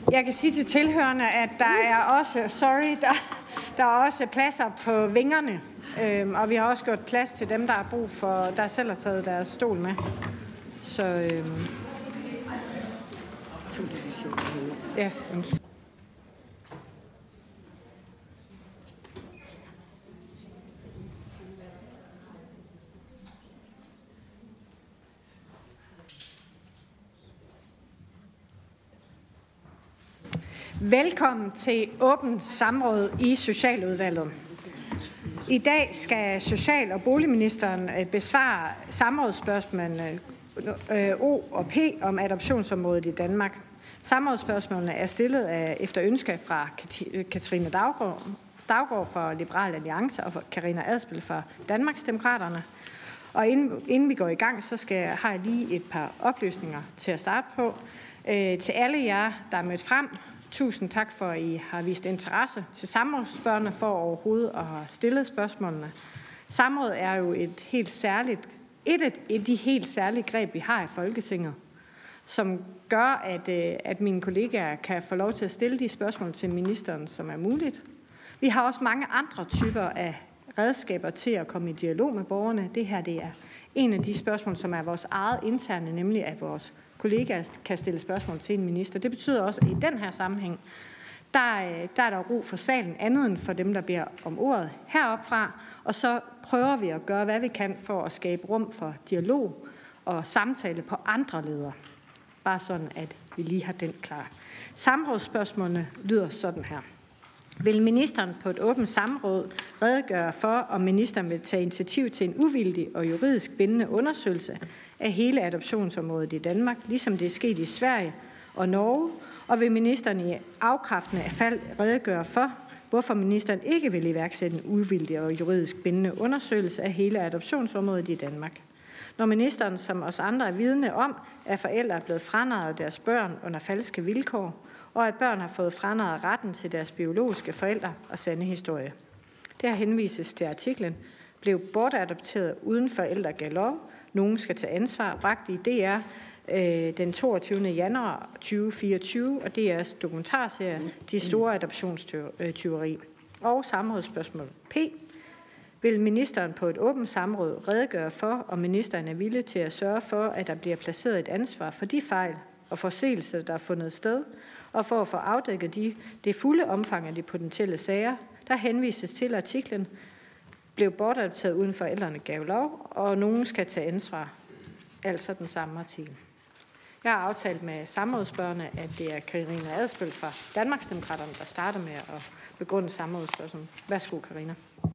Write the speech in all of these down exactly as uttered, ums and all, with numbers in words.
Jeg kan sige til tilhørende, at der er også, sorry, der, der er også pladser på vingerne. Øhm, og vi har også gjort plads til dem, der har brug for, der selv har taget deres stol med. Så øhm, ja, undskyld. Velkommen til åbent samråd i Socialudvalget. I dag skal Social- og Boligministeren besvare samrådsspørgsmålene O og P om adoptionsområdet i Danmark. Samrådsspørgsmålene er stillet af, efter ønske fra Katrine Daugaard, Daugaard fra Liberal Alliance og Karina Adsbøl fra Danmarksdemokraterne. Og inden, inden vi går i gang, så skal, har jeg lige et par oplysninger til at starte på. Øh, til alle jer, der er mødt frem, tusind tak for, at I har vist interesse til samrådsspørgene for overhovedet at have stillet spørgsmålene. Samråd er jo et helt særligt, et af de helt særlige greb, vi har i Folketinget, som gør, at, at mine kollegaer kan få lov til at stille de spørgsmål til ministeren, som er muligt. Vi har også mange andre typer af redskaber til at komme i dialog med borgerne. Det her det er en af de spørgsmål, som er vores eget interne, nemlig at vores kollegaer kan stille spørgsmål til en minister. Det betyder også, at i den her sammenhæng, der, der er der ro for salen, andet end for dem, der beder om ordet heroppe fra. Og så prøver vi at gøre, hvad vi kan for at skabe rum for dialog og samtale på andre ledere. Bare sådan, at vi lige har den klar. Samrådsspørgsmålene lyder sådan her. Vil ministeren på et åbent samråd redegøre for, om ministeren vil tage initiativ til en uvildig og juridisk bindende undersøgelse af hele adoptionsområdet i Danmark, ligesom det er sket i Sverige og Norge, og vil ministeren i afkræftende fald redegøre for, hvorfor ministeren ikke vil iværksætte en uvildig og juridisk bindende undersøgelse af hele adoptionsområdet i Danmark. Når ministeren som os andre er vidne om, at forældre er blevet franarret deres børn under falske vilkår, og at børn har fået franarret retten til deres biologiske forældre og sande historie. Det her henvises til artiklen, blev bortadopteret uden forældre gav lov. Nogen skal tage ansvar, bragt i D R øh, den toogtyvende januar to tusind og fireogtyve, og D R's dokumentarserie De store adoptionstyveri. Og samrådsspørgsmål P. Vil ministeren på et åbent samråd redegøre for, om ministeren er villig til at sørge for, at der bliver placeret et ansvar for de fejl og forseelser, der er fundet sted, og for at få afdækket de, det fulde omfang af de potentielle sager, der henvises til artiklen, blev bortadopteret uden forældrene gav lov, og nogen skal tage ansvar. Altså den samme artikel. Jeg har aftalt med samrådsspørgerne, at det er Karina Adsbøl fra Danmarksdemokraterne, der starter med at begrunde samrådsspørgsmålet. Værsgo, Karina.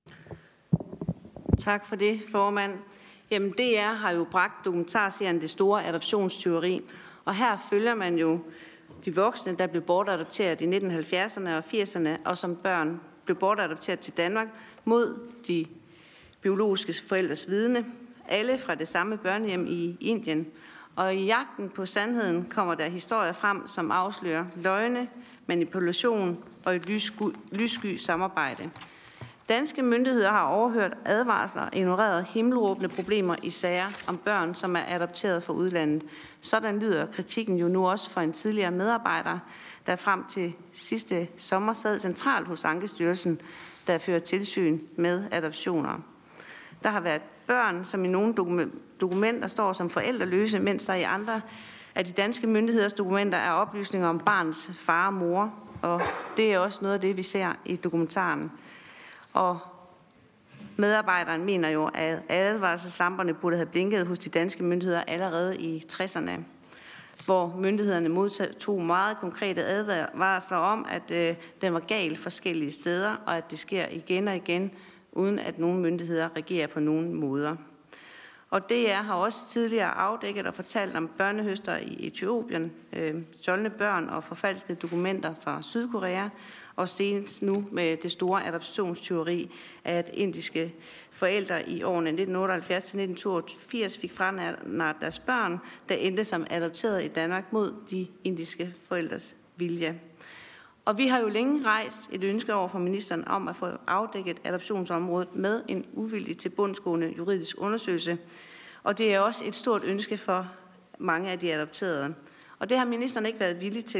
Tak for det, formand. Jamen, D R har jo bragt dokumentarserien Det store adoptionstyveri, og her følger man jo de voksne, der blev bortadopteret i nitten halvfjerdserne og firserne, og som børn blev bortadopteret til Danmark mod de biologiske forældres vidne, alle fra det samme børnehjem i Indien. Og i jagten på sandheden kommer der historier frem, som afslører løgne, manipulation og et lyssky, lyssky samarbejde. Danske myndigheder har overhørt advarsler og ignoreret himmelråbende problemer i sager om børn, som er adopteret fra udlandet. Sådan lyder kritikken jo nu også for en tidligere medarbejder, der frem til sidste sommer sad centralt hos Ankestyrelsen, der fører tilsyn med adoptioner. Der har været børn, som i nogle dokumenter står som forældreløse, mens der i andre af de danske myndigheders dokumenter er oplysninger om barns far og mor. Og det er også noget af det, vi ser i dokumentaren. Og medarbejderen mener jo, at advarselslamperne burde have blinket hos de danske myndigheder allerede i tresserne, hvor myndighederne modtog meget konkrete advarsler om, at øh, den var gal forskellige steder, og at det sker igen og igen, uden at nogle myndigheder reagerer på nogen måder. Og D R har også tidligere afdækket og fortalt om børnehøster i Etiopien, øh, stjålne børn og forfalskede dokumenter fra Sydkorea, og senest nu med det store adoptionstyveri, at indiske forældre i årene nitten otteoghalvfjerds til nitten toogfirs fik franarret deres børn, der endte som adopteret i Danmark mod de indiske forældres vilje. Og vi har jo længe rejst et ønske over for ministeren om at få afdækket adoptionsområdet med en uvildig til bundsgående juridisk undersøgelse. Og det er også et stort ønske for mange af de adopterede. Og det har ministeren ikke været villig til.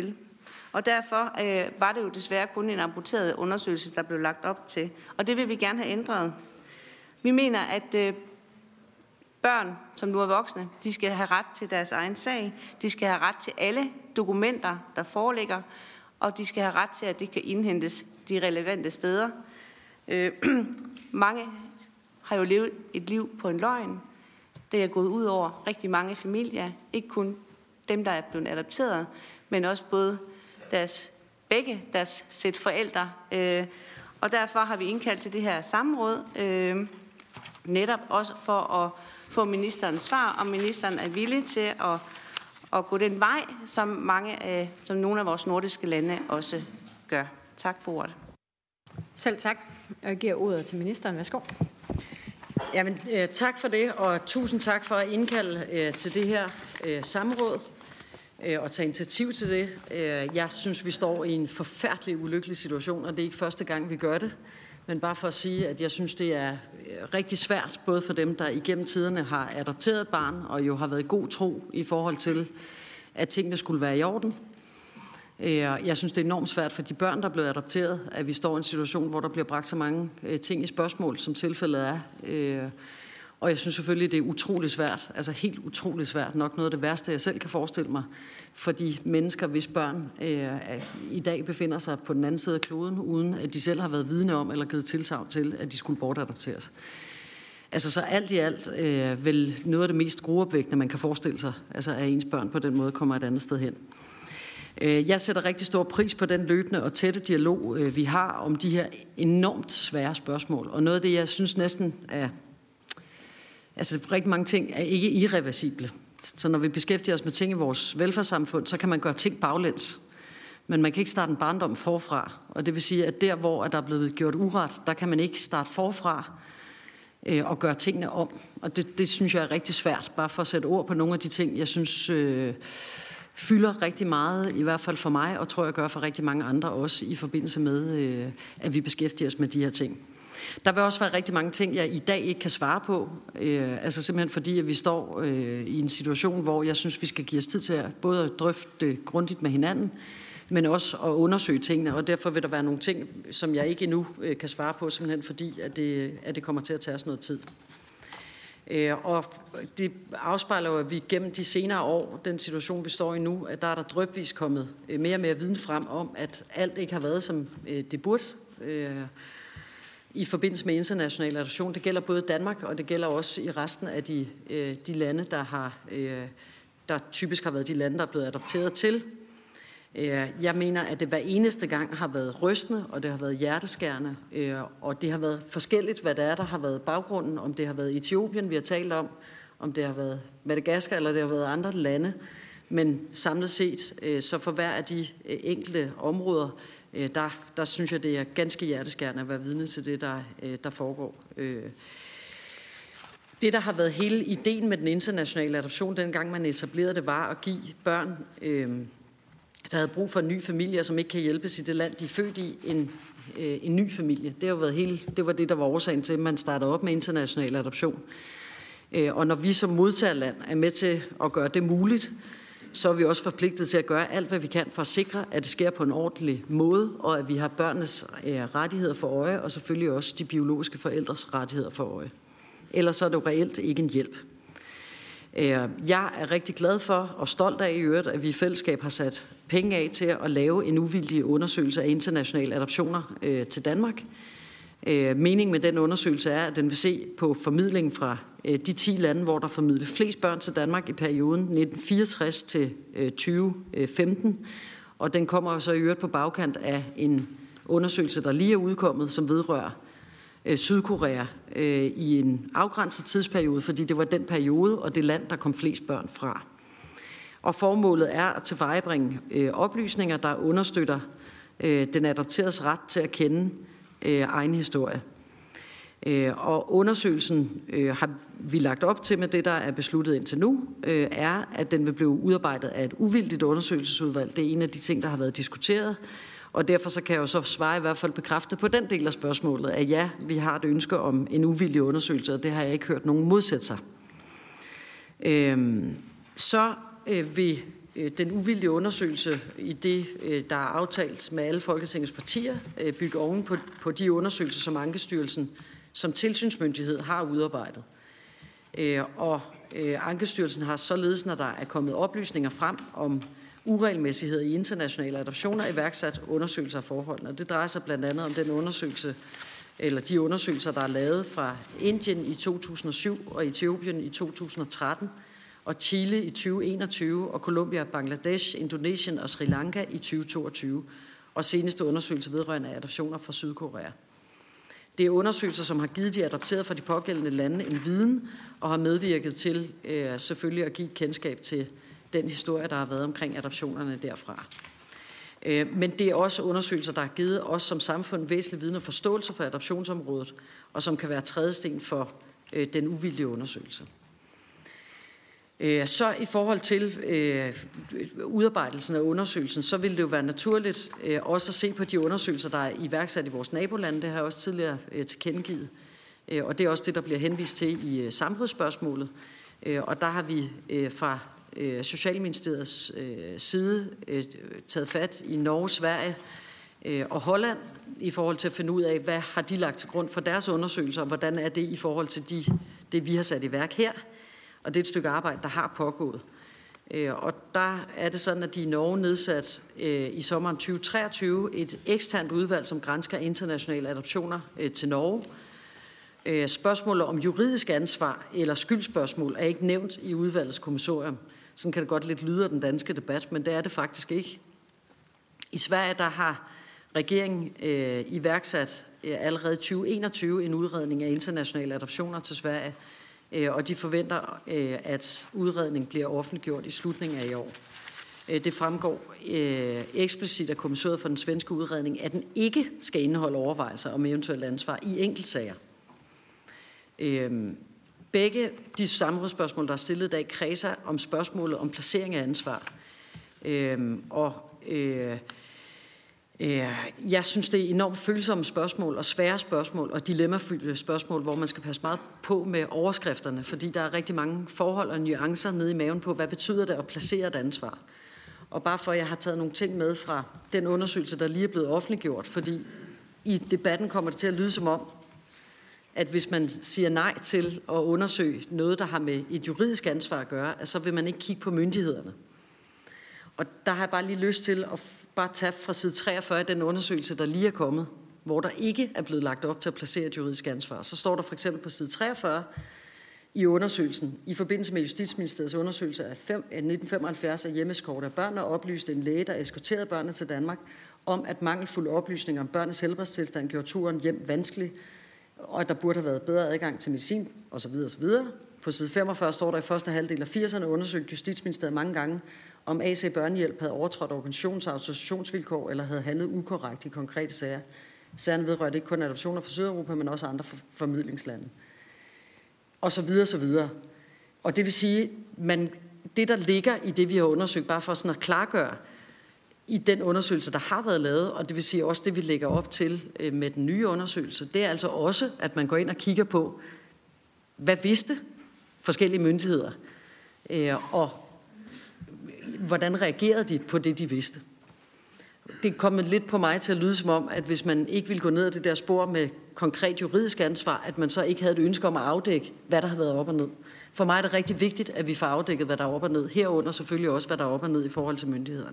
Og derfor øh, var det jo desværre kun en amputeret undersøgelse, der blev lagt op til. Og det vil vi gerne have ændret. Vi mener, at øh, børn, som nu er voksne, de skal have ret til deres egen sag. De skal have ret til alle dokumenter, der foreligger. Og de skal have ret til, at det kan indhentes de relevante steder. Øh, mange har jo levet et liv på en løgn. Det er gået ud over rigtig mange familier. Ikke kun dem, der er blevet adopteret, men også både deres, begge deres sæt forældre. Øh, og derfor har vi indkaldt til det her samråd, øh, netop også for at få ministerens svar, om ministeren er villig til at, at gå den vej, som mange af, som nogle af vores nordiske lande også gør. Tak for ordet. Selv tak. Jeg giver ordet til ministeren. Værsgo. Jamen, øh, tak for det, og tusind tak for at indkalde øh, til det her øh, samråd øh, og tage initiativ til det. Øh, jeg synes, vi står i en forfærdelig ulykkelig situation, og det er ikke første gang, vi gør det. Men bare for at sige, at jeg synes, det er rigtig svært, både for dem, der igennem tiderne har adopteret barn, og jo har været i god tro i forhold til, at tingene skulle være i orden. Jeg synes, det er enormt svært for de børn, der er blevet adopteret, at vi står i en situation, hvor der bliver bragt så mange ting i spørgsmål, som tilfældet er. Og jeg synes selvfølgelig, det er utrolig svært, altså helt utrolig svært, nok noget af det værste, jeg selv kan forestille mig, for de mennesker, hvis børn i dag befinder sig på den anden side af kloden, uden at de selv har været vidne om eller givet tilsagn til, at de skulle bortadopteres. Altså så alt i alt øh, vel noget af det mest gruopvækkende, man kan forestille sig, altså at ens børn på den måde kommer et andet sted hen. Jeg sætter rigtig stor pris på den løbende og tætte dialog, vi har om de her enormt svære spørgsmål. Og noget af det, jeg synes næsten er, altså rigtig mange ting er ikke irreversible. Så når vi beskæftiger os med ting i vores velfærdssamfund, så kan man gøre ting baglæns. Men man kan ikke starte en barndom forfra. Og det vil sige, at der, hvor der er blevet gjort uret, der kan man ikke starte forfra og gøre tingene om. Og det, det synes jeg er rigtig svært, bare for at sætte ord på nogle af de ting, jeg synes øh, fylder rigtig meget, i hvert fald for mig, og tror jeg gør for rigtig mange andre også, i forbindelse med, øh, at vi beskæftiger os med de her ting. Der vil også være rigtig mange ting, jeg i dag ikke kan svare på, øh, altså simpelthen fordi, at vi står øh, i en situation, hvor jeg synes, vi skal give os tid til at både at drøfte grundigt med hinanden, men også at undersøge tingene, og derfor vil der være nogle ting, som jeg ikke endnu øh, kan svare på, simpelthen fordi, at det, at det kommer til at tage os noget tid. Øh, og det afspejler jo, at vi gennem de senere år, den situation, vi står i nu, at der er der drypvis kommet øh, mere og mere viden frem om, at alt ikke har været, som øh, det burde øh, i forbindelse med international adoption. Det gælder både Danmark, og det gælder også i resten af de, øh, de lande, der, har, øh, der typisk har været de lande, der er blevet adopteret til. Jeg mener, at det hver eneste gang har været rystende, og det har været hjerteskærende, og det har været forskelligt, hvad det er, der har været baggrunden, om det har været Etiopien, vi har talt om, om det har været Madagaskar, eller det har været andre lande. Men samlet set, så for hver af de enkelte områder, der, der synes jeg, det er ganske hjerteskærende at være vidne til det, der, der foregår. Det, der har været hele ideen med den internationale adoption, dengang man etablerede det, var at give børn, der havde brug for en ny familie, som ikke kan hjælpes i det land, de er født i, en, øh, en ny familie. Det, har været hele, det var det, der var årsagen til, at man startede op med international adoption. Øh, og når vi som modtagerland er med til at gøre det muligt, så er vi også forpligtet til at gøre alt, hvad vi kan for at sikre, at det sker på en ordentlig måde, og at vi har børnenes øh, rettigheder for øje, og selvfølgelig også de biologiske forældres rettigheder for øje. Ellers så er det jo reelt ikke en hjælp. Jeg er rigtig glad for og stolt af i øvrigt, at vi i fællesskab har sat penge af til at lave en uvildig undersøgelse af internationale adoptioner øh, til Danmark. Øh, meningen med den undersøgelse er, at den vil se på formidlingen fra øh, de ti lande, hvor der formidlet flest børn til Danmark i perioden nitten fireogtres til øh, tyve femten. Og den kommer så i øvrigt på bagkant af en undersøgelse, der lige er udkommet, som vedrører Sydkorea øh, i en afgrænset tidsperiode, fordi det var den periode og det land, der kom flest børn fra. Og formålet er at tilvejebringe øh, oplysninger, der understøtter øh, den adopteredes ret til at kende øh, egen historie. Øh, og undersøgelsen øh, har vi lagt op til med det, der er besluttet indtil nu, øh, er, at den vil blive udarbejdet af et uvildigt undersøgelsesudvalg. Det er en af de ting, der har været diskuteret. Og derfor så kan jeg jo så svare i hvert fald bekræfte på den del af spørgsmålet, at ja, vi har et ønske om en uvildig undersøgelse, og det har jeg ikke hørt nogen modsætte sig. Øhm, så øh, vil den uvildige undersøgelse i det, der er aftalt med alle Folketingets partier, bygge oven på, på de undersøgelser, som Ankestyrelsen som tilsynsmyndighed har udarbejdet. Og Ankestyrelsen har således, når der er kommet oplysninger frem om uregelmæssighed i internationale adoptioner, iværksat undersøgelser af forholdene. Og det drejer sig blandt andet om den undersøgelse, eller de undersøgelser, der er lavet fra Indien i to tusind og syv og Etiopien i to tusind og tretten, og Chile i tyve enogtyve, og Colombia, Bangladesh, Indonesien og Sri Lanka i tyve toogtyve, og seneste undersøgelse vedrørende adoptioner fra Sydkorea. Det er undersøgelser, som har givet de adopterede fra de pågældende lande en viden, og har medvirket til øh, selvfølgelig at give et kendskab til den historie, der har været omkring adoptionerne derfra. Øh, men det er også undersøgelser, der har givet os som samfund væsentlig viden og forståelse for adoptionsområdet, og som kan være trædesten for øh, den uvildige undersøgelse. Så i forhold til øh, udarbejdelsen af undersøgelsen, så vil det jo være naturligt øh, også at se på de undersøgelser, der er iværksat i vores nabolande. Det har jeg også tidligere øh, tilkendegivet. Øh, og det er også det, der bliver henvist til i øh, samrådsspørgsmålet. Øh, og der har vi øh, fra øh, Socialministeriets øh, side øh, taget fat i Norge, Sverige øh, og Holland i forhold til at finde ud af, hvad har de lagt til grund for deres undersøgelser, og hvordan er det i forhold til de, det, vi har sat i værk her. Og det er et stykke arbejde, der har pågået. Og der er det sådan, at de i Norge nedsat i sommeren tyve treogtyve et eksternt udvalg, som gransker internationale adoptioner til Norge. Spørgsmålet om juridisk ansvar eller skyldspørgsmål er ikke nævnt i udvalgets kommissorium. Sådan kan det godt lidt lyde af den danske debat, men det er det faktisk ikke. I Sverige der har regeringen iværksat allerede i tyve enogtyve en udredning af internationale adoptioner til Sverige, og de forventer, at udredningen bliver offentliggjort i slutningen af i år. Det fremgår eksplicit af kommissoriet for den svenske udredning, at den ikke skal indeholde overvejelser om eventuelt ansvar i enkeltsager. Begge de samrådsspørgsmål, der er stillet i dag, kredser om spørgsmålet om placering af ansvar. Og jeg synes, det er enormt følsomme spørgsmål og svære spørgsmål og dilemmafyldte spørgsmål, hvor man skal passe meget på med overskrifterne, fordi der er rigtig mange forhold og nuancer nede i maven på, hvad betyder det at placere et ansvar. Og bare for, at jeg har taget nogle ting med fra den undersøgelse, der lige er blevet offentliggjort, fordi i debatten kommer det til at lyde som om, at hvis man siger nej til at undersøge noget, der har med et juridisk ansvar at gøre, så vil man ikke kigge på myndighederne. Og der har jeg bare lige lyst til at bare tage fra side treogfyrre den undersøgelse, der lige er kommet, hvor der ikke er blevet lagt op til at placere et juridisk ansvar. Så står der for eksempel på side treogfyrre i undersøgelsen, i forbindelse med Justitsministeriets undersøgelse af nitten femoghalvfjerds af hjemmeskort af børn, og oplyste en læge, der eskorterede børnene til Danmark, om at mangelfulde oplysninger om børnenes helbredstilstand gjorde turen hjem vanskelig, og at der burde have været bedre adgang til medicin osv. osv. På side femogfyrre står der, i første halvdel af firserne undersøgte Justitsministeriet mange gange, om A C Børnehjælp havde overtrådt organisations- og autorisationsvilkår eller havde handlet ukorrekt i konkrete sager. Sagerne vedrørte ikke kun adoptioner fra Sydeuropa, men også andre formidlingslande. Og så videre, så videre. Og det vil sige, man, det der ligger i det, vi har undersøgt, bare for sådan at klargøre, i den undersøgelse, der har været lavet, og det vil sige også det, vi lægger op til med den nye undersøgelse, det er altså også, at man går ind og kigger på, hvad vidste forskellige myndigheder, og hvordan reagerede de på det, de vidste. Det er kommet lidt på mig til at lyde som om, at hvis man ikke ville gå ned ad det der spor med konkret juridisk ansvar, at man så ikke havde et ønske om at afdække, hvad der har været op og ned. For mig er det rigtig vigtigt, at vi får afdækket, hvad der er op og ned. Herunder selvfølgelig også, hvad der er op og ned i forhold til myndighederne.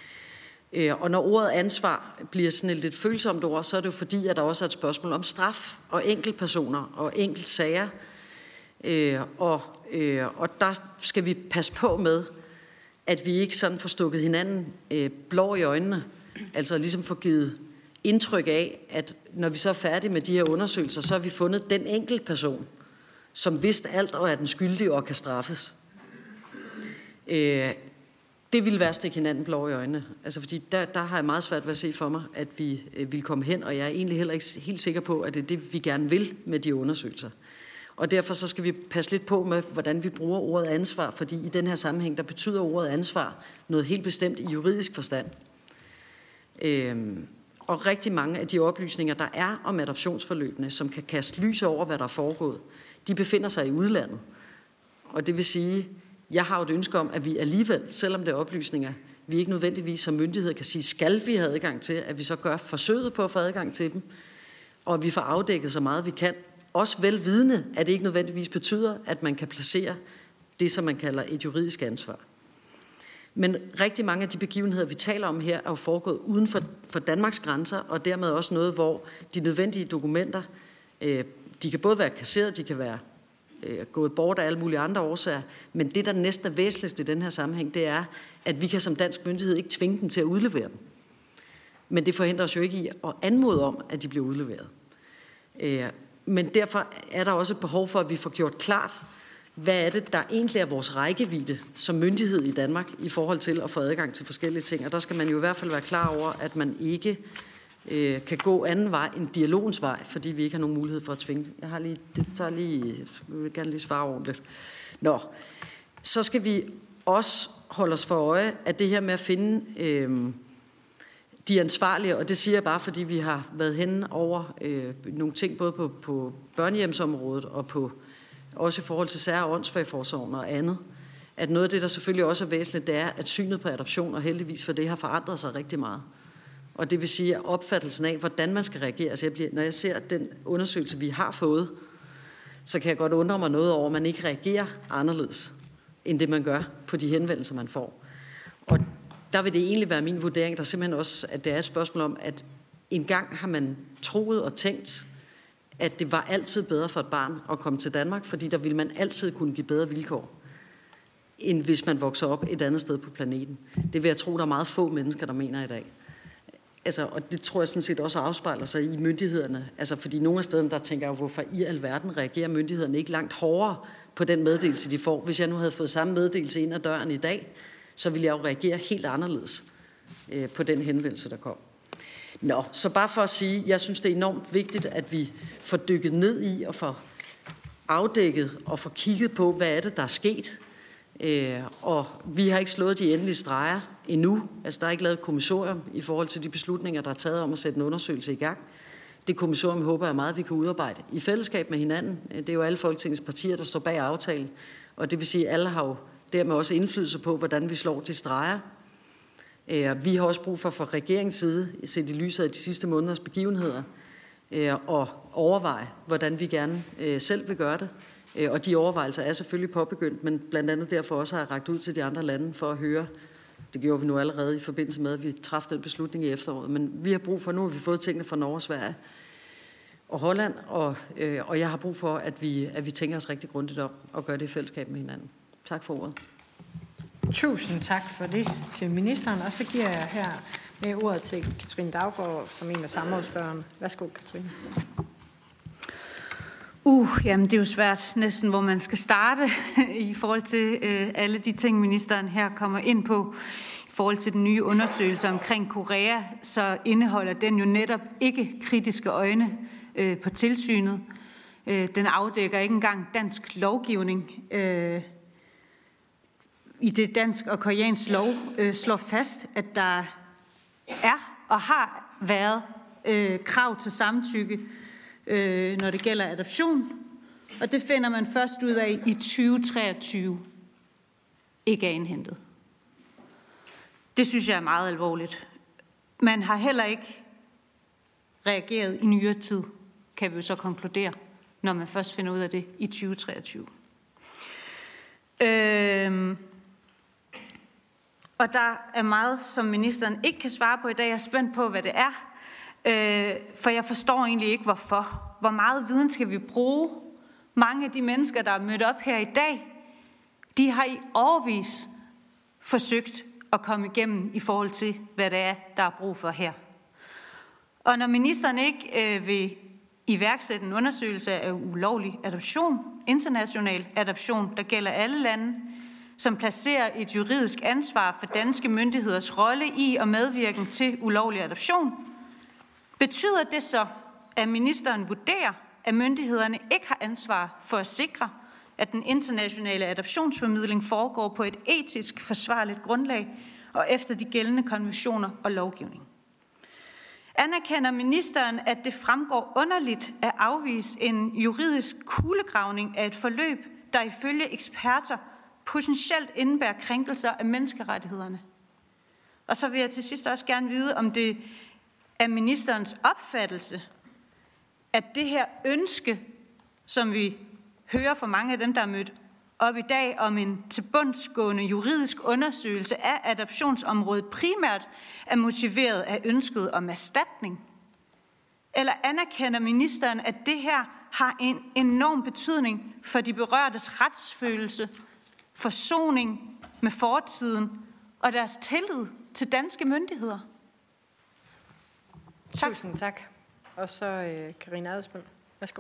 Og når ordet ansvar bliver sådan et lidt følsomt ord, så er det jo fordi, at der også er et spørgsmål om straf og enkeltpersoner og enkeltsager. Og, og der skal vi passe på med, at vi ikke sådan får stukket hinanden øh, blå i øjnene, altså ligesom får givet indtryk af, at når vi så er færdige med de her undersøgelser, så har vi fundet den enkelte person, som vidste alt og er den skyldige og kan straffes. Øh, det ville være at stikke hinanden blå i øjnene, altså fordi der, der har jeg meget svært ved at se for mig, at vi øh, vil komme hen, og jeg er egentlig heller ikke helt sikker på, at det er det, vi gerne vil med de undersøgelser. Og derfor så skal vi passe lidt på med, hvordan vi bruger ordet ansvar, fordi i den her sammenhæng, der betyder ordet ansvar noget helt bestemt i juridisk forstand. Øhm, og rigtig mange af de oplysninger, der er om adoptionsforløbene, som kan kaste lys over, hvad der er foregået, de befinder sig i udlandet. Og det vil sige, Jeg har jo et ønske om, at vi alligevel, selvom det er oplysninger, vi ikke nødvendigvis som myndighed kan sige, skal vi have adgang til, at vi så gør forsøget på at få adgang til dem, og at vi får afdækket så meget vi kan. Også velvidende, at det ikke nødvendigvis betyder, at man kan placere det, som man kalder et juridisk ansvar. Men rigtig mange af de begivenheder, vi taler om her, er jo foregået uden for, for Danmarks grænser, og dermed også noget, hvor de nødvendige dokumenter, øh, de kan både være kasseret, de kan være øh, gået bort af alle mulige andre årsager, men det, der næsten er væsentligst i den her sammenhæng, det er, at vi kan som dansk myndighed ikke tvinge dem til at udlevere dem. Men det forhindrer os jo ikke i at anmode om, at de bliver udleveret. Øh, men derfor er der også et behov for, at vi får gjort klart, hvad er det, der egentlig er vores rækkevidde som myndighed i Danmark i forhold til at få adgang til forskellige ting. Og der skal man jo i hvert fald være klar over, at man ikke øh, kan gå anden vej end dialogens vej, fordi vi ikke har nogen mulighed for at tvinge. Jeg har lige, det tager lige, jeg vil gerne lige svare ordentligt. Nå, så skal vi også holde os for øje, at det her med at finde øh, de ansvarlige, og det siger jeg bare, fordi vi har været henne over øh, nogle ting, både på, på børnehjemsområdet og på også i forhold til sær- og åndsfagforsorgen og andet, at noget af det, der selvfølgelig også er væsentligt, det er, at synet på adoption, og heldigvis for det, har forandret sig rigtig meget. Og det vil sige, at opfattelsen af, hvordan man skal reagere, altså jeg bliver, når jeg ser den undersøgelse, vi har fået, så kan jeg godt undre mig noget over, at man ikke reagerer anderledes, end det man gør på de henvendelser, man får. Og der vil det egentlig være min vurdering, der simpelthen også, at det er et spørgsmål om, at engang har man troet og tænkt, at det var altid bedre for et barn at komme til Danmark, fordi der ville man altid kunne give bedre vilkår, end hvis man vokser op et andet sted på planeten. Det vil jeg tro, der er meget få mennesker, der mener i dag. Altså, og det tror jeg sådan set også afspejler sig i myndighederne. Altså, fordi nogle af stederne, der tænker jeg jo, hvorfor i alverden reagerer myndighederne ikke langt hårdere på den meddelelse, de får. Hvis jeg nu havde fået samme meddelelse ind ad døren i dag, så ville jeg jo reagere helt anderledes øh, på den henvendelse, der kom. Nå, så bare for at sige, jeg synes, det er enormt vigtigt, at vi får dykket ned i og får afdækket og får kigget på, hvad er det, der er sket. Øh, og vi har ikke slået de endelige streger endnu. Altså, der er ikke lavet et kommissorium i forhold til de beslutninger, der er taget om at sætte en undersøgelse i gang. Det kommissorium håber jeg meget, at vi kan udarbejde i fællesskab med hinanden. Det er jo alle Folketingets partier, der står bag aftalen. Og det vil sige, at alle har jo dermed også indflydelse på, hvordan vi slår de streger. Vi har også brug for fra regeringens side, set i lyset af de sidste måneders begivenheder, at overveje, hvordan vi gerne selv vil gøre det. Og de overvejelser er selvfølgelig påbegyndt, men blandt andet derfor også har jeg rakt ud til de andre lande for at høre. Det gjorde vi nu allerede i forbindelse med, at vi træffede den beslutning i efteråret. Men vi har brug for, nu har vi fået tingene fra Norge, Sverige og Holland, og, og jeg har brug for, at vi, at vi tænker os rigtig grundigt om og gør det i fællesskab med hinanden. Tak for ordet. Tusind tak for det til ministeren, og så giver jeg her med ordet til Katrine Daugaard som en af samrådsspørgerne. Værsgo, Katrine. Uh, jamen det er jo svært næsten, hvor man skal starte i forhold til øh, alle de ting, ministeren her kommer ind på. I forhold til den nye undersøgelse omkring Korea, så indeholder den jo netop ikke kritiske øjne øh, på tilsynet. Øh, den afdækker ikke engang dansk lovgivning. Øh, I det dansk og koreansk lov øh, slår fast, at der er og har været øh, krav til samtykke, øh, når det gælder adoption. Og det finder man først ud af i tyve treogtyve. Ikke er indhentet. Det synes jeg er meget alvorligt. Man har heller ikke reageret i nyere tid, kan vi jo så konkludere, når man først finder ud af det i tyve treogtyve. Øh, Og der er meget, som ministeren ikke kan svare på i dag. Jeg er spændt på, hvad det er. Øh, for jeg forstår egentlig ikke, hvorfor. Hvor meget viden skal vi bruge? Mange af de mennesker, der er mødt op her i dag, de har i årevis forsøgt at komme igennem i forhold til, hvad det er, der er brug for her. Og når ministeren ikke øh, vil iværksætte en undersøgelse af ulovlig adoption, international adoption, der gælder alle lande, som placerer et juridisk ansvar for danske myndigheders rolle i og medvirken til ulovlig adoption, betyder det så, at ministeren vurderer, at myndighederne ikke har ansvar for at sikre, at den internationale adoptionsformidling foregår på et etisk forsvarligt grundlag og efter de gældende konventioner og lovgivning. Anerkender ministeren, at det fremgår underligt at afvise en juridisk kuglegravning af et forløb, der ifølge eksperter potentielt indebærer krænkelser af menneskerettighederne. Og så vil jeg til sidst også gerne vide, om det er ministerens opfattelse, at det her ønske, som vi hører fra mange af dem, der er mødt op i dag, om en tilbundsgående juridisk undersøgelse af adoptionsområdet, primært er motiveret af ønsket om erstatning? Eller anerkender ministeren, at det her har en enorm betydning for de berørtes retsfølelse, forsoning med fortiden og deres tillid til danske myndigheder? Tak. Tusind tak. Og så øh, Karina Adsbøl. Værsgo.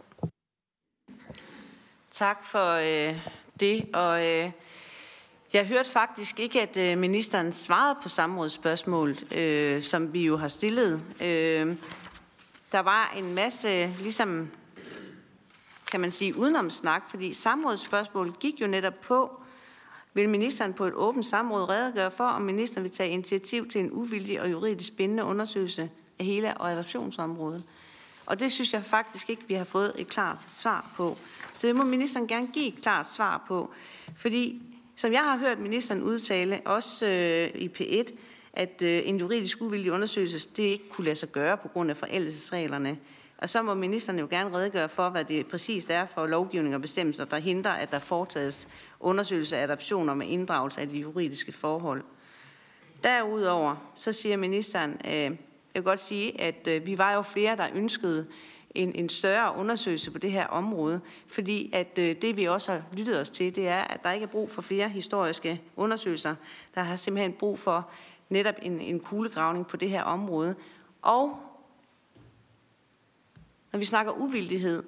Tak for øh, det. Og øh, jeg hørte faktisk ikke, at øh, ministeren svarede på samrådsspørgsmålet, øh, som vi jo har stillet. Øh, der var en masse, ligesom, kan man sige, udenomsnak, fordi samrådsspørgsmålet gik jo netop på, vil ministeren på et åbent samråd redegøre for, om ministeren vil tage initiativ til en uvildig og juridisk bindende undersøgelse af hele adoptionsområdet. Og det synes jeg faktisk ikke, vi har fået et klart svar på. Så det må ministeren gerne give et klart svar på. Fordi, som jeg har hørt ministeren udtale, også øh, i P et, at øh, en juridisk uvildig undersøgelse, det ikke kunne lade sig gøre på grund af forældelsesreglerne. Og så må ministeren jo gerne redegøre for, hvad det præcist er for lovgivning og bestemmelser, der hindrer, at der foretages undersøgelse af adoptioner med inddragelse af de juridiske forhold. Derudover, så siger ministeren, øh, jeg vil godt sige, at øh, vi var jo flere, der ønskede en, en større undersøgelse på det her område, fordi at øh, det vi også har lyttet os til, det er, at der ikke er brug for flere historiske undersøgelser. Der har simpelthen brug for netop en, en kuglegravning på det her område. Og når vi snakker uvildighed,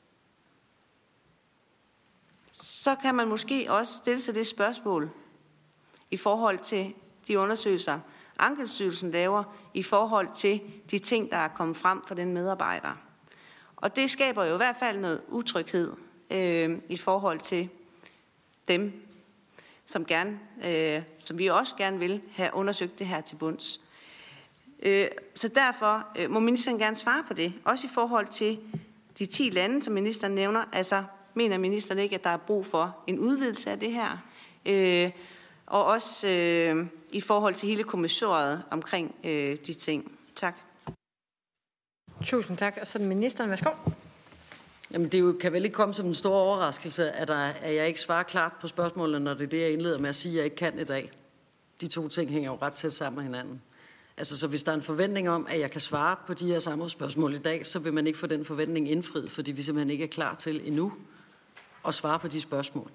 så kan man måske også stille sig det spørgsmål i forhold til de undersøgelser, Ankestyrelsen laver i forhold til de ting, der er kommet frem for den medarbejder. Og det skaber jo i hvert fald noget utryghed øh, i forhold til dem, som, gerne, øh, som vi også gerne vil have undersøgt det her til bunds. Øh, så derfor øh, må ministeren gerne svare på det, også i forhold til de ti lande, som ministeren nævner. Altså, mener ministeren ikke, at der er brug for en udvidelse af det her? Øh, og også øh, i forhold til hele kommissoriet omkring øh, de ting. Tak. Tusind tak. Og så den ministeren, værsgo. Jamen, det jo, kan vel ikke komme som en stor overraskelse, at, der, at jeg ikke svarer klart på spørgsmålene, når det er det, jeg indleder med at sige, at jeg ikke kan i dag. De to ting hænger jo ret tæt sammen med hinanden. Altså, så hvis der er en forventning om, at jeg kan svare på de her samrådsspørgsmål i dag, så vil man ikke få den forventning indfriet, fordi vi simpelthen ikke er klar til endnu at svare på de spørgsmål.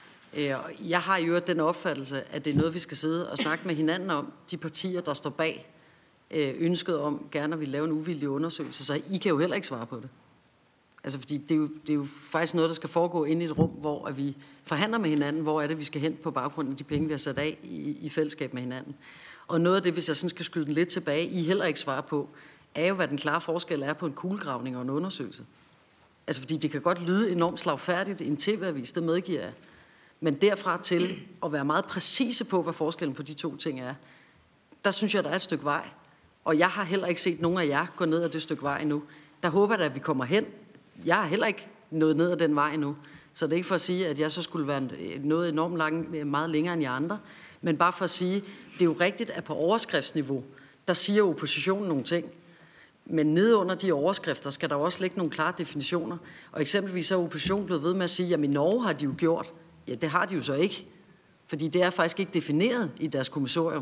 Jeg har jo den opfattelse, at det er noget, vi skal sidde og snakke med hinanden om, de partier, der står bag ønsket om gerne at ville lave en uvildig undersøgelse, så I kan jo heller ikke svare på det. Altså, fordi det er, jo, det er jo faktisk noget, der skal foregå inde i et rum, hvor vi forhandler med hinanden, hvor er det, vi skal hen på baggrund af de penge, vi har sat af i, i fællesskab med hinanden. Og noget af det, hvis jeg sådan skal skyde den lidt tilbage, I heller ikke svarer på, er jo, hvad den klare forskel er på en kuglegravning og en undersøgelse. Altså, fordi det kan godt lyde enormt slagfærdigt i en tv-avis, det medgiver jeg. Men derfra til at være meget præcise på, hvad forskellen på de to ting er, der synes jeg, der er et stykke vej. Og jeg har heller ikke set nogen af jer gå ned ad det stykke vej endnu. Der håber jeg, at vi kommer hen. Jeg har heller ikke nået ned ad den vej endnu. Så det er ikke for at sige, at jeg så skulle være noget enormt lang, meget længere end jer andre. Men bare for at sige, det er jo rigtigt, at på overskriftsniveau, der siger oppositionen nogle ting. Men nede under de overskrifter skal der også ligge nogle klare definitioner. Og eksempelvis er oppositionen blevet ved med at sige, at i Norge har de jo gjort. Ja, det har de jo så ikke. Fordi det er faktisk ikke defineret i deres kommissorium.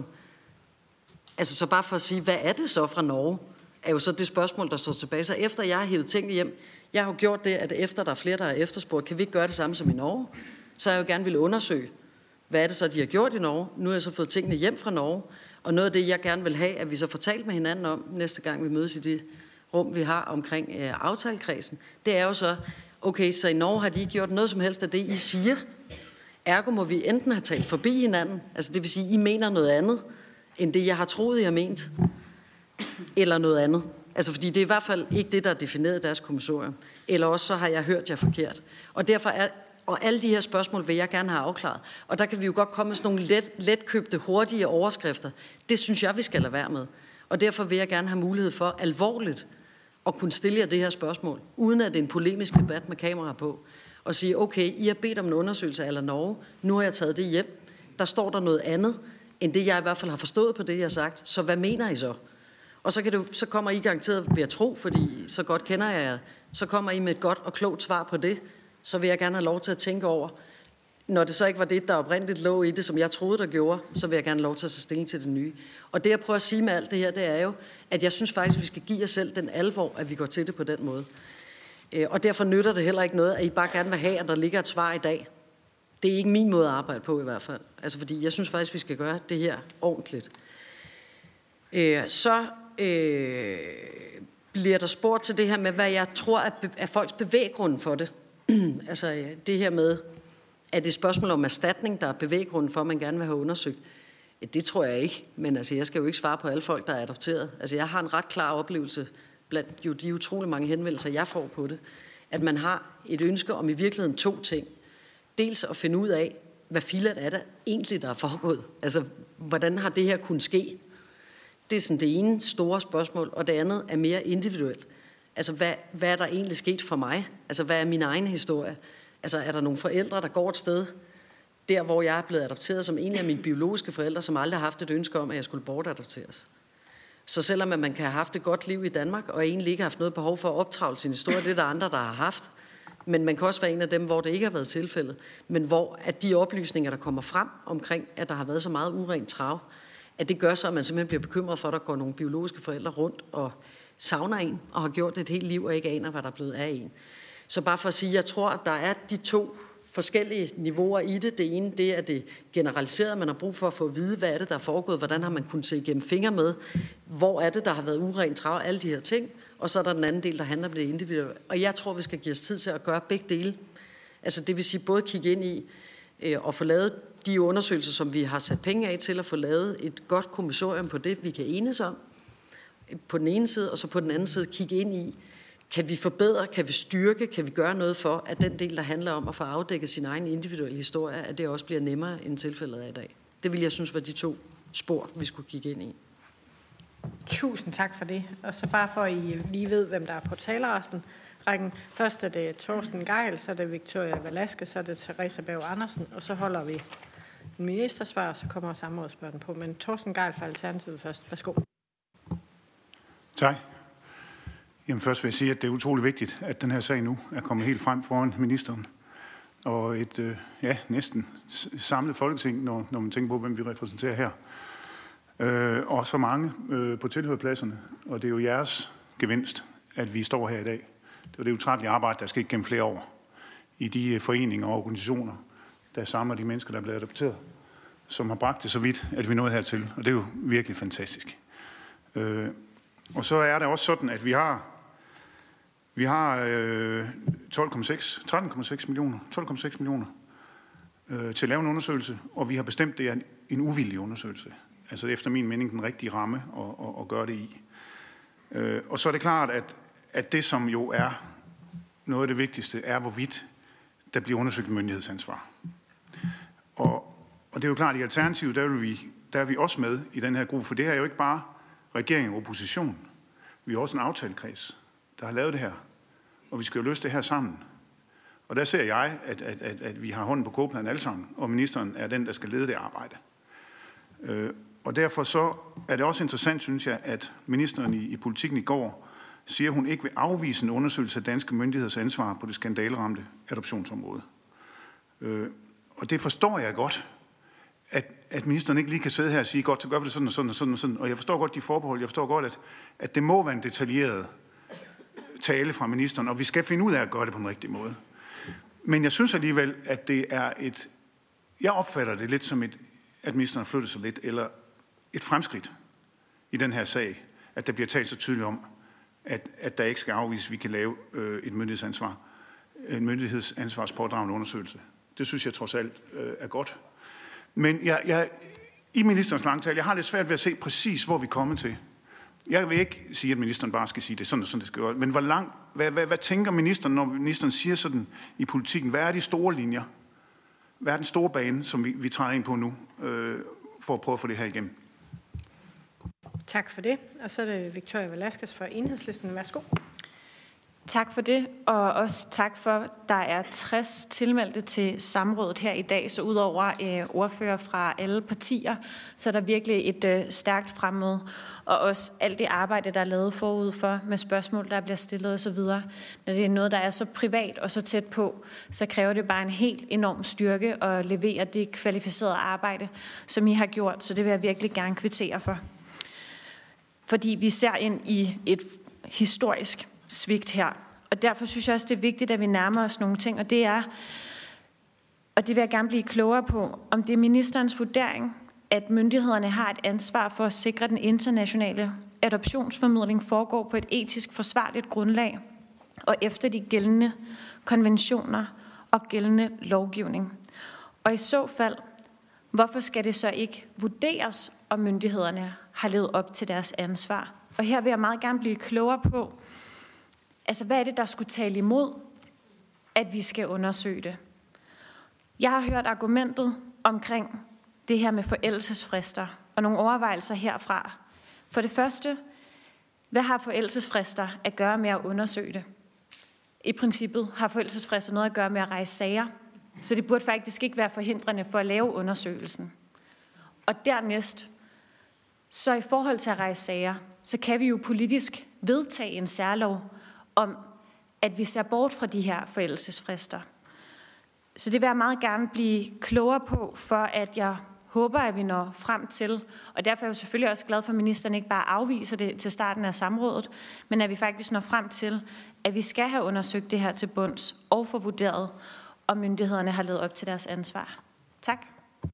Altså så bare for at sige, hvad er det så fra Norge? Er jo så det spørgsmål, der står tilbage. Så efter jeg har hævet tingene hjem, jeg har jo gjort det, at efter der er flere, der har efterspurgt, kan vi ikke gøre det samme som i Norge? Så har jeg jo gerne ville undersøge, hvad er det så, de har gjort i Norge? Nu har jeg så fået tingene hjem fra Norge. Og noget af det, jeg gerne vil have, at vi så får talt med hinanden om, næste gang vi mødes i det rum, vi har omkring øh, aftalekredsen, det er jo så, okay, så i Norge har de ikke gjort noget som helst af det, I siger. Ergo må vi enten have talt forbi hinanden, altså det vil sige, I mener noget andet, end det, jeg har troet, I har ment, eller noget andet. Altså fordi det er i hvert fald ikke det, der er defineret i deres kommissorium. Eller også så har jeg hørt jer forkert. Og derfor er, og alle de her spørgsmål vil jeg gerne have afklaret. Og der kan vi jo godt komme med sådan nogle let, letkøbte, hurtige overskrifter. Det synes jeg, vi skal lade være med. Og derfor vil jeg gerne have mulighed for alvorligt at kunne stille jer det her spørgsmål, uden at det er en polemisk debat med kamera på. og sige, okay, I har bedt om en undersøgelse af Norge, nu har jeg taget det hjem. Der står der noget andet, end det jeg i hvert fald har forstået på det, jeg har sagt. Så hvad mener I så? Og så, kan det, så kommer I garanteret ved at tro, fordi så godt kender jeg jer, så kommer I med et godt og klogt svar på det. Så vil jeg gerne have lov til at tænke over, når det så ikke var det, der oprindeligt lå i det, som jeg troede, der gjorde, så vil jeg gerne have lov til at tage stilling til det nye. Og det, jeg prøver at sige med alt det her, det er jo, at jeg synes faktisk, at vi skal give os selv den alvor, at vi går til det på den måde. Og derfor nytter det heller ikke noget, at I bare gerne vil have, at der ligger et svar i dag. Det er ikke min måde at arbejde på i hvert fald. Altså fordi jeg synes faktisk, vi skal gøre det her ordentligt. Så øh, bliver der spurgt til det her med, hvad jeg tror er, be- er folks bevæggrund for det. Altså det her med, at det er et spørgsmål om erstatning, der er bevæggrunden for, at man gerne vil have undersøgt. Ja, det tror jeg ikke, men altså, jeg skal jo ikke svare på alle folk, der er adopteret. Altså jeg har en ret klar oplevelse blandt jo de utrolig mange henvendelser, jeg får på det, at man har et ønske om i virkeligheden to ting. Dels at finde ud af, hvad filan er der egentlig, der er foregået. Altså, hvordan har det her kunnet ske? Det er sådan det ene store spørgsmål, og det andet er mere individuelt. Altså, hvad, hvad er der egentlig sket for mig? Altså, hvad er min egen historie? Altså, er der nogle forældre, der går et sted, der hvor jeg er blevet adopteret, som egentlig er mine biologiske forældre, som aldrig har haft et ønske om, at jeg skulle bortadopteres? Så selvom man kan have haft et godt liv i Danmark, og egentlig ikke har haft noget behov for at optravle sin historie, det er der andre, der har haft. Men man kan også være en af dem, hvor det ikke har været tilfældet. Men hvor at de oplysninger, der kommer frem omkring, at der har været så meget urent trav, at det gør så, at man simpelthen bliver bekymret for, at der går nogle biologiske forældre rundt og savner en, og har gjort det et helt liv, og ikke aner, hvad der er blevet af en. Så bare for at sige, jeg tror, at der er de to forskellige niveauer i det. Det ene, det er det generaliserede, man har brug for at få at vide, hvad er det, der er foregået, hvordan har man kunnet se igennem fingre med, hvor er det, der har været urent trav, alle de her ting. Og så er der den anden del, der handler om det individuelle. Og jeg tror, vi skal give os tid til at gøre begge dele. Altså det vil sige både kigge ind i øh, og få lavet de undersøgelser, som vi har sat penge af til, at få lavet et godt kommissorium på det, vi kan enes om på den ene side, og så på den anden side kigge ind i, kan vi forbedre, kan vi styrke, kan vi gøre noget for, at den del, der handler om at få afdækket sin egen individuelle historie, at det også bliver nemmere end tilfældet er i dag. Det vil jeg synes var de to spor, vi skulle kigge ind i. Tusind tak for det. Og så bare for, at I lige ved, hvem der er på talerrækken. Først er det Torsten Gejl, så er det Victoria Velasquez, så er det Teresa Berg Andersen, og så holder vi en ministersvar, og så kommer samrådsspørgsmål på. Men Torsten Gejl fra Alternativet først. Værsgo. Tak. Jamen først vil jeg sige, at det er utrolig vigtigt, at den her sag nu er kommet helt frem foran ministeren. Og et øh, ja, næsten samlet folketing, når, når man tænker på, hvem vi repræsenterer her. Øh, og så mange øh, på tilhørpladserne. Og det er jo jeres gevinst, at vi står her i dag. Det var det utrættelige arbejde, der skete gennem flere år i de foreninger og organisationer, der samler de mennesker, der er blevet adopteret, som har bragt det så vidt, at vi nåede hertil. Og det er jo virkelig fantastisk. Øh, og så er det også sådan, at vi har Vi har øh, tolv komma seks, tretten komma seks millioner, tolv komma seks millioner øh, til at lave en undersøgelse, og vi har bestemt, det er en, en uvildig undersøgelse. Altså efter min mening den rigtige ramme at, at, at gøre det i. Øh, og så er det klart, at, at det som jo er noget af det vigtigste, er hvorvidt der bliver undersøgt myndighedsansvar. Og, og det er jo klart, at i Alternativet, der, vil vi, der er vi også med i den her gruppe, for det her er jo ikke bare regering og opposition. Vi er også en aftalekreds, der har lavet det her, og vi skal jo løse det her sammen. Og der ser jeg, at, at, at, at vi har hånden på kogepladen alle sammen, og ministeren er den, der skal lede det arbejde. Øh, og derfor så er det også interessant, synes jeg, at ministeren i, i Politikken i går siger, at hun ikke vil afvise en undersøgelse af danske myndigheders ansvar på det skandaleramte adoptionsområde. Øh, og det forstår jeg godt, at, at ministeren ikke lige kan sidde her og sige, godt, så gør vi det sådan og sådan og sådan og sådan. Og jeg forstår godt de forbehold, jeg forstår godt, at, at det må være en detaljeret tale fra ministeren, og vi skal finde ud af at gøre det på en rigtig måde. Men jeg synes alligevel, at det er et, jeg opfatter det lidt som et, at ministeren har flyttet sig lidt, eller et fremskridt i den her sag, at der bliver talt så tydeligt om, at, at der ikke skal afvise, at vi kan lave øh, et myndighedsansvar, en myndighedsansvarspådragende undersøgelse. Det synes jeg trods alt øh, er godt. Men jeg, jeg, i ministerens langtale, jeg har lidt svært ved at se præcis, hvor vi er kommet til. Jeg vil ikke sige, at ministeren bare skal sige, det er sådan og sådan, det skal gøre. Men hvor langt, hvad, hvad, hvad tænker ministeren, når ministeren siger sådan i Politikken? Hvad er de store linjer? Hvad er den store bane, som vi, vi træder ind på nu, øh, for at prøve at få det her igennem? Tak for det. Og så er det Victoria Velasquez fra Enhedslisten. Værsgo. Tak for det, og også tak for, at der er tres tilmeldte til samrådet her i dag, så udover øh, ordfører fra alle partier, så er der virkelig et øh, stærkt fremmøde, og også alt det arbejde, der er lavet forud for med spørgsmål, der bliver stillet osv. Når det er noget, der er så privat og så tæt på, så kræver det bare en helt enorm styrke at levere det kvalificerede arbejde, som I har gjort, så det vil jeg virkelig gerne kvittere for. Fordi vi ser ind i et historisk svigt her. Og derfor synes jeg også, det er vigtigt, at vi nærmer os nogle ting, og det er, og det vil jeg gerne blive klogere på, om det er ministerens vurdering, at myndighederne har et ansvar for at sikre, at den internationale adoptionsformidling foregår på et etisk forsvarligt grundlag og efter de gældende konventioner og gældende lovgivning. Og i så fald, hvorfor skal det så ikke vurderes, om myndighederne har levet op til deres ansvar? Og her vil jeg meget gerne blive klogere på, altså, hvad er det, der skulle tale imod, at vi skal undersøge det? Jeg har hørt argumentet omkring det her med forældelsesfrister og nogle overvejelser herfra. For det første, hvad har forældelsesfrister at gøre med at undersøge det? I princippet har forældelsesfrister noget at gøre med at rejse sager, så det burde faktisk ikke være forhindrende for at lave undersøgelsen. Og dernæst, så i forhold til at rejse sager, så kan vi jo politisk vedtage en særlov om, at vi ser bort fra de her forældelsesfrister. Så det vil jeg meget gerne blive klogere på, for at jeg håber, at vi når frem til, og derfor er jeg jo selvfølgelig også glad for, at ministeren ikke bare afviser det til starten af samrådet, men at vi faktisk når frem til, at vi skal have undersøgt det her til bunds og få vurderet, om myndighederne har levet op til deres ansvar. Tak.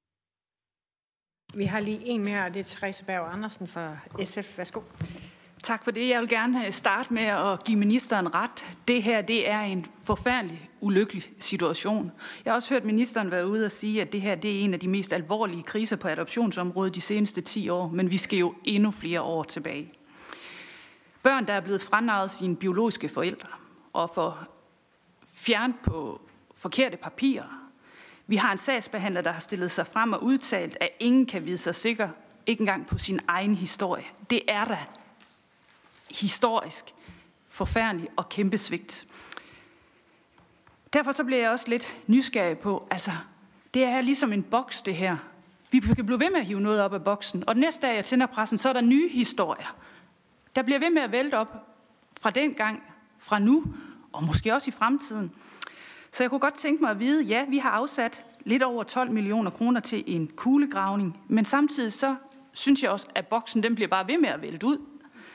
Vi har lige en mere, og det er Therese Berg Andersen fra S F. Værsgo. Tak for det. Jeg vil gerne starte med at give ministeren ret. Det her, det er en forfærdelig, ulykkelig situation. Jeg har også hørt ministeren være ude og sige, at det her, det er en af de mest alvorlige kriser på adoptionsområdet de seneste ti år, men vi skal jo endnu flere år tilbage. Børn, der er blevet franarret sine biologiske forældre og får fjernet på forkerte papirer. Vi har en sagsbehandler, der har stillet sig frem og udtalt, at ingen kan vide sig sikker, ikke engang på sin egen historie. Det er da historisk forfærdelig og kæmpe svigt. Derfor så bliver jeg også lidt nysgerrig på, altså, det er ligesom en boks, det her. Vi kan blive ved med at hive noget op af boksen, og næste dag jeg tænder pressen, så er der nye historier. Der bliver ved med at vælte op fra den gang, fra nu, og måske også i fremtiden. Så jeg kunne godt tænke mig at vide, ja, vi har afsat lidt over tolv millioner kroner til en kuglegravning, men samtidig så synes jeg også, at boksen den bliver bare ved med at vælte ud.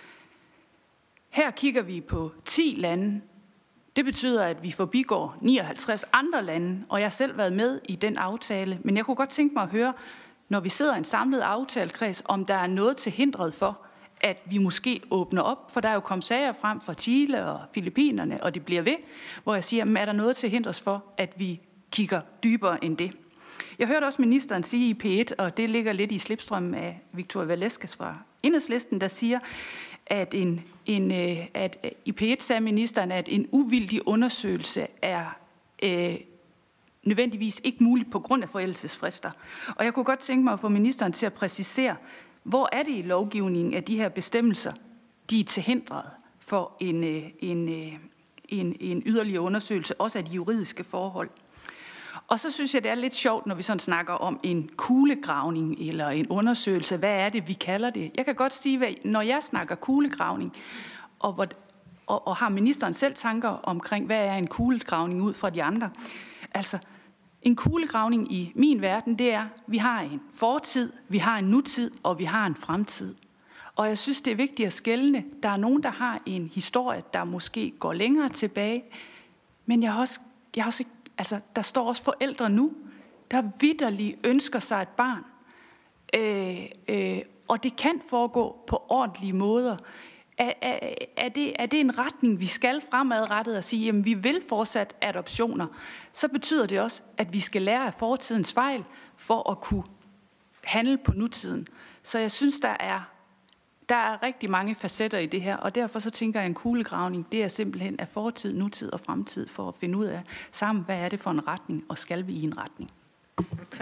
Her kigger vi på ti lande. Det betyder, at vi forbigår nioghalvtreds andre lande, og jeg har selv været med i den aftale. Men jeg kunne godt tænke mig at høre, når vi sidder i en samlet aftalekreds, om der er noget til hindret for, at vi måske åbner op, for der er jo kommet sager frem fra Chile og Filippinerne, og det bliver ved, hvor jeg siger, er der noget til hindret for, at vi kigger dybere end det. Jeg hørte også ministeren sige i P et, og det ligger lidt i slipstrømmen af Victoria Velasquez fra Enhedslisten, der siger, at, en, en, at i P et sagde ministeren, at en uvildig undersøgelse er øh, nødvendigvis ikke muligt på grund af forældelsesfrister. Og jeg kunne godt tænke mig at få ministeren til at præcisere, hvor er det i lovgivningen, at de her bestemmelser, de er tilhindret for en, en, en, en yderligere undersøgelse, også af de juridiske forhold. Og så synes jeg, det er lidt sjovt, når vi sådan snakker om en kuglegravning eller en undersøgelse. Hvad er det, vi kalder det? Jeg kan godt sige, at når jeg snakker kuglegravning, og, hvor, og, og har ministeren selv tanker omkring, hvad er en kuglegravning ud fra de andre? Altså, en kuglegravning i min verden, det er, at vi har en fortid, vi har en nutid, og vi har en fremtid. Og jeg synes, det er vigtigt at skelne. Der er nogen, der har en historie, der måske går længere tilbage, men jeg har også, jeg har også altså, der står også forældre nu, der vitterligt ønsker sig et barn. Øh, øh, og det kan foregå på ordentlige måder. Er, er, er, det, er det en retning, vi skal fremadrettet og sige, at vi vil fortsat adoptioner, så betyder det også, at vi skal lære af fortidens fejl for at kunne handle på nutiden. Så jeg synes, der er, der er rigtig mange facetter i det her, og derfor så tænker jeg, at en kuglegravning, det er simpelthen af fortid, nutid og fremtid for at finde ud af sammen, hvad er det for en retning, og skal vi i en retning? Tak.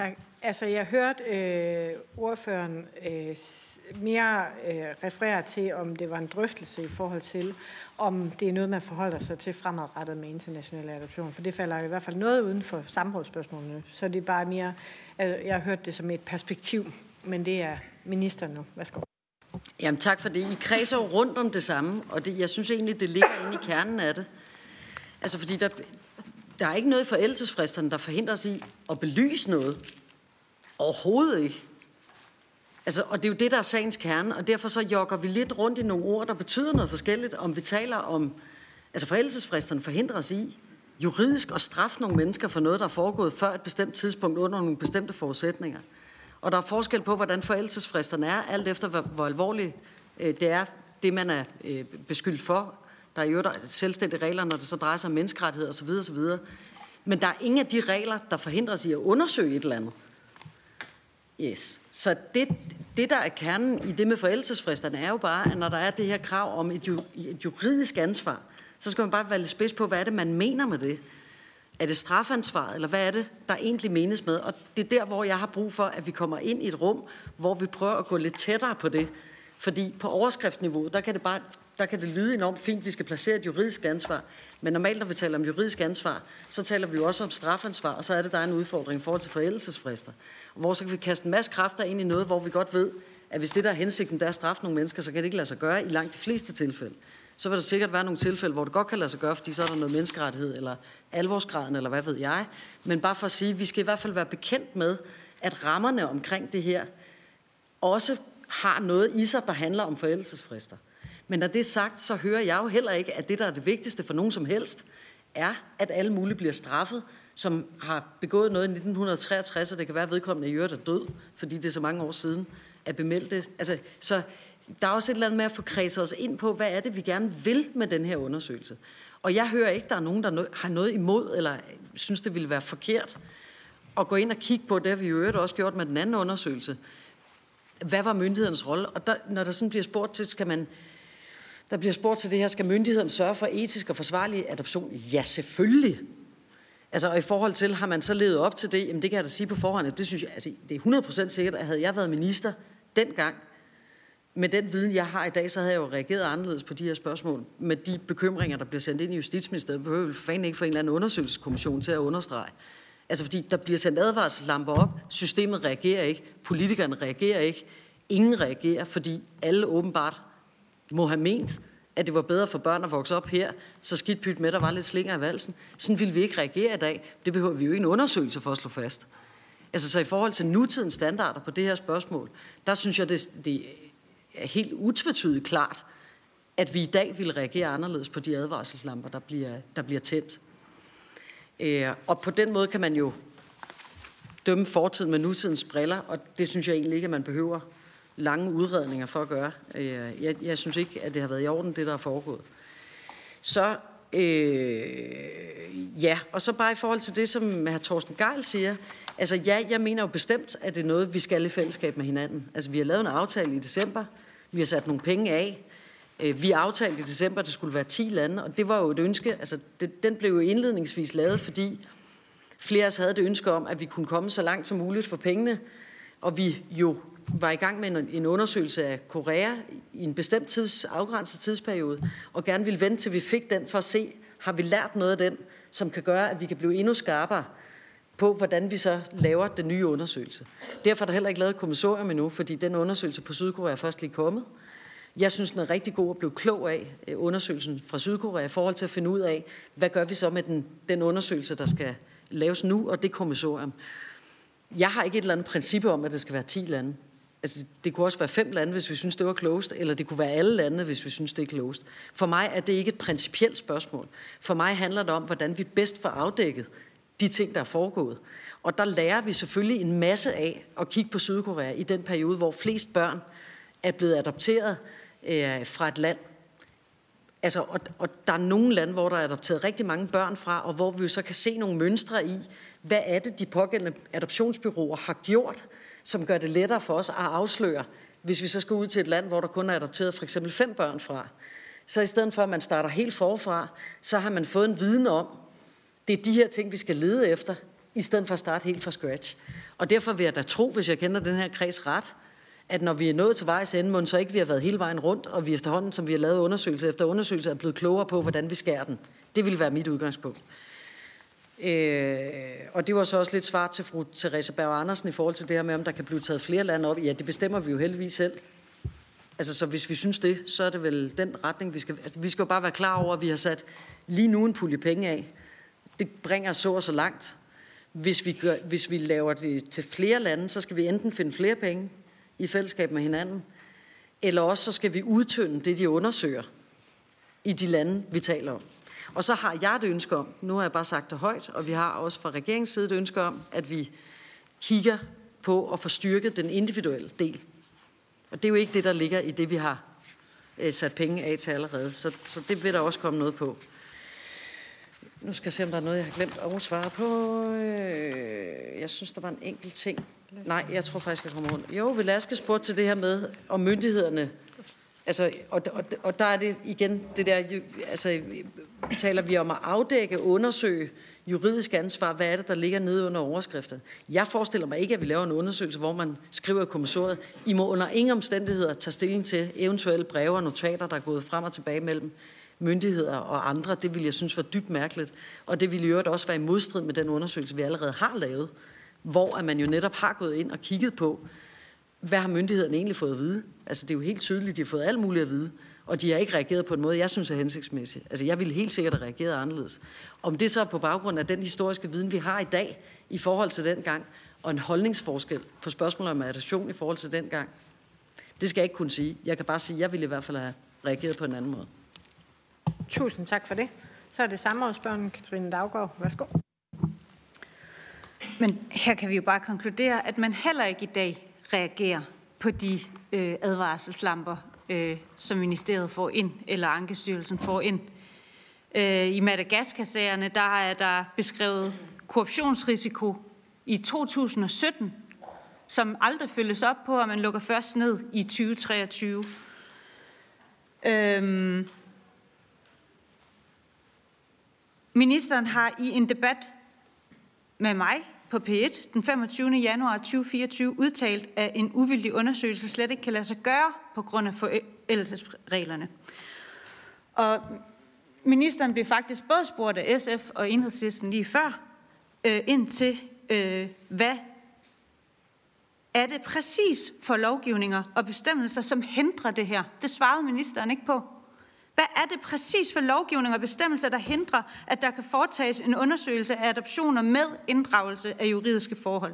Altså, jeg hørte øh, ordføreren øh, mere øh, referere til, om det var en drøftelse i forhold til, om det er noget, man forholder sig til fremadrettet med international adoption. For det falder i hvert fald noget uden for samrådsspørgsmålene. Så det er bare mere, altså, jeg har hørt det som et perspektiv, men det er ministeren nu. Værsgo. Jamen tak for det. I kredser jo rundt om det samme, og det, jeg synes egentlig, det ligger inde i kernen af det. Altså, fordi der, der er ikke noget i forældelsesfristerne, der forhindrer os i at belyse noget. Overhovedet ikke. Altså, og det er jo det, der er sagens kerne, og derfor så jogger vi lidt rundt i nogle ord, der betyder noget forskelligt, om vi taler om, altså forældelsesfristerne forhindrer os i juridisk at straffe nogle mennesker for noget, der er foregået før et bestemt tidspunkt under nogle bestemte forudsætninger. Og der er forskel på, hvordan forældelsesfristerne er, alt efter hvor, hvor alvorligt øh, det er, det man er øh, beskyldt for. Der er jo der selvstændige regler, når det så drejer sig om menneskerettigheder osv. osv. Men der er ingen af de regler, der forhindrer os i at undersøge et eller andet. Yes. Så det, det, der er kernen i det med forældelsesfristerne, er jo bare, at når der er det her krav om et, et juridisk ansvar, så skal man bare være lidt spids på, hvad er det, man mener med det. Er det strafansvaret, eller hvad er det, der egentlig menes med? Og det er der, hvor jeg har brug for, at vi kommer ind i et rum, hvor vi prøver at gå lidt tættere på det. Fordi på overskriftniveau, der kan det bare der kan det lyde enormt fint, at vi skal placere et juridisk ansvar. Men normalt, når vi taler om juridisk ansvar, så taler vi jo også om strafansvar, og så er det, der er en udfordring i forhold til forældelsesfrister. Hvor så kan vi kaste en masse kræfter ind i noget, hvor vi godt ved, at hvis det, der er hensigten, der er at straffe nogle mennesker, så kan det ikke lade sig gøre i langt de fleste tilfælde. Så vil der sikkert være nogle tilfælde, hvor det godt kan lade sig gøre, fordi så er der noget menneskerettighed, eller alvorsgraden, eller hvad ved jeg. Men bare for at sige, at vi skal i hvert fald være bekendt med, at rammerne omkring det her også har noget i sig, der handler om forældelsesfrister. Men når det er sagt, så hører jeg jo heller ikke, at det, der er det vigtigste for nogen som helst, er, at alle mulige bliver straffet, som har begået noget i nitten treogtres, og det kan være, at vedkommende i øvrigt er død, fordi det er så mange år siden at bemeldt det. Altså, så der er også et eller andet med at få kredset os ind på, hvad er det, vi gerne vil med den her undersøgelse. Og jeg hører ikke, at der er nogen, der har noget imod, eller synes, det ville være forkert at gå ind og kigge på det, har vi i øvrigt også gjort med den anden undersøgelse. Hvad var myndighedernes rolle? Og der, når der sådan bliver spurgt til, skal man... Der bliver spurgt til det her, skal myndigheden sørge for etisk og forsvarlig adoption? Ja, selvfølgelig. Altså, og i forhold til, har man så levet op til det? Jamen, det kan jeg da sige på forhånd, at det synes jeg, altså, det er hundrede procent sikkert, at havde jeg været minister dengang, med den viden, jeg har i dag, så havde jeg jo reageret anderledes på de her spørgsmål. Med de bekymringer, der bliver sendt ind i Justitsministeriet, behøver vi for fanden ikke få en eller anden undersøgelseskommission til at understrege. Altså, fordi der bliver sendt advarselslamper op, systemet reagerer ikke, politikerne reagerer ikke, ingen reagerer, fordi alle åbenbart må have ment, at det var bedre for børn at vokse op her, så skidt pyt med, der var lidt slinger i valsen. Sådan ville vi ikke reagere i dag. Det behøver vi jo ikke en undersøgelse for at slå fast. Altså, så i forhold til nutidens standarder på det her spørgsmål, der synes jeg, det, det er helt utvetydigt klart, at vi i dag vil reagere anderledes på de advarselslamper, der bliver, der bliver tændt. Øh, og på den måde kan man jo dømme fortiden med nutidens briller, og det synes jeg egentlig ikke, at man behøver lange udredninger for at gøre. Jeg, jeg synes ikke, at det har været i orden, det der er foregået. Så, øh, ja, og så bare i forhold til det, som hr. Torsten Gejl siger, altså ja, jeg mener jo bestemt, at det er noget, vi skal i fællesskab med hinanden. Altså vi har lavet en aftale i december, vi har sat nogle penge af, vi aftalte i december, at det skulle være ti lande, og det var jo et ønske, altså det, den blev jo indledningsvis lavet, fordi flere af os havde det ønske om, at vi kunne komme så langt som muligt for pengene, og vi jo var i gang med en, en undersøgelse af Korea i en bestemt tids, afgrænset tidsperiode, og gerne ville vente til vi fik den for at se, har vi lært noget af den, som kan gøre, at vi kan blive endnu skarpere på, hvordan vi så laver den nye undersøgelse. Derfor er der heller ikke lavet et kommissorium endnu, fordi den undersøgelse på Sydkorea er først lige kommet. Jeg synes, den er rigtig god at blive klog af, undersøgelsen fra Sydkorea, i forhold til at finde ud af, hvad gør vi så med den, den undersøgelse, der skal laves nu, og det kommissorium. Jeg har ikke et eller andet princip om, at det skal være ti lande. Altså, det kunne også være fem lande, hvis vi synes, det var klogest, eller det kunne være alle lande, hvis vi synes, det er klogest. For mig er det ikke et principielt spørgsmål. For mig handler det om, hvordan vi bedst får afdækket de ting, der er foregået. Og der lærer vi selvfølgelig en masse af at kigge på Sydkorea i den periode, hvor flest børn er blevet adopteret øh, fra et land. Altså, og, og der er nogle lande, hvor der er adopteret rigtig mange børn fra, og hvor vi jo så kan se nogle mønstre i, hvad er det, de pågældende adoptionsbureauer har gjort, som gør det lettere for os at afsløre, hvis vi så skal ud til et land, hvor der kun er adopteret for eksempel fem børn fra. Så i stedet for, at man starter helt forfra, så har man fået en viden om, det er de her ting, vi skal lede efter i stedet for at starte helt fra scratch. Og derfor vil jeg da tro, hvis jeg kender den her kreds ret, at når vi er nået til vejs ende, må så ikke vi har været hele vejen rundt, og vi efterhånden, som vi har lavet undersøgelser efter undersøgelser, er blevet klogere på, hvordan vi skærer den. Det ville være mit udgangspunkt. Øh, og det var så også lidt svar til fru Theresa Berg Andersen i forhold til det her med, om der kan blive taget flere lande op. Ja, det bestemmer vi jo heldigvis selv. Altså, så hvis vi synes det, så er det vel den retning, vi skal... Altså, vi skal jo bare være klar over, at vi har sat lige nu en pulje penge af. Det bringer os så og så langt. Hvis vi, gør, hvis vi laver det til flere lande, så skal vi enten finde flere penge i fællesskab med hinanden, eller også så skal vi udtynde det, de undersøger i de lande, vi taler om. Og så har jeg et ønske om, nu har jeg bare sagt det højt, og vi har også fra regeringens side et ønske om, at vi kigger på at få styrket den individuelle del. Og det er jo ikke det, der ligger i det, vi har øh, sat penge af til allerede. Så, så det vil der også komme noget på. Nu skal jeg se, om der er noget, jeg har glemt at svare på. Øh, jeg synes, der var en enkelt ting. Nej, jeg tror faktisk, jeg kommer rundt. Jo, Velasquez spurgte til det her med, om myndighederne... Altså, og, og, og der er det igen, det der... Altså, taler vi om at afdække, undersøge juridisk ansvar, hvad er det, der ligger nede under overskriften? Jeg forestiller mig ikke, at vi laver en undersøgelse, hvor man skriver i kommissoriet, I må under ingen omstændigheder tage stilling til eventuelle breve og notater, der er gået frem og tilbage mellem myndigheder og andre. Det ville jeg synes var dybt mærkeligt, og det ville i øvrigt også være i modstrid med den undersøgelse, vi allerede har lavet, hvor man jo netop har gået ind og kigget på, hvad har myndighederne egentlig fået at vide? Altså det er jo helt tydeligt, de har fået alt muligt at vide, og de har ikke reageret på en måde, jeg synes er hensigtsmæssig. Altså jeg ville helt sikkert have reageret anderledes. Om det så er på baggrund af den historiske viden, vi har i dag, i forhold til den gang, og en holdningsforskel på spørgsmålet om adoption i forhold til den gang, det skal jeg ikke kunne sige. Jeg kan bare sige, at jeg ville i hvert fald have reageret på en anden måde. Tusind tak for det. Så er det samrådsspørgeren Katrine Daugaard. Værsgo. Men her kan vi jo bare konkludere, at man heller ikke i dag reagerer på de øh, advarselslamper, øh, som ministeriet får ind, eller Ankestyrelsen får ind. Øh, I Madagaskar-sagerne, der er der beskrevet korruptionsrisiko i to tusind og sytten, som aldrig følges op på, og man lukker først ned i tyve treogtyve. Øh, Ministeren har i en debat med mig på P et den femogtyvende januar to tusind og fireogtyve udtalt, at en uvildig undersøgelse slet ikke kan lade sig gøre på grund af forældelsesreglerne. Og ministeren blev faktisk både spurgt af S F og Enhedslisten lige før, øh, ind til, øh, hvad er det præcis for lovgivninger og bestemmelser, som hindrer det her? Det svarede ministeren ikke på. Hvad er det præcis for lovgivning og bestemmelser, der hindrer, at der kan foretages en undersøgelse af adoptioner med inddragelse af juridiske forhold?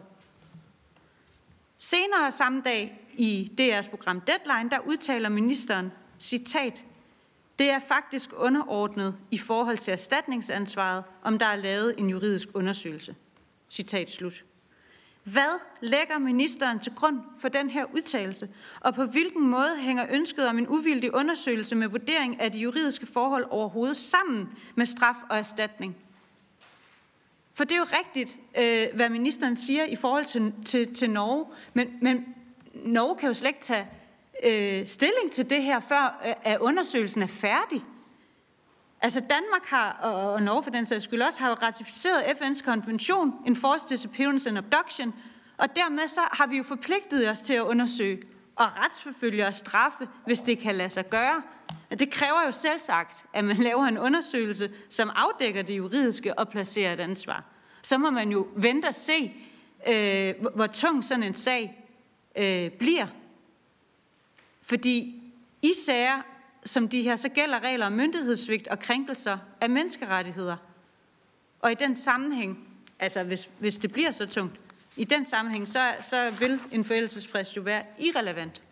Senere samme dag i D R's program Deadline, der udtaler ministeren, citat, det er faktisk underordnet i forhold til erstatningsansvaret, om der er lavet en juridisk undersøgelse. Citat slut. Hvad lægger ministeren til grund for den her udtalelse, og på hvilken måde hænger ønsket om en uvildig undersøgelse med vurdering af de juridiske forhold overhovedet sammen med straf og erstatning? For det er jo rigtigt, øh, hvad ministeren siger i forhold til, til, til Norge, men, men Norge kan jo slet ikke tage øh, stilling til det her, før øh, at undersøgelsen er færdig. Altså Danmark har, og Norge for den sags skyld også, har jo ratificeret F N's konvention, Enforced Disappearance and Abduction, og dermed så har vi jo forpligtet os til at undersøge og retsforfølge og straffe, hvis det kan lade sig gøre. Og det kræver jo selvsagt, at man laver en undersøgelse, som afdækker det juridiske og placerer et ansvar. Så må man jo vente og se, øh, hvor tung sådan en sag øh, bliver. Fordi i sager som de her, så gælder regler om myndighedssvigt og krænkelser af menneskerettigheder. Og i den sammenhæng, altså hvis, hvis det bliver så tungt, i den sammenhæng, så, så vil en forældelsesfrist jo være irrelevant.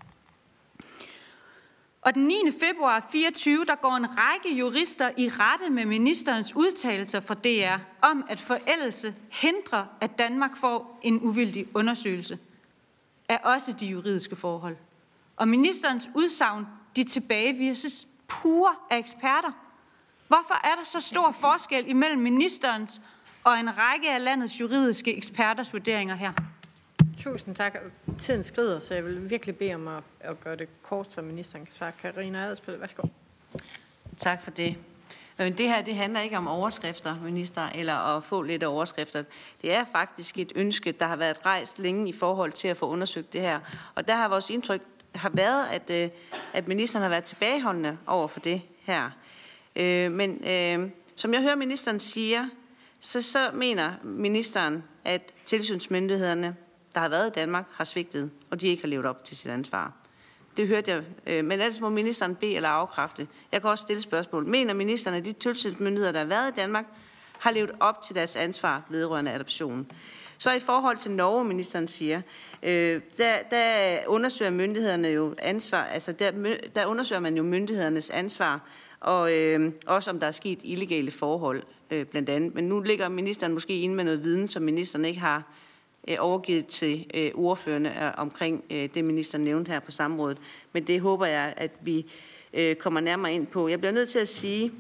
Og den niende februar fireogtyve, der går en række jurister i rette med ministerens udtalelser fra D R om, at forældelse hindrer, at Danmark får en uvildig undersøgelse af også de juridiske forhold. Og ministerens udsagn, de tilbagevises pure af eksperter. Hvorfor er der så stor forskel imellem ministerens og en række af landets juridiske eksperters vurderinger her? Tusind tak. Tiden skrider, så jeg vil virkelig bede om at, at gøre det kort, så ministeren kan svare. Karina Adsbøl, værsgo. Tak for det. Men det her, det handler ikke om overskrifter, minister, eller at få lidt overskrifter. Det er faktisk et ønske, der har været rejst længe i forhold til at få undersøgt det her. Og der har vores indtryk har været, at, at ministeren har været tilbageholdende over for det her. Men øh, som jeg hører ministeren siger, så, så mener ministeren, at tilsynsmyndighederne, der har været i Danmark, har svigtet, og de ikke har levet op til sit ansvar. Det hørte jeg, øh, men ellers må ministeren bede eller afkræfte. Jeg kan også stille spørgsmål. Mener ministeren, at de tilsynsmyndigheder, der har været i Danmark, har levet op til deres ansvar vedrørende adoption? Så i forhold til Norge, ministeren siger, øh, der, der undersøger myndighederne jo ansvar, altså der, der undersøger man jo myndighedernes ansvar, og øh, også om der er sket illegale forhold, øh, blandt andet. Men nu ligger ministeren måske inde med noget viden, som ministeren ikke har øh, overgivet til øh, ordførerne øh, omkring øh, det, ministeren nævnte her på samrådet. Men det håber jeg, at vi øh, kommer nærmere ind på. Jeg bliver nødt til at sige,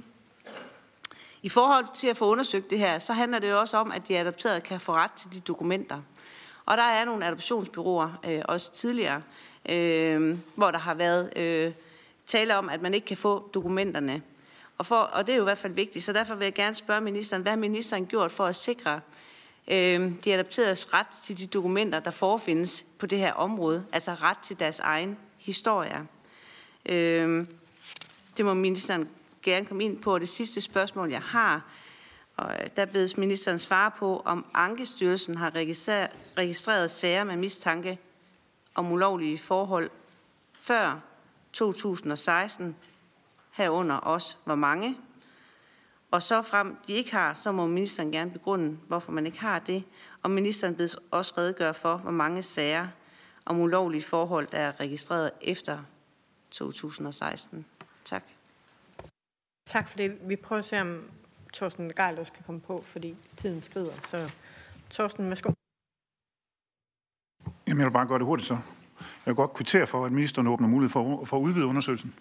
i forhold til at få undersøgt det her, så handler det jo også om, at de adopterede kan få ret til de dokumenter. Og der er nogle adoptionsbureauer, øh, også tidligere, øh, hvor der har været øh, tale om, at man ikke kan få dokumenterne. Og, for, og det er jo i hvert fald vigtigt, så derfor vil jeg gerne spørge ministeren, hvad har ministeren gjort for at sikre øh, de adopteredes ret til de dokumenter, der forefindes på det her område, altså ret til deres egen historie. Øh, det må ministeren gerne komme ind på. Det sidste spørgsmål, jeg har, og der bedes ministeren svare på, om Ankestyrelsen har registreret sager med mistanke om ulovlige forhold før to tusind og seksten, herunder også hvor mange. Og så frem de ikke har, så må ministeren gerne begrunde, hvorfor man ikke har det. Og ministeren bedes også redegøre for, hvor mange sager om ulovlige forhold, der er registreret efter to tusind og seksten. Tak. Tak for det. Vi prøver at se, om Torsten Gejl også kan komme på, fordi tiden skrider. Så Torsten, værsgo. Jamen, jeg vil bare gøre det hurtigt så. Jeg vil godt kvittere for, at ministeren åbner mulighed for, for at udvide undersøgelsen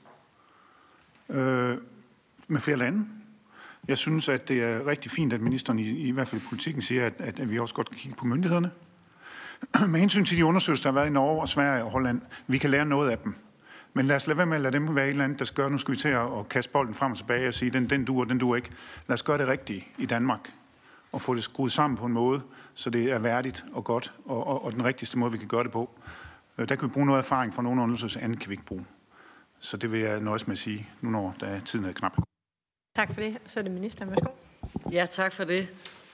øh, med flere lande. Jeg synes, at det er rigtig fint, at ministeren i, i hvert fald i politikken siger, at, at, at vi også godt kan kigge på myndighederne. Med hensyn til de undersøgelser, der har været i Norge og Sverige og Holland, vi kan lære noget af dem. Men lad os lade være med at lade dem være et eller andet, der skal gøre, nu skal vi til at kaste bolden frem og tilbage og sige, den, den duer, den duer ikke. Lad os gøre det rigtige i Danmark og få det skruet sammen på en måde, så det er værdigt og godt, og, og, og den rigtigste måde, vi kan gøre det på. Der kan vi bruge noget erfaring fra nogle undersøgelser, andet kan vi ikke bruge. Så det vil jeg nøjes med at sige, nu når der tiden er knap. Tak for det. Så er det ministeren. Værsgo. Ja, tak for det.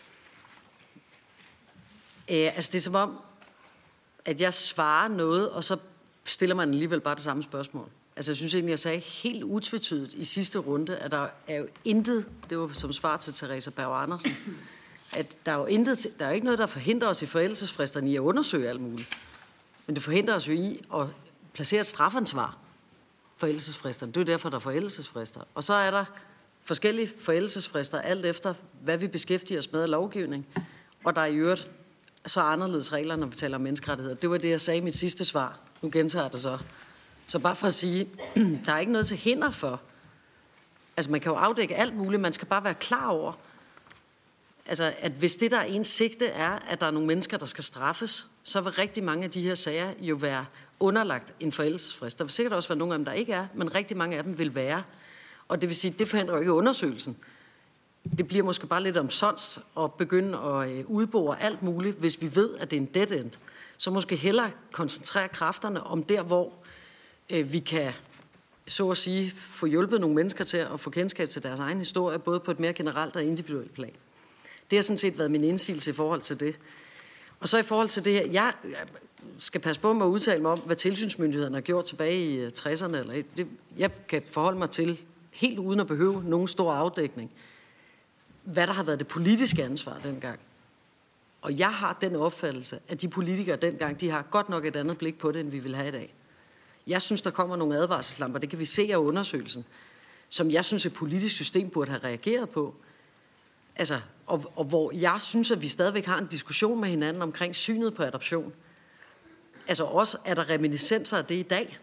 Æ, altså det er som om, at jeg svarer noget, og så stiller man alligevel bare det samme spørgsmål. Altså jeg synes egentlig, jeg sagde helt utvetydigt i sidste runde, at der er jo intet, det var som svar til Theresa Berg Andersen, at der er jo intet, der er jo ikke noget, der forhindrer os i forældelsesfristerne i at undersøge alt muligt. Men det forhindrer os jo i at placere et strafansvar forældelsesfristerne. Det er jo derfor, der er forældelsesfrister. Og så er der forskellige forældelsesfrister, alt efter, hvad vi beskæftiger os med af lovgivning. Og der er i øvrigt så anderledes regler, når vi taler om menneskerettigheder. Det var det, jeg sagde i mit sidste svar. Nu gentager jeg det så. Så bare for at sige, der er ikke noget til hinder for. Altså man kan jo afdække alt muligt, man skal bare være klar over, altså at hvis det, der er ens sigte, er, at der er nogle mennesker, der skal straffes, så vil rigtig mange af de her sager jo være underlagt en forældelsesfrist. Der vil sikkert også være nogle af dem, der ikke er, men rigtig mange af dem vil være. Og det vil sige, det forhindrer jo ikke undersøgelsen. Det bliver måske bare lidt omsonst at begynde at udbore alt muligt, hvis vi ved, at det er en dead end. Så måske hellere koncentrere kræfterne om der, hvor øh, vi kan, så at sige, få hjulpet nogle mennesker til at få kendskab til deres egen historie, både på et mere generelt og individuelt plan. Det har sådan set været min indsigelse i forhold til det. Og så i forhold til det her, jeg skal passe på med at udtale mig om, hvad tilsynsmyndighederne har gjort tilbage i tresserne. Eller det, jeg kan forholde mig til, helt uden at behøve nogen stor afdækning, hvad der har været det politiske ansvar dengang. Og jeg har den opfattelse, at de politikere dengang, de har godt nok et andet blik på det, end vi vil have i dag. Jeg synes, der kommer nogle advarselslamper, det kan vi se af undersøgelsen, som jeg synes, et politisk system burde have reageret på. Altså, og, og hvor jeg synes, at vi stadigvæk har en diskussion med hinanden omkring synet på adoption. Altså også, er der reminiscenser af det i dag?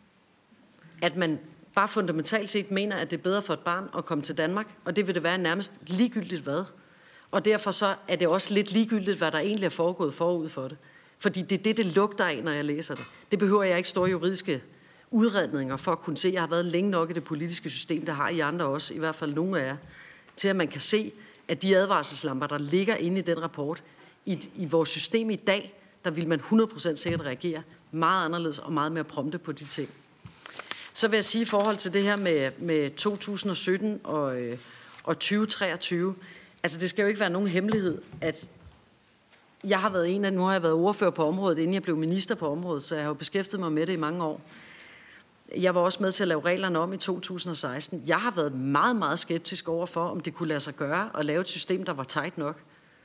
At man bare fundamentalt set mener, at det er bedre for et barn at komme til Danmark, og det vil det være nærmest ligegyldigt hvad. Og derfor så er det også lidt ligegyldigt, hvad der egentlig er foregået forud for det. Fordi det er det, det lugter af, når jeg læser det. Det behøver jeg ikke store juridiske udredninger for at kunne se, jeg har været længe nok i det politiske system, der har I andre også, i hvert fald nogle af jer, til at man kan se, at de advarselslamper, der ligger inde i den rapport, i, i vores system i dag, der vil man hundrede procent sikkert reagere meget anderledes og meget mere prompte på de ting. Så vil jeg sige i forhold til det her med, med to tusind og sytten og, øh, og tyve treogtyve, altså det skal jo ikke være nogen hemmelighed, at jeg har været en af, nu har jeg været ordfører på området, inden jeg blev minister på området, så jeg har jo beskæftiget mig med det i mange år. Jeg var også med til at lave reglerne om i to tusind og seksten. Jeg har været meget, meget skeptisk over for, om det kunne lade sig gøre at lave et system, der var tight nok.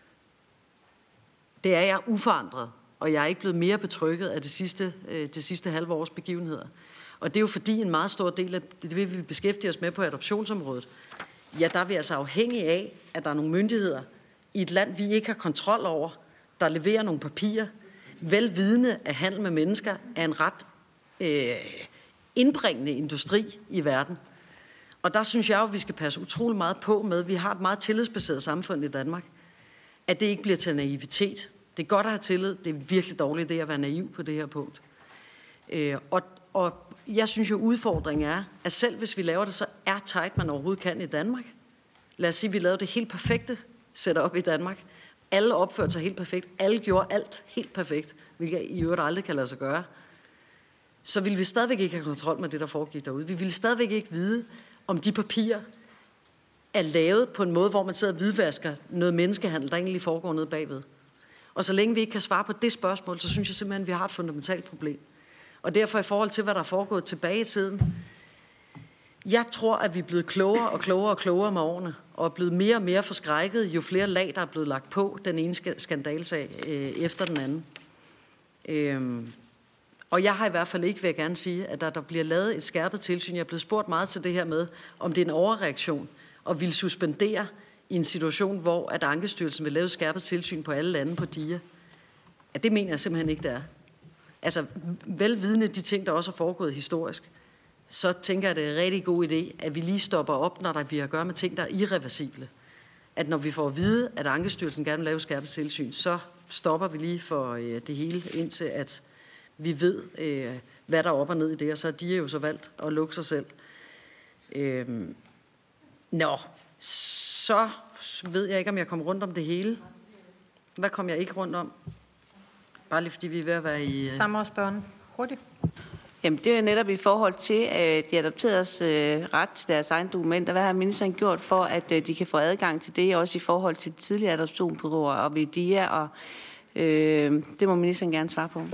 Det er jeg uforandret, og jeg er ikke blevet mere betrykket af det sidste, det sidste halve års begivenheder. Og det er jo fordi en meget stor del af det, vi vil beskæftige os med på adoptionsområdet, ja, der er vi altså afhængige af, at der er nogle myndigheder i et land, vi ikke har kontrol over, der leverer nogle papirer, velvidende at handel med mennesker er en ret øh, indbringende industri i verden. Og der synes jeg jo, at vi skal passe utrolig meget på med, vi har et meget tillidsbaseret samfund i Danmark, at det ikke bliver til naivitet. Det er godt at have tillid, det er virkelig dårligt det at være naiv på det her punkt. Øh, og, og jeg synes jo, udfordringen er, at selv hvis vi laver det, så er tight, man overhovedet kan i Danmark. Lad os sige, at vi lavede det helt perfekte setup i Danmark. Alle opførte sig helt perfekt. Alle gjorde alt helt perfekt, hvilket i øvrigt aldrig kan lade sig gøre. Så ville vi stadigvæk ikke have kontrol med det, der foregik derude. Vi ville stadigvæk ikke vide, om de papirer er lavet på en måde, hvor man sidder og hvidvasker noget menneskehandel, der egentlig foregår nede bagved. Og så længe vi ikke kan svare på det spørgsmål, så synes jeg simpelthen, at vi har et fundamentalt problem. Og derfor i forhold til, hvad der er foregået tilbage i tiden, jeg tror, at vi er blevet klogere og klogere og klogere med årene, og er blevet mere og mere forskrækket, jo flere lag, der er blevet lagt på den ene skandalsag øh, efter den anden. Øhm, og jeg har i hvert fald ikke, vil jeg gerne sige, at der, der bliver lavet et skærpet tilsyn. Jeg er blevet spurgt meget til det her med, om det er en overreaktion, og vil suspendere i en situation, hvor at Ankestyrelsen vil lave et skærpet tilsyn på alle lande på D I A. Ja, det mener jeg simpelthen ikke, det er. Altså, velvidende de ting, der også er foregået historisk, så tænker jeg, det er en rigtig god idé, at vi lige stopper op, når der vi har at gøre med ting, der er irreversible. At når vi får at vide, at Ankestyrelsen gerne vil lave skærpet tilsyn, så stopper vi lige for øh, det hele, indtil at vi ved, øh, hvad der er op og ned i det, og så har de jo så valgt at lukke sig selv. Øh, nå, så ved jeg ikke, om jeg kommer rundt om det hele. Hvad kom jeg ikke rundt om? Bare lige fordi vi er ved at være i... Øh... Samrådsspørgen. Hurtigt. Jamen, det er netop i forhold til øh, de adopteredes øh, ret til deres egne dokumenter. Hvad har ministeren gjort for, at øh, de kan få adgang til det, også i forhold til de tidligere adoptionsbureauer og V D I A? Og, øh, det må ministeren gerne svare på.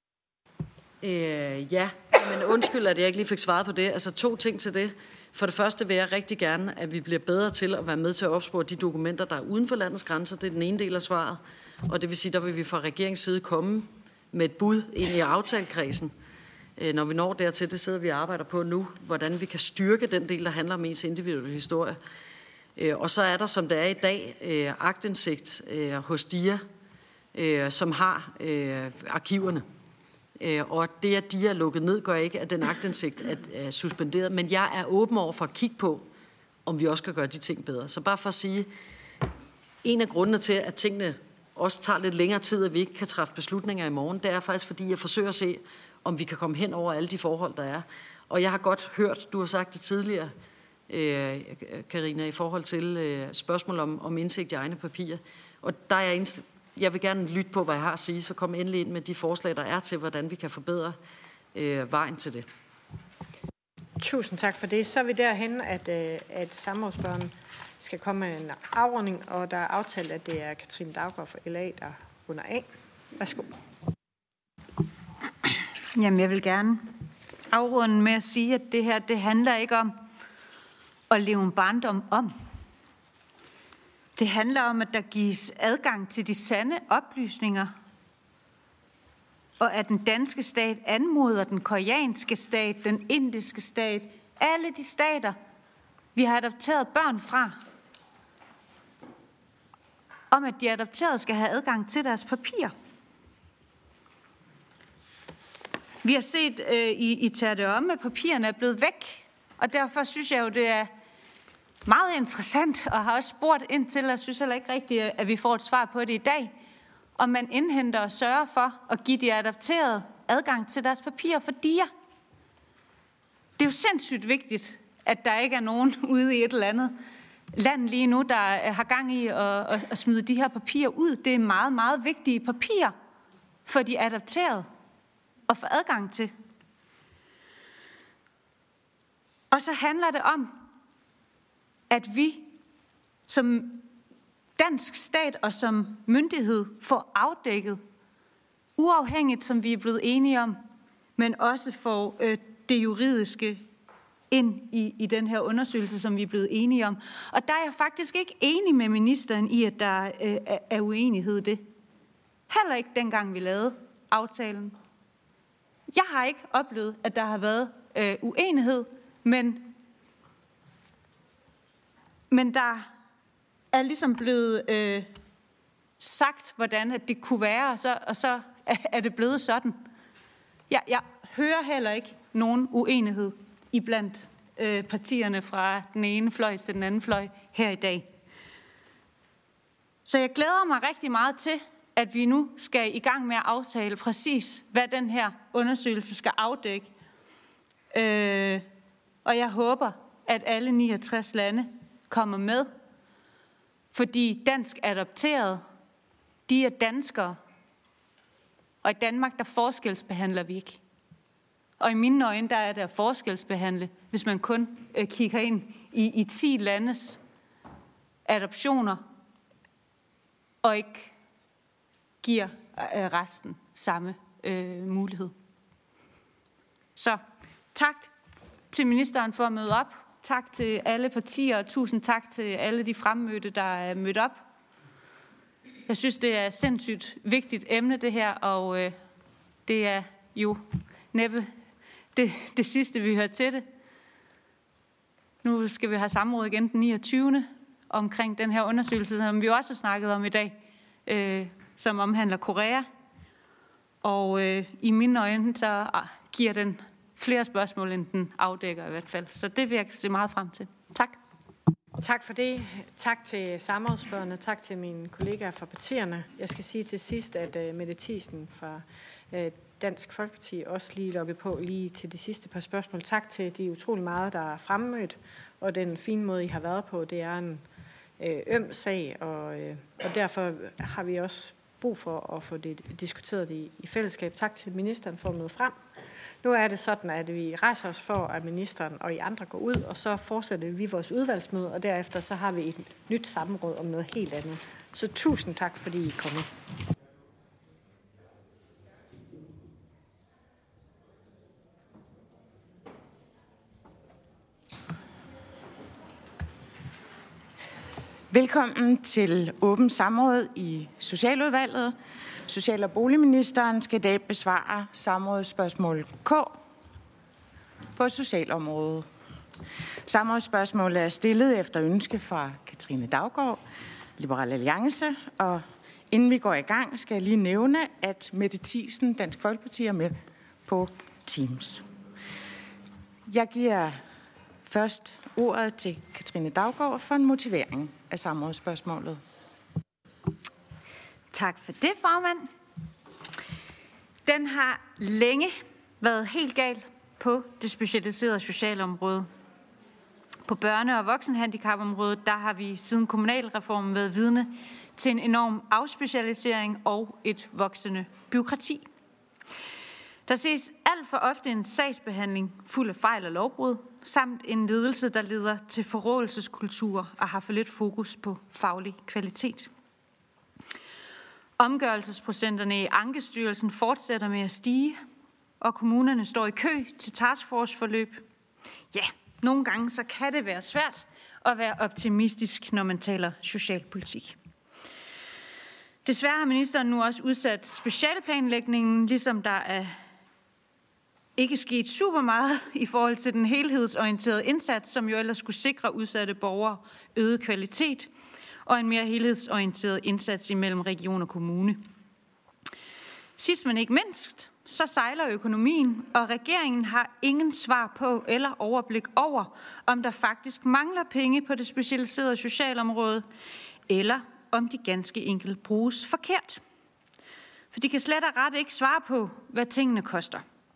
Øh, ja, men undskyld, at jeg ikke lige fik svaret på det. Altså to ting til det. For det første vil jeg rigtig gerne, at vi bliver bedre til at være med til at opspore de dokumenter, der er uden for landets grænser. Det er den ene del af svaret. Og det vil sige, der vil vi fra regeringens side komme med et bud ind i aftalekredsen. Når vi når dertil, det sidder vi og arbejder på nu, hvordan vi kan styrke den del, der handler om ens individuelle historie. Og så er der, som det er i dag, aktindsigt hos D I A, som har arkiverne. Og det, at D I A er lukket ned, gør ikke, at den aktindsigt er suspenderet. Men jeg er åben over for at kigge på, om vi også kan gøre de ting bedre. Så bare for at sige, en af grundene til, at tingene også tager lidt længere tid, at vi ikke kan træffe beslutninger i morgen, det er faktisk, fordi jeg forsøger at se, om vi kan komme hen over alle de forhold, der er. Og jeg har godt hørt, du har sagt det tidligere, Karina, i forhold til spørgsmål om, om indsigt i egne papirer. Og der er jeg, indst- jeg vil gerne lytte på, hvad jeg har at sige, så kom endelig ind med de forslag, der er til, hvordan vi kan forbedre øh, vejen til det. Tusind tak for det. Så er vi derhen, at, at samrådsspørgen skal komme med en afrunding, og der er aftalt, at det er Katrine Daugaard fra L A, der runder af. Værsgo. Jamen, jeg vil gerne afrunde med at sige, at det her, det handler ikke om at leve en barndom om. Det handler om, at der gives adgang til de sande oplysninger, og at den danske stat anmoder den koreanske stat, den indiske stat, alle de stater, vi har adopteret børn fra, om at de adopterede skal have adgang til deres papirer. Vi har set øh, i, i tager det om, at papirerne er blevet væk, og derfor synes jeg jo, det er meget interessant, og har også spurgt ind til, og jeg synes heller ikke rigtigt, at vi får et svar på det i dag, om man indhenter og sørger for at give de adopterede adgang til deres papirer for D I A. det er jo sindssygt vigtigt, at der ikke er nogen ude i et eller andet land lige nu, der har gang i at, at, at smide de her papirer ud. Det er meget, meget vigtige papirer for de adopterede at få adgang til. Og så handler det om, at vi som dansk stat og som myndighed får afdækket, uafhængigt som vi er blevet enige om, men også får øh, det juridiske ind i, i den her undersøgelse, som vi er blevet enige om. Og der er jeg faktisk ikke enig med ministeren i, at der øh, er uenighed i det. Heller ikke dengang vi lavede aftalen. Jeg har ikke oplevet, at der har været øh, uenighed, men, men der er ligesom blevet øh, sagt, hvordan at det kunne være, og så, og så er det blevet sådan. Jeg, jeg hører heller ikke nogen uenighed iblandt øh, partierne fra den ene fløj til den anden fløj her i dag. Så jeg glæder mig rigtig meget til, at vi nu skal i gang med at aftale præcis, hvad den her undersøgelse skal afdække. Øh, og jeg håber, at alle niogtres lande kommer med, fordi dansk adopterede, de er danskere, og i Danmark, der forskelsbehandler vi ikke. Og i mine øjne, der er der forskelsbehandle, hvis man kun øh, kigger ind i, i ti landes adoptioner, og ikke giver øh, resten samme øh, mulighed. Så tak til ministeren for at møde op. Tak til alle partier, og tusind tak til alle de fremmødte, der er mødt op. Jeg synes, det er et sindssygt vigtigt emne, det her, og øh, det er jo næppe det, det sidste, vi hører til det. Nu skal vi have samråd igen den niogtyvende omkring den her undersøgelse, som vi også har snakket om i dag, øh, som omhandler Korea. Og øh, i mine øjne, så giver den flere spørgsmål, end den afdækker i hvert fald. Så det vil jeg se meget frem til. Tak. Tak for det. Tak til samrådsspørgerne. Tak til mine kollegaer fra partierne. Jeg skal sige til sidst, at uh, Mette Thiesen fra uh, Dansk Folkeparti også lige logget på lige til de sidste par spørgsmål. Tak til de utrolig meget, der er fremmødt, og den fine måde, I har været på. Det er en uh, øm sag, og, uh, og derfor har vi også brug for at få det diskuteret i, i fællesskab. Tak til ministeren for at møde frem. Nu er det sådan, at vi rejser os for, at ministeren og I andre går ud, og så fortsætter vi vores udvalgsmøde, og derefter så har vi et nyt samråd om noget helt andet. Så tusind tak, fordi I er kommet. Velkommen til åbent samråd i Socialudvalget. Social- og boligministeren skal i dag besvare samrådsspørgsmål K på socialområdet. Samrådsspørgsmålet er stillet efter ønske fra Katrine Daugaard, Liberal Alliance, og inden vi går i gang, skal jeg lige nævne, at Mette Thiesen, Dansk Folkeparti, er med på Teams. Jeg giver først ordet til Katrine Daugaard for en motivering af samrådsspørgsmålet. Tak for det, formand. Den har længe været helt gal på det specialiserede socialområde. På børne- og voksenhandicapområdet, der har vi siden kommunalreformen været vidne til en enorm afspecialisering og et voksende bureaukrati. Der ses alt for ofte en sagsbehandling fuld af fejl og lovbrud, samt en ledelse, der leder til forrådelseskultur og har for lidt fokus på faglig kvalitet. Omgørelsesprocenterne i Ankestyrelsen fortsætter med at stige, og kommunerne står i kø til taskforce-forløb. Ja, nogle gange så kan det være svært at være optimistisk, når man taler socialpolitik. Desværre har ministeren nu også udsat specialplanlægningen, ligesom der er ikke sket super meget i forhold til den helhedsorienterede indsats, som jo ellers skulle sikre udsatte borgere øget kvalitet og en mere helhedsorienteret indsats imellem region og kommune. Sidst men ikke mindst, så sejler økonomien, og regeringen har ingen svar på eller overblik over, om der faktisk mangler penge på det specialiserede socialområde, eller om de ganske enkelt bruges forkert. For de kan slet og ret ikke svare på, hvad tingene koster.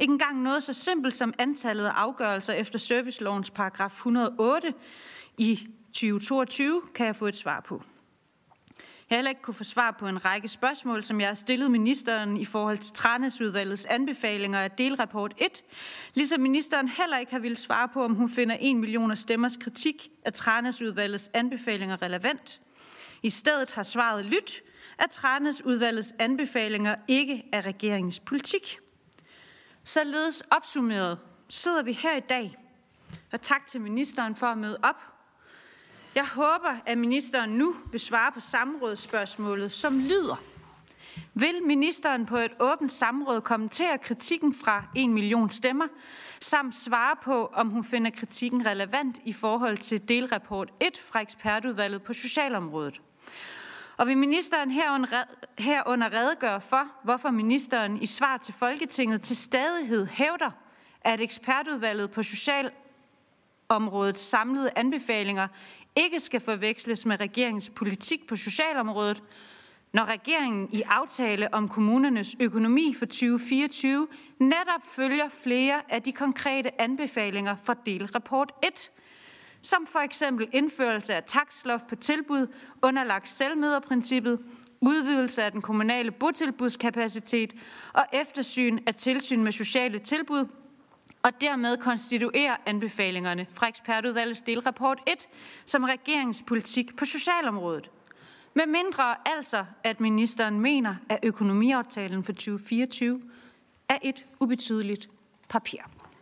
Ikke engang noget så simpelt som antallet af afgørelser efter servicelovens paragraf et hundrede og otte i tyve toogtyve kan jeg få et svar på. Jeg har heller ikke kunne få svar på en række spørgsmål, som jeg har stillet ministeren i forhold til Tranæsudvalgets anbefalinger af delrapport et, ligesom ministeren heller ikke har ville svare på, om hun finder en million stemmers kritik af Tranæsudvalgets anbefalinger relevant. I stedet har svaret lyttet, at Tranæsudvalgets anbefalinger ikke er regeringens politik. Således opsummeret sidder vi her i dag, og tak til ministeren for at møde op. Jeg håber, at ministeren nu vil svare på samrådsspørgsmålet, som lyder: Vil ministeren på et åbent samråd kommentere kritikken fra en million stemmer, samt svare på, om hun finder kritikken relevant i forhold til delrapport et fra ekspertudvalget på socialområdet? Og vil ministeren herunder redegøre for, hvorfor ministeren i svar til Folketinget til stadighed hævder, at ekspertudvalget på socialområdets samlede anbefalinger ikke skal forveksles med regeringens politik på socialområdet, når regeringen i aftale om kommunernes økonomi for tyve fireogtyve netop følger flere af de konkrete anbefalinger fra delrapport et, som for eksempel indførelse af takstloft på tilbud underlagt selvmøderprincippet, udvidelse af den kommunale botilbudskapacitet og eftersyn af tilsyn med sociale tilbud, og dermed konstituere anbefalingerne fra ekspertudvalgets delrapport et som regeringens politik på socialområdet. Med mindre altså, at ministeren mener, at økonomiaftalen for tyve fireogtyve er et ubetydeligt papir.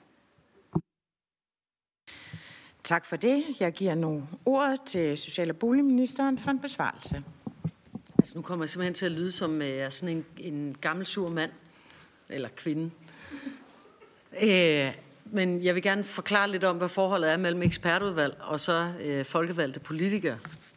Tak for det. Jeg giver nu ordet til social- og boligministeren for en besvarelse. Altså, nu kommer jeg simpelthen til at lyde som uh, sådan en, en gammel sur mand, eller kvinde. Uh, men jeg vil gerne forklare lidt om, hvad forholdet er mellem ekspertudvalg og så uh, folkevalgte politikere.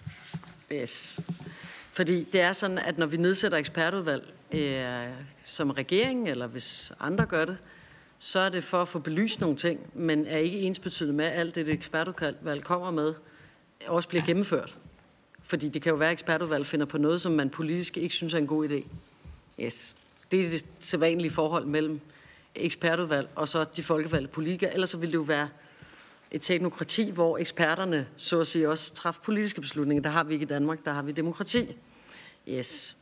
Yes. Fordi det er sådan, at når vi nedsætter ekspertudvalg uh, som regering, eller hvis andre gør det, så er det for at få belyst nogle ting, men er ikke ensbetydende med, at alt det, det ekspertudvalg kommer med, også bliver gennemført. Fordi det kan jo være, at ekspertudvalg finder på noget, som man politisk ikke synes er en god idé. Yes. Det er det sædvanlige forhold mellem ekspertudvalg og så de folkevalgte politikere. Ellers så vil det jo være et teknokrati, hvor eksperterne så at sige også træffer politiske beslutninger. Der har vi ikke i Danmark, der har vi demokrati. Yes.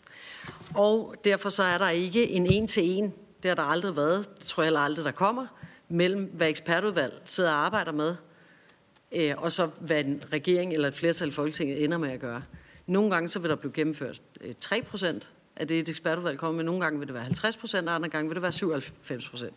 Og derfor så er der ikke en en-til-en, det har der aldrig været, det tror jeg aldrig, der kommer, mellem hvad ekspertudvalg sidder og arbejder med, øh, og så hvad en regering eller et flertal i Folketinget ender med at gøre. Nogle gange så vil der blive gennemført øh, tre procent af det, et ekspertudvalg kommer med. Nogle gange vil det være halvtreds procent, og andre gange vil det være syvoghalvfems procent.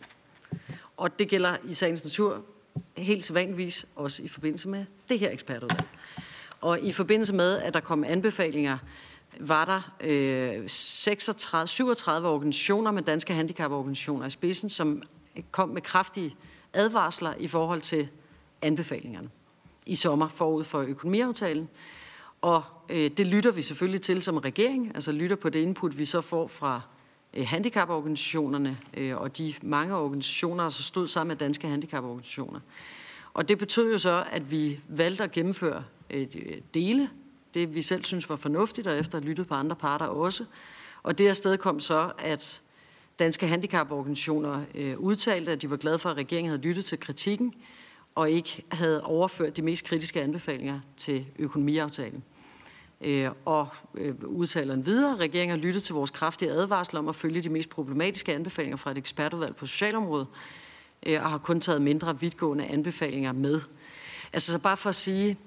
Og det gælder i sagens natur helt sædvanligvis også i forbindelse med det her ekspertudvalg. Og i forbindelse med, at der kom anbefalinger, var der øh, seksogtredive, syvogtredive organisationer med danske handicaporganisationer i spidsen, som kom med kraftige advarsler i forhold til anbefalingerne i sommer forud for økonomiaftalen. Og øh, det lytter vi selvfølgelig til som regering, altså lytter på det input, vi så får fra øh, handicaporganisationerne øh, og de mange organisationer, der så stod sammen med danske handicaporganisationer. Og det betød jo så, at vi valgte at gennemføre øh, dele, det vi selv synes var fornuftigt, og efter at have lyttet på andre parter også. Og det afsted kom så, at danske handicaporganisationer øh, udtalte, at de var glade for, at regeringen havde lyttet til kritikken, og ikke havde overført de mest kritiske anbefalinger til økonomiaftalen. Øh, og øh, udtaler en videre, regeringen har lyttet til vores kraftige advarsler om at følge de mest problematiske anbefalinger fra et ekspertudvalg på socialområdet, øh, og har kun taget mindre vidtgående anbefalinger med. Altså så bare for at sige,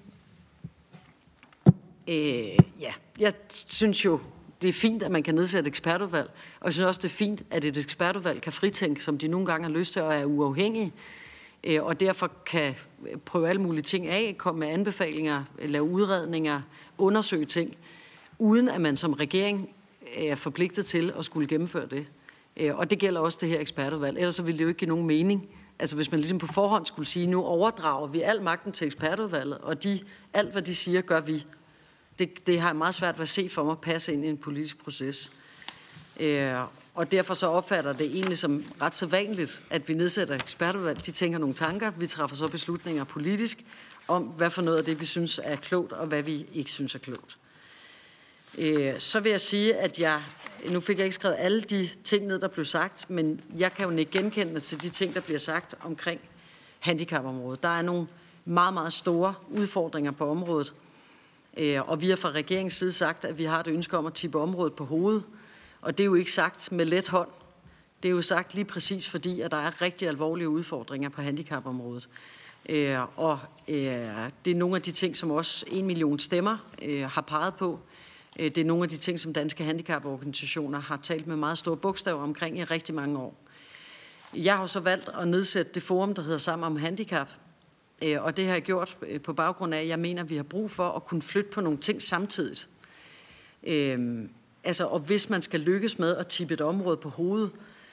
Øh, ja, jeg synes jo, det er fint, at man kan nedsætte et ekspertudvalg, og jeg synes også, det er fint, at et ekspertudvalg kan fritænke, som de nogle gange har lyst til, og er uafhængige, øh, og derfor kan prøve alle mulige ting af, komme med anbefalinger, lave udredninger, undersøge ting, uden at man som regering er forpligtet til at skulle gennemføre det. Øh, og det gælder også det her ekspertudvalg, ellers så ville det jo ikke give nogen mening. Altså hvis man ligesom på forhånd skulle sige, nu overdrager vi al magten til ekspertudvalget, og de, alt hvad de siger, gør vi. Det, det har jeg meget svært ved at se for mig passe ind i en politisk proces. Øh, og derfor så opfatter det egentlig som ret så vanligt, at vi nedsætter ekspertudvalg. De tænker nogle tanker, vi træffer så beslutninger politisk om, hvad for noget af det, vi synes er klogt, og hvad vi ikke synes er klogt. Øh, så vil jeg sige, at jeg, nu fik jeg ikke skrevet alle de ting ned, der blev sagt, men jeg kan jo ikke genkende til de ting, der bliver sagt omkring handicapområdet. Der er nogle meget, meget store udfordringer på området, øh, og vi har fra regeringens side sagt, at vi har et ønske om at tippe området på hovedet, og det er jo ikke sagt med let hånd. Det er jo sagt lige præcis fordi, at der er rigtig alvorlige udfordringer på handicapområdet. Øh, og øh, det er nogle af de ting, som også en million stemmer øh, har peget på. Øh, det er nogle af de ting, som danske handicaporganisationer har talt med meget store bogstaver omkring i rigtig mange år. Jeg har jo så valgt at nedsætte det forum, der hedder Sammen om Handicap. Øh, og det har jeg gjort øh, på baggrund af, at jeg mener, at vi har brug for at kunne flytte på nogle ting samtidigt. Øh, altså, og hvis man skal lykkes med at tippe et område på hovedet,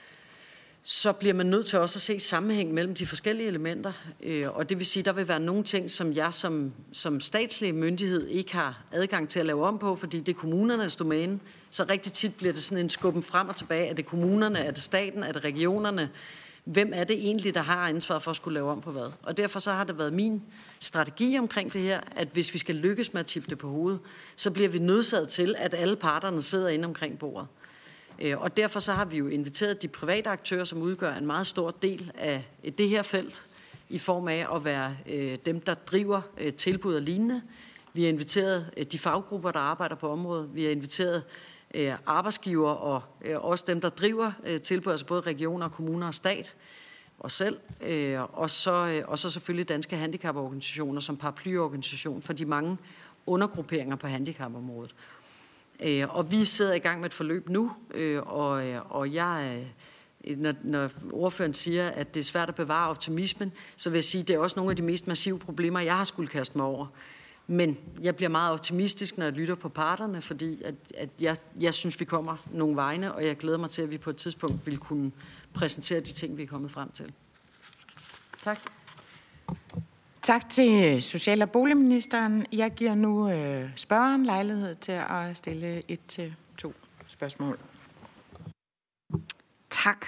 så bliver man nødt til også at se sammenhæng mellem de forskellige elementer. Og det vil sige, at der vil være nogle ting, som jeg som, som statslig myndighed ikke har adgang til at lave om på, fordi det er kommunernes domæne. Så rigtig tit bliver det sådan en skubben frem og tilbage. Er det kommunerne? Er det staten? Er det regionerne? Hvem er det egentlig, der har ansvar for at skulle lave om på hvad? Og derfor så har det været min strategi omkring det her, at hvis vi skal lykkes med at tippe det på hovedet, så bliver vi nødsaget til, at alle parterne sidder inde omkring bordet. Og derfor så har vi jo inviteret de private aktører, som udgør en meget stor del af det her felt, i form af at være dem, der driver tilbud og lignende. Vi har inviteret de faggrupper, der arbejder på området. Vi har inviteret arbejdsgiver og også dem, der driver tilbud, altså både regioner, kommuner og stat, og selv. Og så, og så selvfølgelig danske handicaporganisationer som paraplyorganisation for de mange undergrupperinger på handicapområdet. Og vi sidder i gang med et forløb nu, og, og jeg, når, når ordføreren siger, at det er svært at bevare optimismen, så vil jeg sige, at det er også nogle af de mest massive problemer, jeg har skulle kaste mig over. Men jeg bliver meget optimistisk, når jeg lytter på parterne, fordi at, at jeg, jeg synes, vi kommer nogle vegne, og jeg glæder mig til, at vi på et tidspunkt vil kunne præsentere de ting, vi er kommet frem til. Tak. Tak til social- og boligministeren. Jeg giver nu øh, spørgeren lejlighed til at stille et til to spørgsmål. Tak.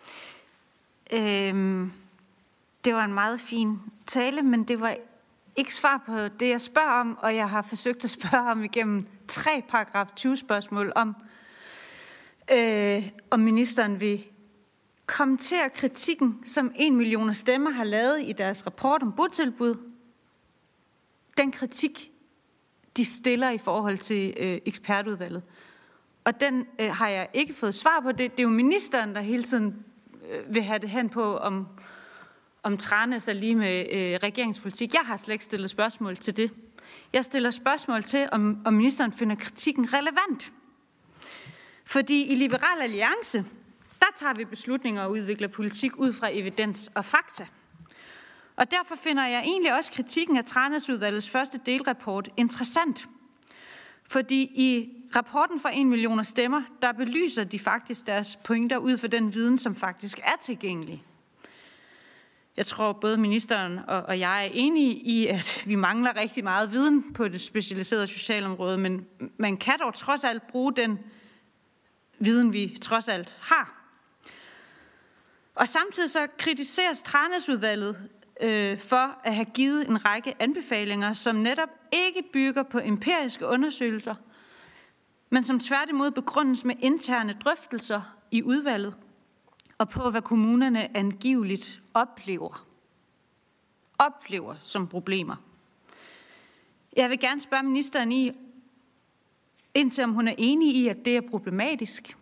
Øhm, det var en meget fin tale, men det var ikke svar på det, jeg spørger om, og jeg har forsøgt at spørge om igennem tre paragraf tyve spørgsmål om, øh, om ministeren vil kommentere kritikken, som en million stemmer har lavet i deres rapport om botilbud. Den kritik, de stiller i forhold til øh, ekspertudvalget. Og den øh, har jeg ikke fået svar på. Det, det er jo ministeren, der hele tiden øh, vil have det hen på, om, om Tranæs er lige med øh, regeringspolitik. Jeg har slet ikke stillet spørgsmål til det. Jeg stiller spørgsmål til, om, om ministeren finder kritikken relevant. Fordi i Liberal Alliance, der tager vi beslutninger og udvikler politik ud fra evidens og fakta. Og derfor finder jeg egentlig også kritikken af Tranæsudvalgets første delrapport interessant. Fordi i rapporten for en million stemmer, der belyser de faktisk deres pointer ud fra den viden, som faktisk er tilgængelig. Jeg tror, både ministeren og jeg er enige i, at vi mangler rigtig meget viden på det specialiserede socialområde, men man kan dog trods alt bruge den viden, vi trods alt har. Og samtidig så kritiseres Tranæsudvalget øh, for at have givet en række anbefalinger, som netop ikke bygger på empiriske undersøgelser, men som tværtimod begrundes med interne drøftelser i udvalget og på, hvad kommunerne angiveligt oplever. Oplever som problemer. Jeg vil gerne spørge ministeren i, indtil om hun er enig i, at det er problematisk.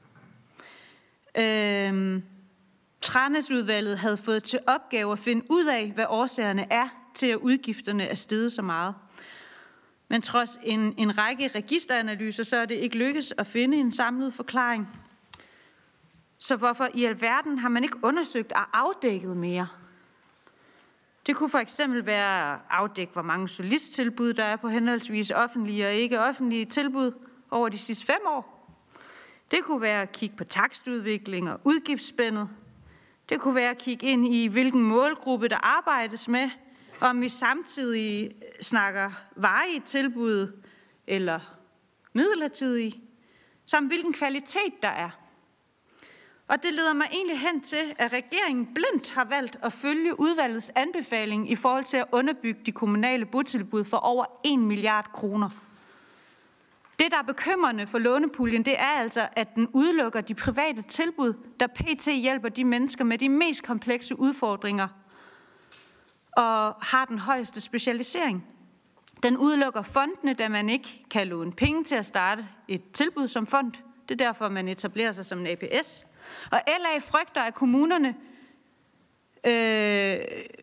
Øhm, Tranæsudvalget havde fået til opgave at finde ud af, hvad årsagerne er til, at udgifterne er steget så meget. Men trods en, en række registeranalyser, så er det ikke lykkedes at finde en samlet forklaring. Så hvorfor i alverden har man ikke undersøgt og afdækket mere? Det kunne for eksempel være at afdække, hvor mange solisttilbud der er på henholdsvis offentlige og ikke offentlige tilbud over de sidste fem år. Det kunne være at kigge på takstudvikling og udgiftsspændet. Det kunne være at kigge ind i, hvilken målgruppe der arbejdes med, og om vi samtidig snakker varige tilbud eller midlertidige, samt hvilken kvalitet der er. Og det leder mig egentlig hen til, at regeringen blindt har valgt at følge udvalgets anbefaling i forhold til at underbygge de kommunale botilbud for over en milliard kroner. Det Det, der er bekymrende for lånepuljen, det er altså, at den udelukker de private tilbud, der pt. Hjælper de mennesker med de mest komplekse udfordringer og har den højeste specialisering. Den udelukker fondene, da man ikke kan låne penge til at starte et tilbud som fond. Det er derfor, man etablerer sig som en A P S. Og L A frygter, at kommunerne, øh,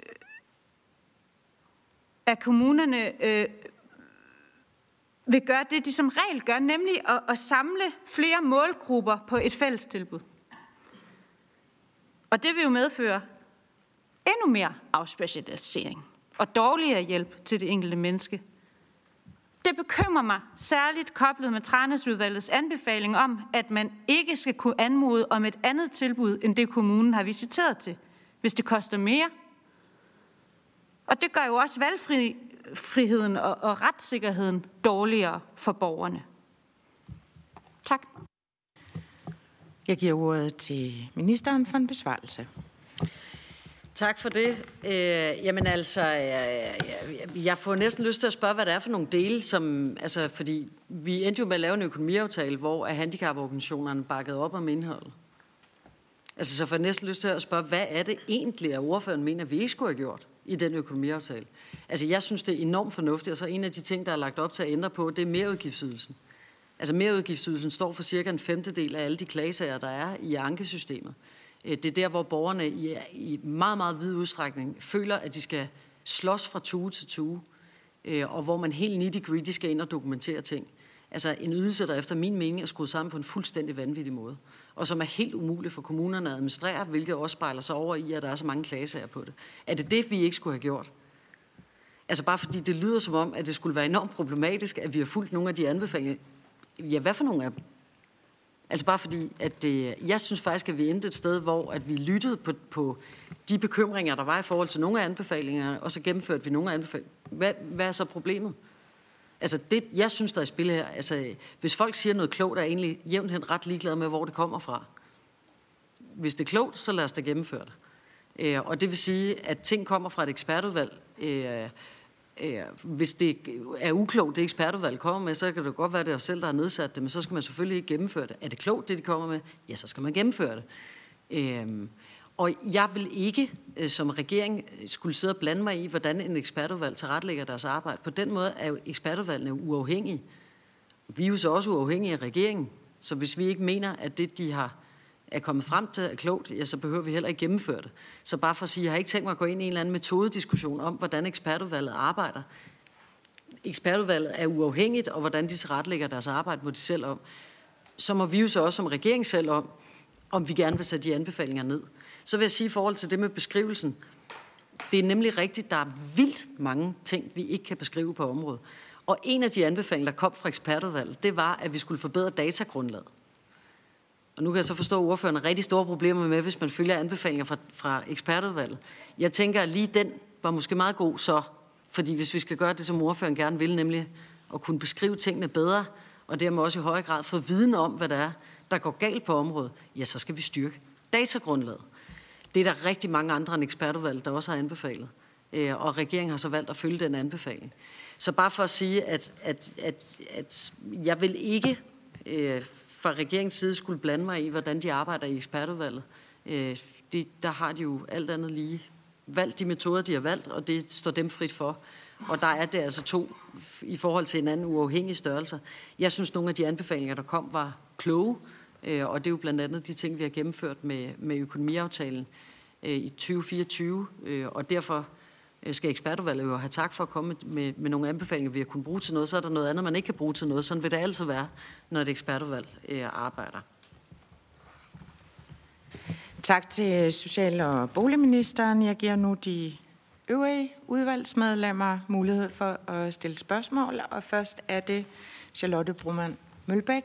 at kommunerne øh, vil gøre det, de som regel gør, nemlig at, at samle flere målgrupper på et fælles tilbud. Og det vil jo medføre endnu mere afspecialisering og dårligere hjælp til det enkelte menneske. Det bekymrer mig særligt koblet med Tranæsudvalgets anbefaling om, at man ikke skal kunne anmode om et andet tilbud, end det kommunen har visiteret til, hvis det koster mere. Og det gør jo også valgfriheden og, og retssikkerheden dårligere for borgerne. Tak. Jeg giver ordet til ministeren for en besvarelse. Tak for det. Øh, jamen altså, jeg, jeg, jeg får næsten lyst til at spørge, hvad det er for nogle dele, som, altså, fordi vi endte jo med at lave en økonomiaftale, hvor handicaporganisationerne bakkede op om indholdet. Altså, så får jeg næsten lyst til at spørge, hvad er det egentlig, at ordføreren mener, vi ikke skulle have gjort i den økonomiaftale? Altså, jeg synes, det er enormt fornuftigt, og så en af de ting, der er lagt op til at ændre på, det er merudgiftsydelsen. Altså, merudgiftsydelsen står for cirka en femtedel af alle de klagesager, der er i ankesystemet. Det er der, hvor borgerne i, i meget, meget vid udstrækning føler, at de skal slås fra tue til tue, og hvor man helt nitty-gritty skal ind og dokumentere ting. Altså en ydelse, der efter min mening er skruet sammen på en fuldstændig vanvittig måde, og som er helt umuligt for kommunerne at administrere, hvilket også spejler sig over i, at der er så mange klagesager på det. Er det det, vi ikke skulle have gjort? Altså bare fordi det lyder som om, at det skulle være enormt problematisk, at vi har fulgt nogle af de anbefalinger. Ja, hvad for nogle af dem? Altså bare fordi, at det, jeg synes faktisk, at vi endte et sted, hvor at vi lyttede på, på de bekymringer, der var i forhold til nogle af anbefalingerne, og så gennemførte vi nogle af anbefalingerne. Hvad, hvad er så problemet? Altså det, jeg synes, der er i spil her, altså hvis folk siger noget klogt, er jeg egentlig jævnt hen ret ligeglad med, hvor det kommer fra. Hvis det er klogt, så lad os da gennemføre det. Øh, og det vil sige, at ting kommer fra et ekspertudvalg. Øh, øh, hvis det er uklogt, det ekspertudvalg kommer med, så kan det godt være, det er os selv, der har nedsat det, men så skal man selvfølgelig ikke gennemføre det. Er det klogt, det de kommer med? Ja, så skal man gennemføre det. Øh, og jeg vil ikke øh, som regering skulle sidde og blande mig i, hvordan en ekspertudvalg tilrettelægger deres arbejde. På den måde er jo ekspertudvalgene uafhængige. Vi er jo så også uafhængige af regeringen, så hvis vi ikke mener, at det, de har er kommet frem til er klogt, ja, så behøver vi heller ikke gennemføre det. Så bare for at sige, jeg har ikke tænkt mig at gå ind i en eller anden metodediskussion om, hvordan ekspertudvalget arbejder. Ekspertudvalget er uafhængigt, og hvordan de tilrettelægger deres arbejde, må de selv om. Så må vi jo så også som regering selv om, om vi gerne vil tage de anbefalinger ned. Så vil jeg sige i forhold til det med beskrivelsen, det er nemlig rigtigt, der er vildt mange ting, vi ikke kan beskrive på området. Og en af de anbefalinger, der kom fra ekspertudvalget, det var, at vi skulle forbedre datagrundlaget. Og nu kan jeg så forstå, at ordføreren har rigtig store problemer med, hvis man følger anbefalinger fra, fra ekspertudvalget. Jeg tænker, at lige den var måske meget god så, fordi hvis vi skal gøre det, som ordføreren gerne vil, nemlig at kunne beskrive tingene bedre, og dermed også i højere grad få viden om, hvad der er, der går galt på området, ja, så skal vi styrke datagrundlaget. Det er der rigtig mange andre end ekspertudvalget, der også har anbefalet. Og regeringen har så valgt at følge den anbefaling. Så bare for at sige, at, at, at, at jeg vil ikke øh, fra regeringens side skulle blande mig i, hvordan de arbejder i ekspertudvalget. Øh, de, der har de jo alt andet lige valgt de metoder, de har valgt, og det står dem frit for. Og der er det altså to i forhold til en anden uafhængig størrelse. Jeg synes, nogle af de anbefalinger, der kom, var kloge, øh, og det er jo blandt andet de ting, vi har gennemført med, med økonomiaftalen øh, i tyve fireogtyve, øh, og derfor skal ekspertudvalget jo have tak for at komme med, med nogle anbefalinger, vi har kunnet bruge til noget. Så er der noget andet, man ikke kan bruge til noget. Sådan vil det altid være, når et ekspertudvalg øh, arbejder. Tak til Social- og Boligministeren. Jeg giver nu de øvrige udvalgsmedlemmer mulighed for at stille spørgsmål. Og først er det Charlotte Broman Mølbæk.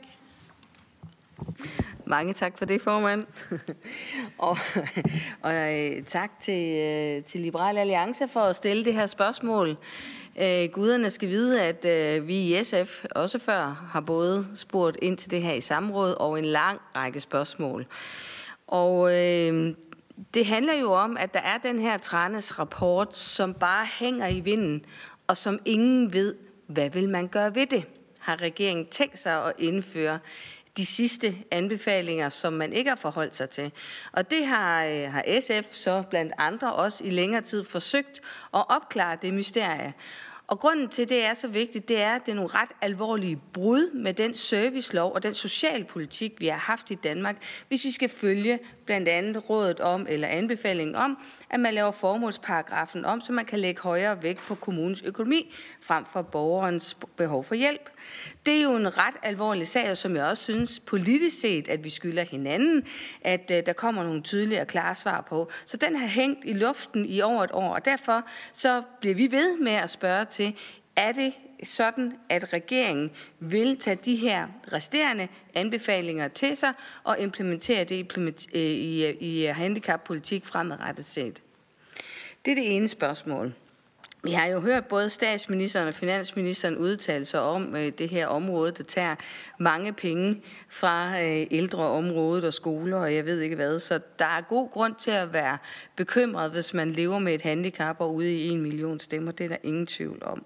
Mange tak for det, formand. og og tak til, til Liberal Alliance for at stille det her spørgsmål. Guderne skal vide, at vi i S F også før har både spurgt ind til det her i samråd og en lang række spørgsmål. Og øh, det handler jo om, at der er den her Tranæs rapport, som bare hænger i vinden, og som ingen ved, hvad vil man gøre ved det. har regeringen tænkt sig at indføre de sidste anbefalinger, som man ikke har forholdt sig til. Og det har, har S F så blandt andre også i længere tid forsøgt at opklare det mysterie. Og grunden til, det er så vigtigt, det er, at det er nogle ret alvorlige brud med den servicelov og den socialpolitik, vi har haft i Danmark, hvis vi skal følge blandt andet rådet om, eller anbefalingen om, at man laver formålsparagrafen om, så man kan lægge højere vægt på kommunens økonomi, frem for borgerens behov for hjælp. Det er jo en ret alvorlig sag, som jeg også synes politisk set, at vi skylder hinanden, at uh, der kommer nogle tydelige og klare svar på. Så den har hængt i luften i over et år, og derfor så bliver vi ved med at spørge til, er det sådan, at regeringen vil tage de her resterende anbefalinger til sig og implementere det i, i, i handicappolitik fremadrettet set? Det er det ene spørgsmål. Vi har jo hørt både statsministeren og finansministeren udtale sig om øh, det her område, der tager mange penge fra øh, ældreområdet og skoler, og jeg ved ikke hvad. Så der er god grund til at være bekymret, hvis man lever med et handicap og ude i en million stemmer. Det er der ingen tvivl om.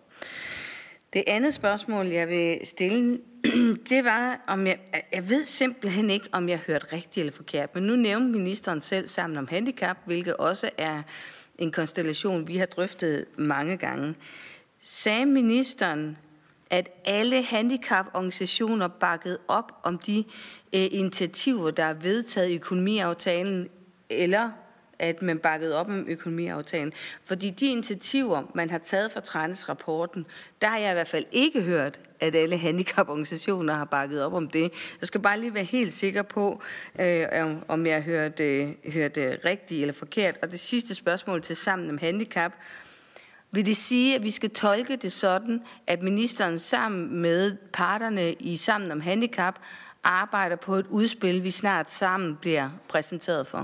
Det andet spørgsmål, jeg vil stille, det var, om jeg, jeg ved simpelthen ikke, om jeg hørte rigtigt eller forkert, men nu nævnte ministeren selv Sammen om handicap, hvilket også er en konstellation, vi har drøftet mange gange. Sagde ministeren, at alle handicaporganisationer bakkede op om de øh, initiativer, der er vedtaget i økonomiaftalen, eller at man bakkede op om økonomiaftalen? Fordi de initiativer, man har taget fra Tranæs-rapporten, der har jeg i hvert fald ikke hørt, at alle handicaporganisationer har bakket op om det. Jeg skal bare lige være helt sikker på, øh, om jeg hørte, øh, hørte rigtigt eller forkert. Og det sidste spørgsmål til Sammen om handicap. Vil det sige, at vi skal tolke det sådan, at ministeren sammen med parterne i Sammen om handicap arbejder på et udspil, vi snart sammen bliver præsenteret for?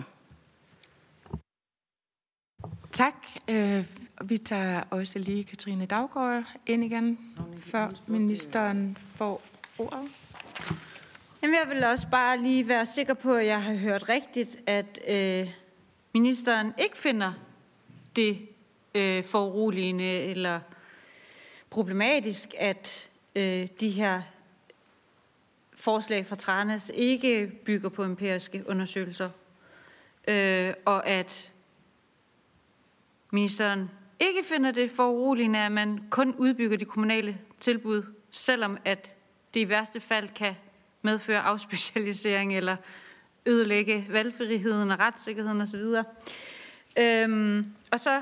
Tak. Vi tager også lige Katrine Daugaard ind igen, før ministeren får ordet. Jamen, jeg vil også bare lige være sikker på, at jeg har hørt rigtigt, at øh, ministeren ikke finder det øh, foruroligende eller problematisk, at øh, de her forslag fra Tranæs ikke bygger på empiriske undersøgelser, øh, og at ministeren ikke finder det foruroligende, at man kun udbygger de kommunale tilbud, selvom at det i værste fald kan medføre afspecialisering eller ødelægge valgfriheden og retssikkerheden osv. Øhm, og så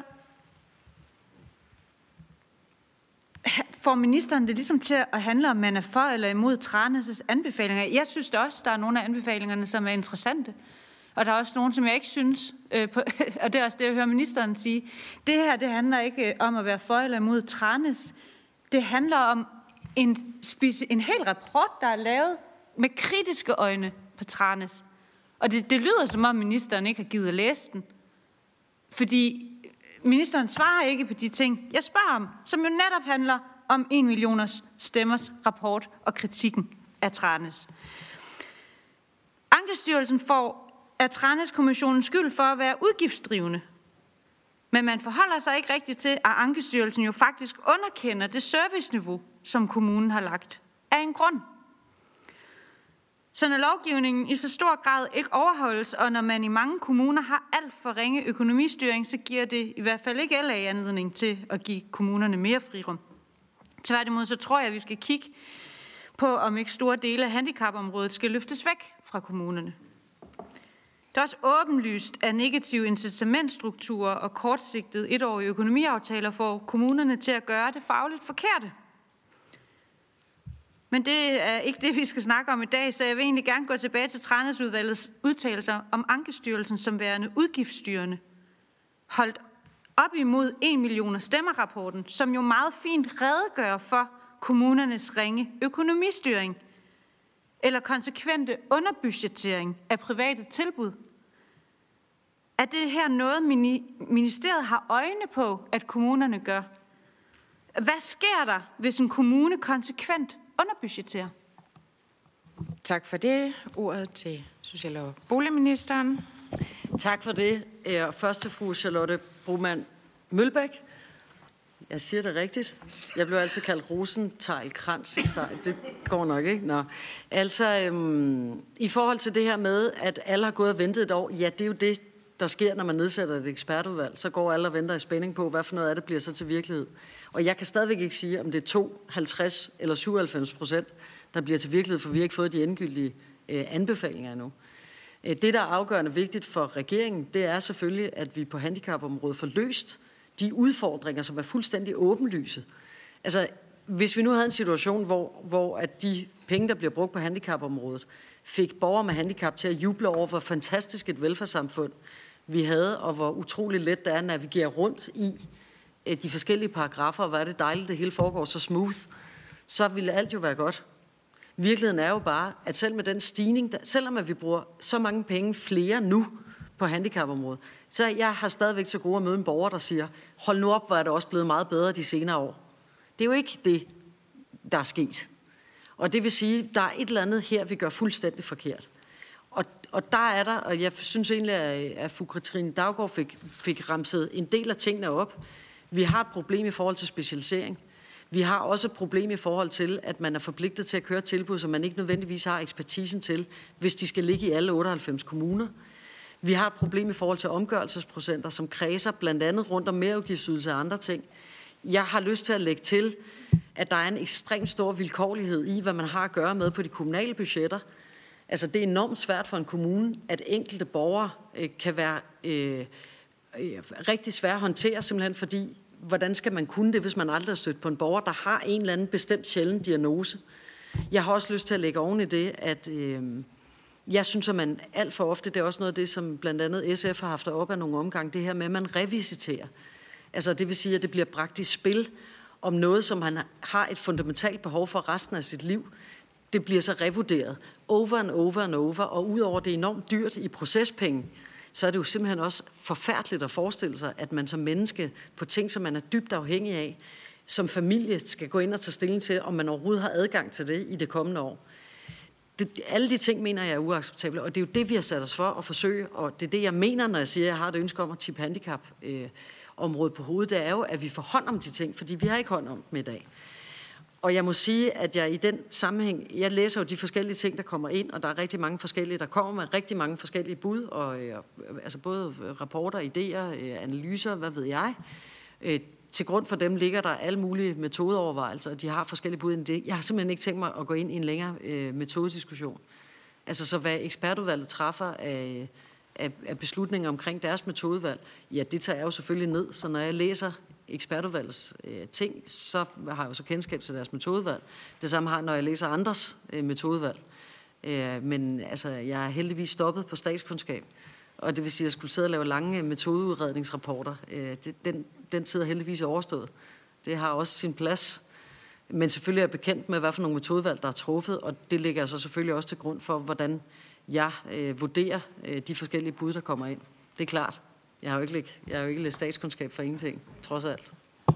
får ministeren det ligesom til at handle om, man er for eller imod Tranæs' anbefalinger. Jeg synes da også, der er nogle af anbefalingerne, som er interessante. Og der er også nogle, som jeg ikke synes, øh, på, og det er også det, jeg hører ministeren sige. Det her, det handler ikke om at være for eller imod Tranæs. Det handler om en, en hel rapport, der er lavet med kritiske øjne på Tranæs. Og det, det lyder som om, ministeren ikke har givet at læse den. Fordi ministeren svarer ikke på de ting, jeg spørger om, som jo netop handler om en millioners stemmers rapport og kritikken af Tranæs. Ankestyrelsen får af Tranæs-kommissionen skyld for at være udgiftsdrivende. Men man forholder sig ikke rigtigt til, at Ankestyrelsen jo faktisk underkender det serviceniveau, som kommunen har lagt af en grund. Så når lovgivningen i så stor grad ikke overholdes, og når man i mange kommuner har alt for ringe økonomistyring, så giver det i hvert fald ikke L A anledning til at give kommunerne mere frirum. Tværtimod så tror jeg, at vi skal kigge på, om ikke store dele af handicapområdet skal løftes væk fra kommunerne. Det er også åbenlyst, at negative incitamentstrukturer og kortsigtede etårige økonomiaftaler får kommunerne til at gøre det fagligt forkerte. Men det er ikke det, vi skal snakke om i dag, så jeg vil egentlig gerne gå tilbage til Tranæsudvalgets udtalelser om Ankestyrelsen som værende udgiftsstyrende. Holdt op imod en millioner stemmerapporten, som jo meget fint redegør for kommunernes ringe økonomistyring eller konsekvente underbudgettering af private tilbud. Er det her noget, ministeriet har øjne på, at kommunerne gør? Hvad sker der, hvis en kommune konsekvent underbudgetterer? Tak for det. Ordet til social- og boligministeren. Tak for det. Først til fru Charlotte Broman Mølbæk. Jeg siger det rigtigt. Jeg blev altid kaldt Rosenthal-Krans. Det går nok ikke. Nå. Altså, øhm, i forhold til det her med, at alle har gået og ventet et år, ja, det er jo det, der sker, når man nedsætter et ekspertudvalg. Så går alle og venter i spænding på, hvad for noget af det bliver så til virkelighed. Og jeg kan stadigvæk ikke sige, om det er tooghalvtreds eller syvoghalvfems procent, der bliver til virkelighed, for vi har ikke fået de endegyldige øh, anbefalinger endnu. Det, der er afgørende vigtigt for regeringen, det er selvfølgelig, at vi på handicapområdet får løst de udfordringer, som er fuldstændig åbenlyse. Altså, hvis vi nu havde en situation, hvor, hvor at de penge, der bliver brugt på handicapområdet, fik borgere med handicap til at juble over, hvor fantastisk et velfærdssamfund vi havde, og hvor utrolig let det er at navigere rundt i de forskellige paragrafer, og hvor er det dejligt, det hele foregår så smooth, så ville alt jo være godt. Virkeligheden er jo bare, at selv med den stigning, der, selvom at vi bruger så mange penge flere nu på handicapområdet, så jeg har stadigvæk så gode at møde en borger, der siger, hold nu op, hvor er det også blevet meget bedre de senere år. Det er jo ikke det, der er sket. Og det vil sige, der er et eller andet her, vi gør fuldstændig forkert. Og, og der er der, og jeg synes egentlig, at fru Katrine Daugaard fik, fik ramset en del af tingene op. Vi har et problem i forhold til specialisering. Vi har også et problem i forhold til, at man er forpligtet til at køre tilbud, som man ikke nødvendigvis har ekspertisen til, hvis de skal ligge i alle otteoghalvfems kommuner. Vi har et problem i forhold til omgørelsesprocenter, som kredser blandt andet rundt om merudgiftsydelse og andre ting. Jeg har lyst til at lægge til, at der er en ekstremt stor vilkårlighed i, hvad man har at gøre med på de kommunale budgetter. Altså, det er enormt svært for en kommune, at enkelte borgere øh, kan være øh, øh, rigtig svære at håndtere, simpelthen fordi, hvordan skal man kunne det, hvis man aldrig har stødt på en borger, der har en eller anden bestemt sjælden diagnose. Jeg har også lyst til at lægge oven i det, at øh, jeg synes, at man alt for ofte, det er også noget af det, som blandt andet S F har haft op af nogle omgange, det her med, at man revisiterer. Altså, det vil sige, at det bliver bragt i spil om noget, som man har et fundamentalt behov for resten af sit liv. Det bliver så revurderet over and over and over, og udover det er enormt dyrt i procespenge, så er det jo simpelthen også forfærdeligt at forestille sig, at man som menneske på ting, som man er dybt afhængig af, som familie skal gå ind og tage stilling til, om man overhovedet har adgang til det i det kommende år. Det, alle de ting mener jeg er uacceptable, og det er jo det, vi har sat os for at forsøge, og det er det, jeg mener, når jeg siger, at jeg har et ønske om at tippe handicap øh, området på hovedet, det er jo, at vi får hånd om de ting, fordi vi har ikke hånd om dem i dag. Og jeg må sige, at jeg i den sammenhæng, jeg læser jo de forskellige ting, der kommer ind, og der er rigtig mange forskellige, der kommer med rigtig mange forskellige bud, og, øh, altså både rapporter, idéer, øh, analyser, hvad ved jeg. Øh, til grund for dem ligger der alle mulige metodeovervejelser, og de har forskellige bud ind i det. Jeg har simpelthen ikke tænkt mig at gå ind i en længere øh, metodediskussion. Altså så hvad ekspertudvalget træffer af, af, af beslutninger omkring deres metodevalg, ja, det tager jeg jo selvfølgelig ned, så når jeg læser ekspertudvalgets øh, ting, så har jeg jo så kendskab til deres metodevalg. Det samme har jeg, når jeg læser andres øh, metodevalg. Øh, men altså, jeg er heldigvis stoppet på statskundskab, og det vil sige, at jeg skulle sidde og lave lange metodeudredningsrapporter. Øh, det, den, den tid er heldigvis overstået. Det har også sin plads. Men selvfølgelig er jeg bekendt med, hvad for nogle metodevalg, der er truffet, og det ligger så selvfølgelig også til grund for, hvordan jeg øh, vurderer øh, de forskellige bud, der kommer ind. Det er klart. Jeg har jo ikke, jeg har jo ikke læst statskundskab for ingenting, trods alt.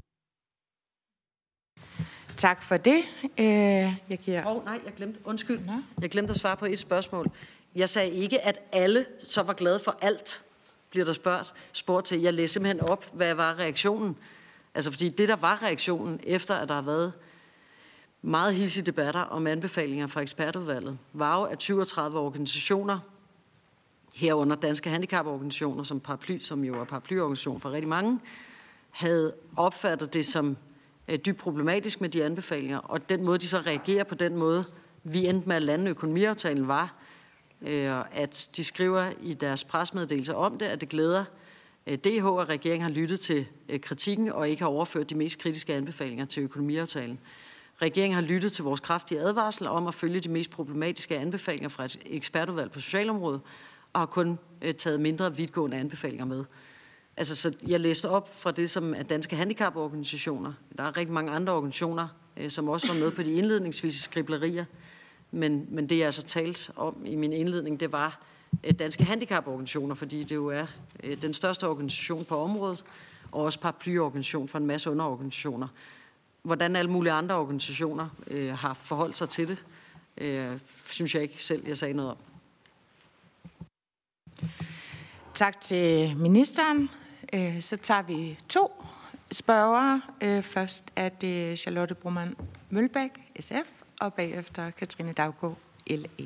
Tak for det. Jeg giver... Åh, oh, nej, jeg glemte, undskyld. Jeg glemte at svare på et spørgsmål. Jeg sagde ikke, at alle så var glade for alt, bliver der spurgt, spurgt til. Jeg læste simpelthen op, hvad var reaktionen. Altså, fordi det, der var reaktionen, efter at der har været meget hidsige debatter om anbefalinger fra ekspertudvalget, var jo, at syvogtredive organisationer, herunder Danske Handicaporganisationer, som, paraply, som jo er paraplyorganisation for rigtig mange, havde opfattet det som øh, dybt problematisk med de anbefalinger, og den måde, de så reagerer på den måde, vi endte med at lande økonomiaftalen, var, øh, at de skriver i deres pressemeddelelse om det, at det glæder øh, D H, at regeringen har lyttet til øh, kritikken og ikke har overført de mest kritiske anbefalinger til økonomiaftalen. Regeringen har lyttet til vores kraftige advarsel om at følge de mest problematiske anbefalinger fra et ekspertudvalg på socialområdet, og har kun øh, taget mindre vidtgående anbefalinger med. Altså, så jeg læste op fra det, som er Danske Handicaporganisationer. Der er rigtig mange andre organisationer, øh, som også var med på de indledningsvise skriblerier. Men, men det, jeg altså talt om i min indledning, det var øh, Danske Handicaporganisationer, fordi det jo er øh, den største organisation på området, og også paraplyorganisation for en masse underorganisationer. Hvordan alle mulige andre organisationer øh, har forholdt sig til det, øh, synes jeg ikke selv, jeg sagde noget om. Tak til ministeren. Så tager vi to spørgere. Øh, først er det Charlotte Broman Mølbæk, S F, og bagefter Katrine Daugaard, L A.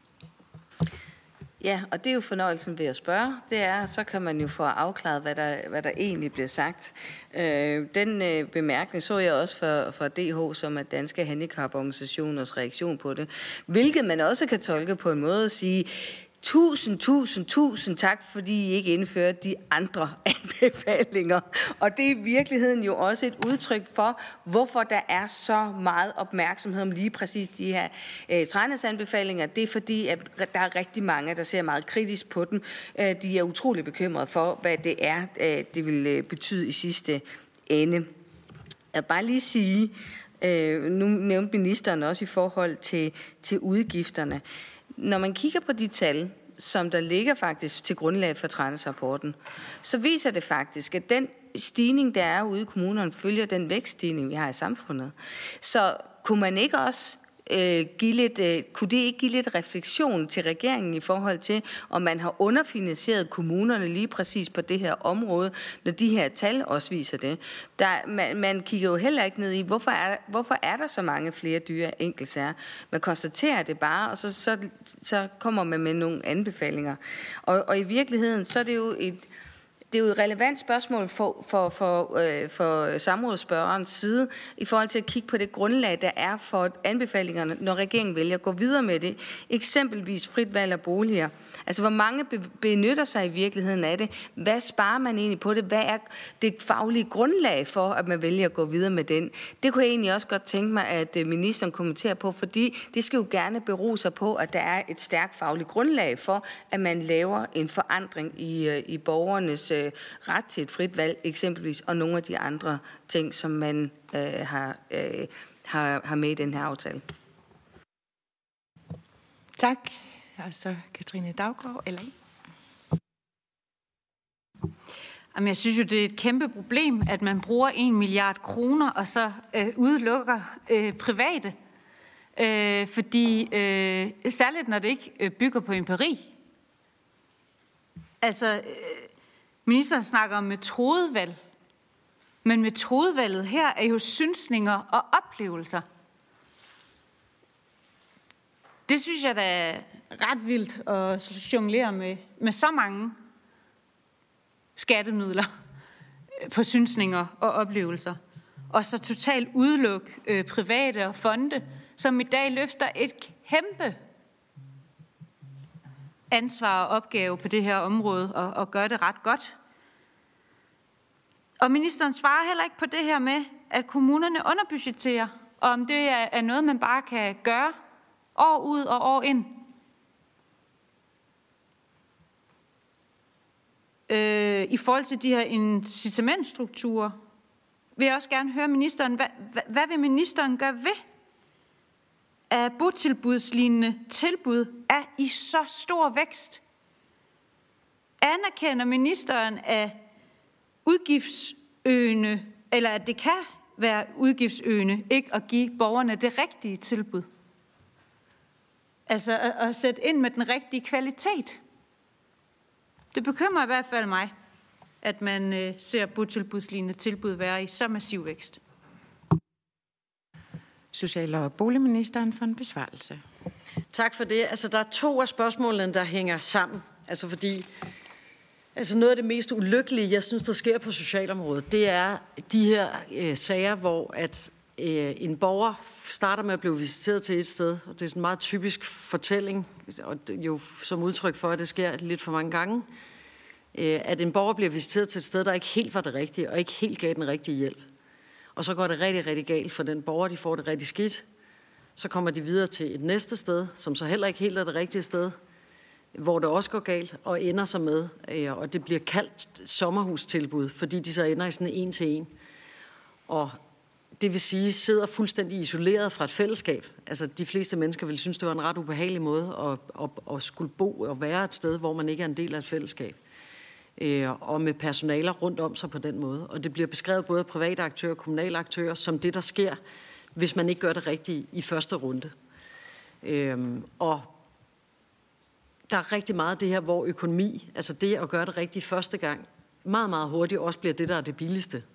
Ja, og det er jo fornøjelsen ved at spørge. Det er, så kan man jo få afklaret, hvad der, hvad der egentlig bliver sagt. Øh, den øh, bemærkning så jeg også fra, fra D H, som er Danske Handicaporganisationers reaktion på det. Hvilket man også kan tolke på en måde at sige, tusind, tusind, tusind tak, fordi I ikke indførte de andre anbefalinger. Og det er i virkeligheden jo også et udtryk for, hvorfor der er så meget opmærksomhed om lige præcis de her øh, træningsanbefalinger. Det er fordi, at der er rigtig mange, der ser meget kritisk på dem. Øh, de er utrolig bekymrede for, hvad det er, øh, det vil øh, betyde i sidste ende. Jeg vil bare lige sige, øh, nu nævnte ministeren også i forhold til, til udgifterne. Når man kigger på de tal, som der ligger faktisk til grundlag for træningsrapporten, så viser det faktisk, at den stigning, der er ude i kommunerne, følger den vækststigning, vi har i samfundet. Så kunne man ikke også øh, give lidt, øh, kunne det ikke give lidt refleksion til regeringen i forhold til, om man har underfinansieret kommunerne lige præcis på det her område, når de her tal også viser det. Der, man, man kigger jo heller ikke ned i, hvorfor er, hvorfor er der så mange flere dyre enkeltsager. Man konstaterer det bare, og så, så, så kommer man med nogle anbefalinger. Og, og i virkeligheden, så er det jo et Det er jo et relevant spørgsmål for, for, for, øh, for samrådsspørgerens side i forhold til at kigge på det grundlag, der er for anbefalingerne, når regeringen vælger at gå videre med det. Eksempelvis frit valg af boliger. Altså, hvor mange benytter sig i virkeligheden af det? Hvad sparer man egentlig på det? Hvad er det faglige grundlag for, at man vælger at gå videre med den? Det kunne jeg egentlig også godt tænke mig, at ministeren kommenterer på, fordi det skal jo gerne bero sig på, at der er et stærkt fagligt grundlag for, at man laver en forandring i, i borgernes ret til et frit valg, eksempelvis, og nogle af de andre ting, som man øh, har, øh, har, har med i den her aftale. Tak. Og så Katrine Daugaard, L A. Jamen, jeg synes jo, det er et kæmpe problem, at man bruger en milliard kroner, og så øh, udelukker øh, private. Øh, fordi, øh, særligt når det ikke øh, bygger på empiri. Altså, øh, ministeren snakker om metodevalg, men metodevalget her er jo synsninger og oplevelser. Det synes jeg da er ret vildt at jonglere med, med så mange skattemidler på synsninger og oplevelser. Og så totalt udelukke øh, private og fonde, som i dag løfter et kæmpe ansvar og opgave på det her område og, og gør det ret godt. Og ministeren svarer heller ikke på det her med, at kommunerne underbudgetterer, og om det er, er noget, man bare kan gøre år ud og år ind. Øh, I forhold til de her incitamentstrukturer, vil jeg også gerne høre ministeren, hvad, hvad, hvad vil ministeren gøre ved, at botilbudslignende tilbud er i så stor vækst? Anerkender ministeren, at udgiftsøgende, eller at det kan være udgiftsøgende, ikke at give borgerne det rigtige tilbud? Altså at, at sætte ind med den rigtige kvalitet. Det bekymrer i hvert fald mig, at man øh, ser botilbudslignende tilbud være i så massiv vækst. Social- og boligministeren for en besvarelse. Tak for det. Altså, der er to af spørgsmålene, der hænger sammen. Altså, fordi altså noget af det mest ulykkelige, jeg synes, der sker på socialområdet, det er de her øh, sager, hvor at øh, en borger starter med at blive visiteret til et sted, og det er sådan en meget typisk fortælling, og jo som udtryk for, at det sker lidt for mange gange, øh, at en borger bliver visiteret til et sted, der ikke helt var det rigtige, og ikke helt gav den rigtige hjælp. Og så går det rigtig, rigtig galt for den borger, de får det rigtig skidt. Så kommer de videre til et næste sted, som så heller ikke helt er det rigtige sted, hvor det også går galt, og ender så med, øh, og det bliver kaldt sommerhustilbud, fordi de så ender i sådan en til en. Og det vil sige, sidder fuldstændig isoleret fra et fællesskab. Altså, de fleste mennesker vil synes, det var en ret ubehagelig måde at, at, at skulle bo og være et sted, hvor man ikke er en del af et fællesskab. Øh, og med personaler rundt om sig på den måde. Og det bliver beskrevet både af private aktører og kommunale aktører, som det, der sker, hvis man ikke gør det rigtigt i første runde. Øh, og der er rigtig meget af det her, hvor økonomi, altså det at gøre det rigtigt første gang, meget, meget hurtigt også bliver det, der er det billigste.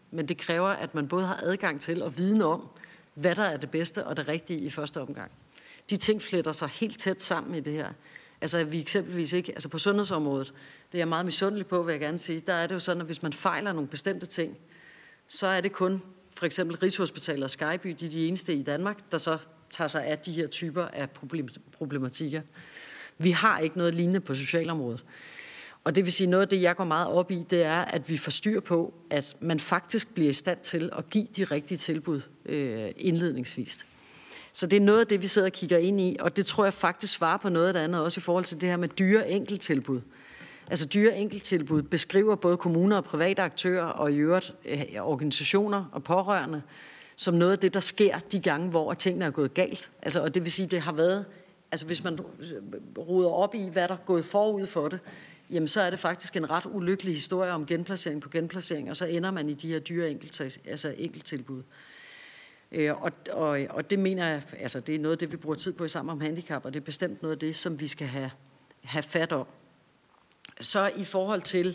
Men det kræver, at man både har adgang til og viden om, hvad der er det bedste og det rigtige i første omgang. De ting fletter sig helt tæt sammen i det her. Altså at vi eksempelvis ikke, altså på sundhedsområdet, det er jeg meget misundelig på, vil jeg gerne sige, der er det jo sådan, at hvis man fejler nogle bestemte ting, så er det kun for eksempel Rigshospitalet og Skyby, de er de eneste i Danmark, der så tager sig af de her typer af problem, problematikker. Vi har ikke noget lignende på socialområdet. Og det vil sige, noget af det, jeg går meget op i, det er, at vi får styr på, at man faktisk bliver i stand til at give de rigtige tilbud øh, indledningsvis. Så det er noget af det, vi sidder og kigger ind i, og det tror jeg faktisk svarer på noget af det andet, også i forhold til det her med dyre enkelttilbud. Altså dyre enkelttilbud beskriver både kommuner og private aktører og i øvrigt øh, organisationer og pårørende som noget af det, der sker de gange, hvor tingene er gået galt. Altså, og det vil sige, det har været, altså hvis man roder op i, hvad der er gået forud for det, jamen så er det faktisk en ret ulykkelig historie om genplacering på genplacering, og så ender man i de her dyre enkelt, altså enkelttilbud. Øh, og, og, og det mener jeg, altså det er noget af det, vi bruger tid på i Sammen om Handicap, og det er bestemt noget af det, som vi skal have, have fat om. Så i forhold til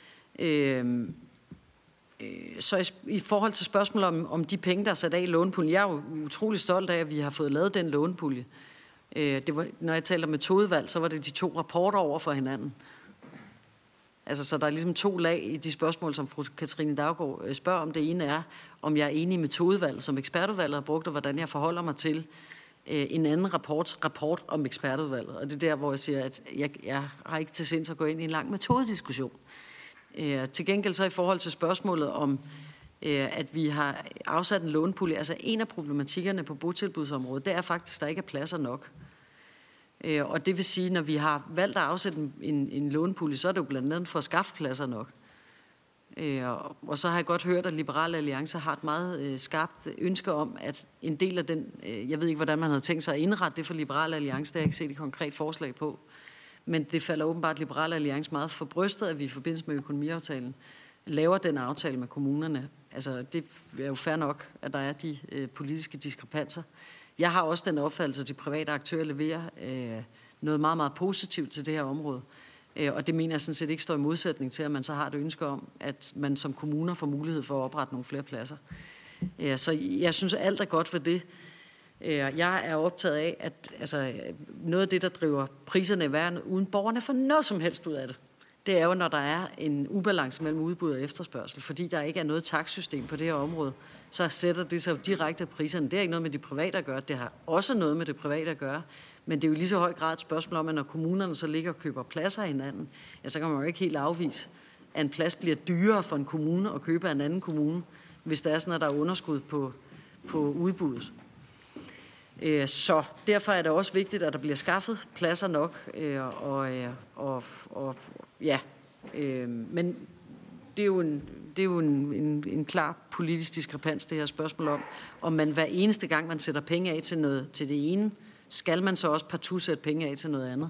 øh, øh, så i, i forhold til spørgsmålet om, om de penge, der er sat af i lånepuljen, jeg er jo utrolig stolt af, at vi har fået lavet den lånepulje. Øh, det var, når jeg taler om metodevalg, så var det de to rapporter over for hinanden. Altså, så der er ligesom to lag i de spørgsmål, som fru Katrine Daugaard spørger om. Det ene er, om jeg er enig i metodevalget, som ekspertudvalget har brugt, og hvordan jeg forholder mig til øh, en anden rapports rapport om ekspertudvalget. Og det er der, hvor jeg siger, at jeg, jeg har ikke til sinds at gå ind i en lang metodediskussion. Øh, til gengæld så i forhold til spørgsmålet om, øh, at vi har afsat en lånepulje, altså en af problematikkerne på botilbudsområdet, det er faktisk, at der ikke er pladser nok. Og det vil sige, når vi har valgt at afsætte en, en, en lånepulje, så er det jo blandt andet for at skaffe pladser nok. Og så har jeg godt hørt, at Liberal Alliance har et meget skarpt ønske om, at en del af den, jeg ved ikke, hvordan man havde tænkt sig at indrette det for Liberal Alliance, det har jeg ikke set et konkret forslag på, men det falder åbenbart Liberal Alliance meget for brystet, at vi i forbindelse med økonomiaftalen laver den aftale med kommunerne. Altså det er jo fair nok, at der er de øh, politiske diskrepanser. Jeg har også den opfattelse, at de private aktører leverer øh, noget meget, meget positivt til det her område. Øh, og det mener jeg sådan set ikke står i modsætning til, at man så har et ønske om, at man som kommuner får mulighed for at oprette nogle flere pladser. Øh, så jeg synes, at alt er godt ved det. Øh, jeg er optaget af, at altså, noget af det, der driver priserne i verden, uden borgerne får noget som helst ud af det, det er jo, når der er en ubalance mellem udbud og efterspørgsel, fordi der ikke er noget takstsystem på det her område, så sætter det sig jo direkte af priserne. Det er ikke noget med de private at gøre, det har også noget med det private at gøre, men det er jo lige så høj grad et spørgsmål om, at når kommunerne så ligger og køber pladser af hinanden, ja, så kan man jo ikke helt afvise, at en plads bliver dyrere for en kommune at købe af en anden kommune, hvis der er sådan, at der er underskud på, på udbuddet. Så derfor er det også vigtigt, at der bliver skaffet pladser nok, og, og, og ja, men det er jo en, det er jo en, en, en klar politisk diskrepans, det her spørgsmål om, om man hver eneste gang, man sætter penge af til, noget, til det ene, skal man så også partout sætte penge af til noget andet.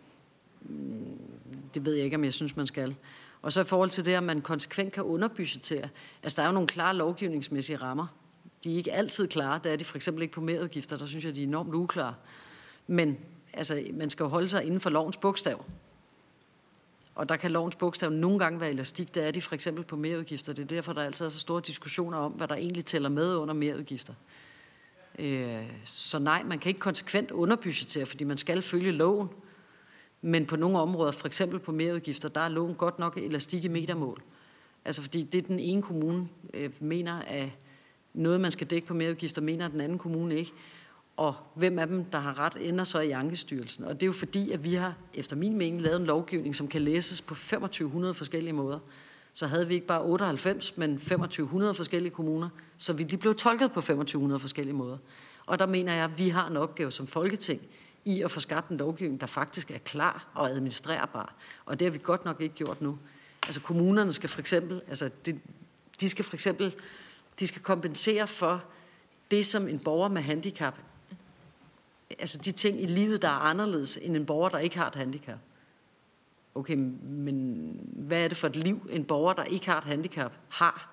Det ved jeg ikke, om jeg synes, man skal. Og så i forhold til det, at man konsekvent kan underbudgettere, altså der er jo nogle klare lovgivningsmæssige rammer. De er ikke altid klare, det er de for eksempel ikke på merudgifter, der synes jeg, de er enormt uklare. Men altså, man skal jo holde sig inden for lovens bogstav. Og der kan lovens bogstav nogle gange være elastik, det er de for eksempel på merudgifter. Det er derfor, der altid er så store diskussioner om, hvad der egentlig tæller med under merudgifter. Øh, så nej, man kan ikke konsekvent underbudgettere, fordi man skal følge loven. Men på nogle områder, for eksempel på merudgifter, der er loven godt nok elastik i metermål. Altså fordi det den ene kommune øh, mener, at noget, man skal dække på merudgifter, mener den anden kommune ikke. Og hvem af dem, der har ret, ender så i Ankestyrelsen. Og det er jo fordi, at vi har, efter min mening, lavet en lovgivning, som kan læses på femogtyve hundrede forskellige måder. Så havde vi ikke bare otteoghalvfems, men femogtyve hundrede forskellige kommuner, så vi de blev tolket på femogtyve hundrede forskellige måder. Og der mener jeg, at vi har en opgave som Folketing i at få skabt en lovgivning, der faktisk er klar og administrerbar. Og det har vi godt nok ikke gjort nu. Altså kommunerne skal for eksempel, altså det, de skal for eksempel, de skal kompensere for det, som en borger med handicap, altså de ting i livet, der er anderledes end en borger, der ikke har et handicap. Okay, men hvad er det for et liv, en borger, der ikke har et handicap, har?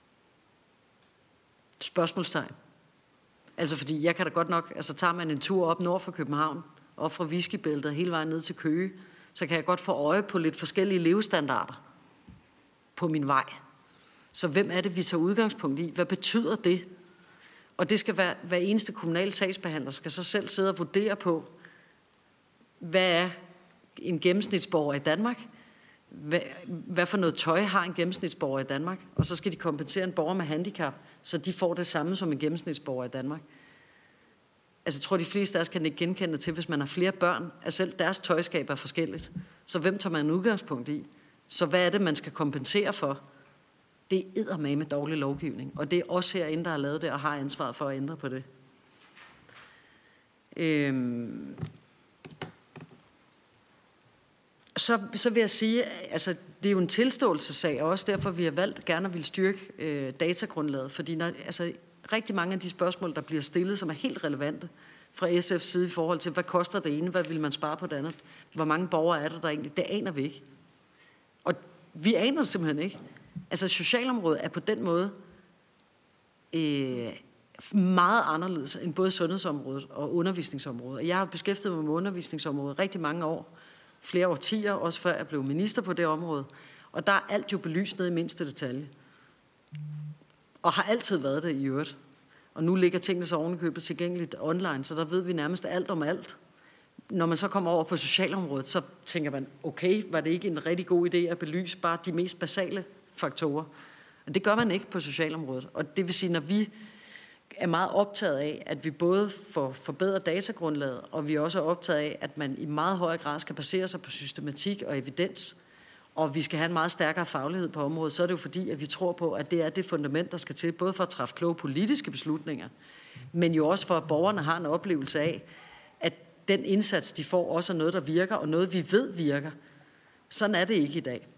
Spørgsmålstegn. Altså fordi jeg kan da godt nok, altså tager man en tur op nord for København, op fra Whiskybæltet hele vejen ned til Køge, så kan jeg godt få øje på lidt forskellige levestandarder på min vej. Så hvem er det, vi tager udgangspunkt i? Hvad betyder det? Og det skal være, hver eneste kommunal sagsbehandler skal så selv sidde og vurdere på, hvad er en gennemsnitsborger i Danmark? Hvad, hvad for noget tøj har en gennemsnitsborger i Danmark? Og så skal de kompensere en borger med handicap, så de får det samme som en gennemsnitsborger i Danmark. Altså, jeg tror, de fleste af os kan ikke genkende til, hvis man har flere børn, at selv deres tøjskab er forskelligt. Så hvem tager man en udgangspunkt i? Så hvad er det, man skal kompensere for? Det er eddermame med dårlig lovgivning, og det er os herinde, der har lavet det og har ansvaret for at ændre på det. Øhm Så, så vil jeg sige, altså det er jo en tilståelsessag, og også derfor vi har valgt gerne at ville styrke øh, datagrundlaget, fordi når, altså, rigtig mange af de spørgsmål, der bliver stillet, som er helt relevante fra S F's side i forhold til, hvad koster det ene, hvad vil man spare på det andet, hvor mange borgere er der der egentlig, det aner vi ikke. Og vi aner det simpelthen ikke. Altså socialområdet er på den måde øh, meget anderledes end både sundhedsområdet og undervisningsområdet. Jeg har beskæftiget mig med undervisningsområdet rigtig mange år, flere årtier, også før jeg blev minister på det område. Og der er alt jo belyst ned i mindste detalje. Og har altid været det i øvrigt. Og nu ligger tingene så ovenikøbet tilgængeligt online, så der ved vi nærmest alt om alt. Når man så kommer over på socialområdet, så tænker man, okay, var det ikke en rigtig god idé at belyse bare de mest basale faktorer? Og det gør man ikke på socialområdet. Og det vil sige, når vi er meget optaget af, at vi både får forbedret datagrundlaget, og vi også er optaget af, at man i meget højere grad skal basere sig på systematik og evidens, og vi skal have en meget stærkere faglighed på området, så er det jo fordi, at vi tror på, at det er det fundament, der skal til, både for at træffe kloge politiske beslutninger, men jo også for, at borgerne har en oplevelse af, at den indsats, de får, også er noget, der virker, og noget, vi ved virker. Sådan er det ikke i dag.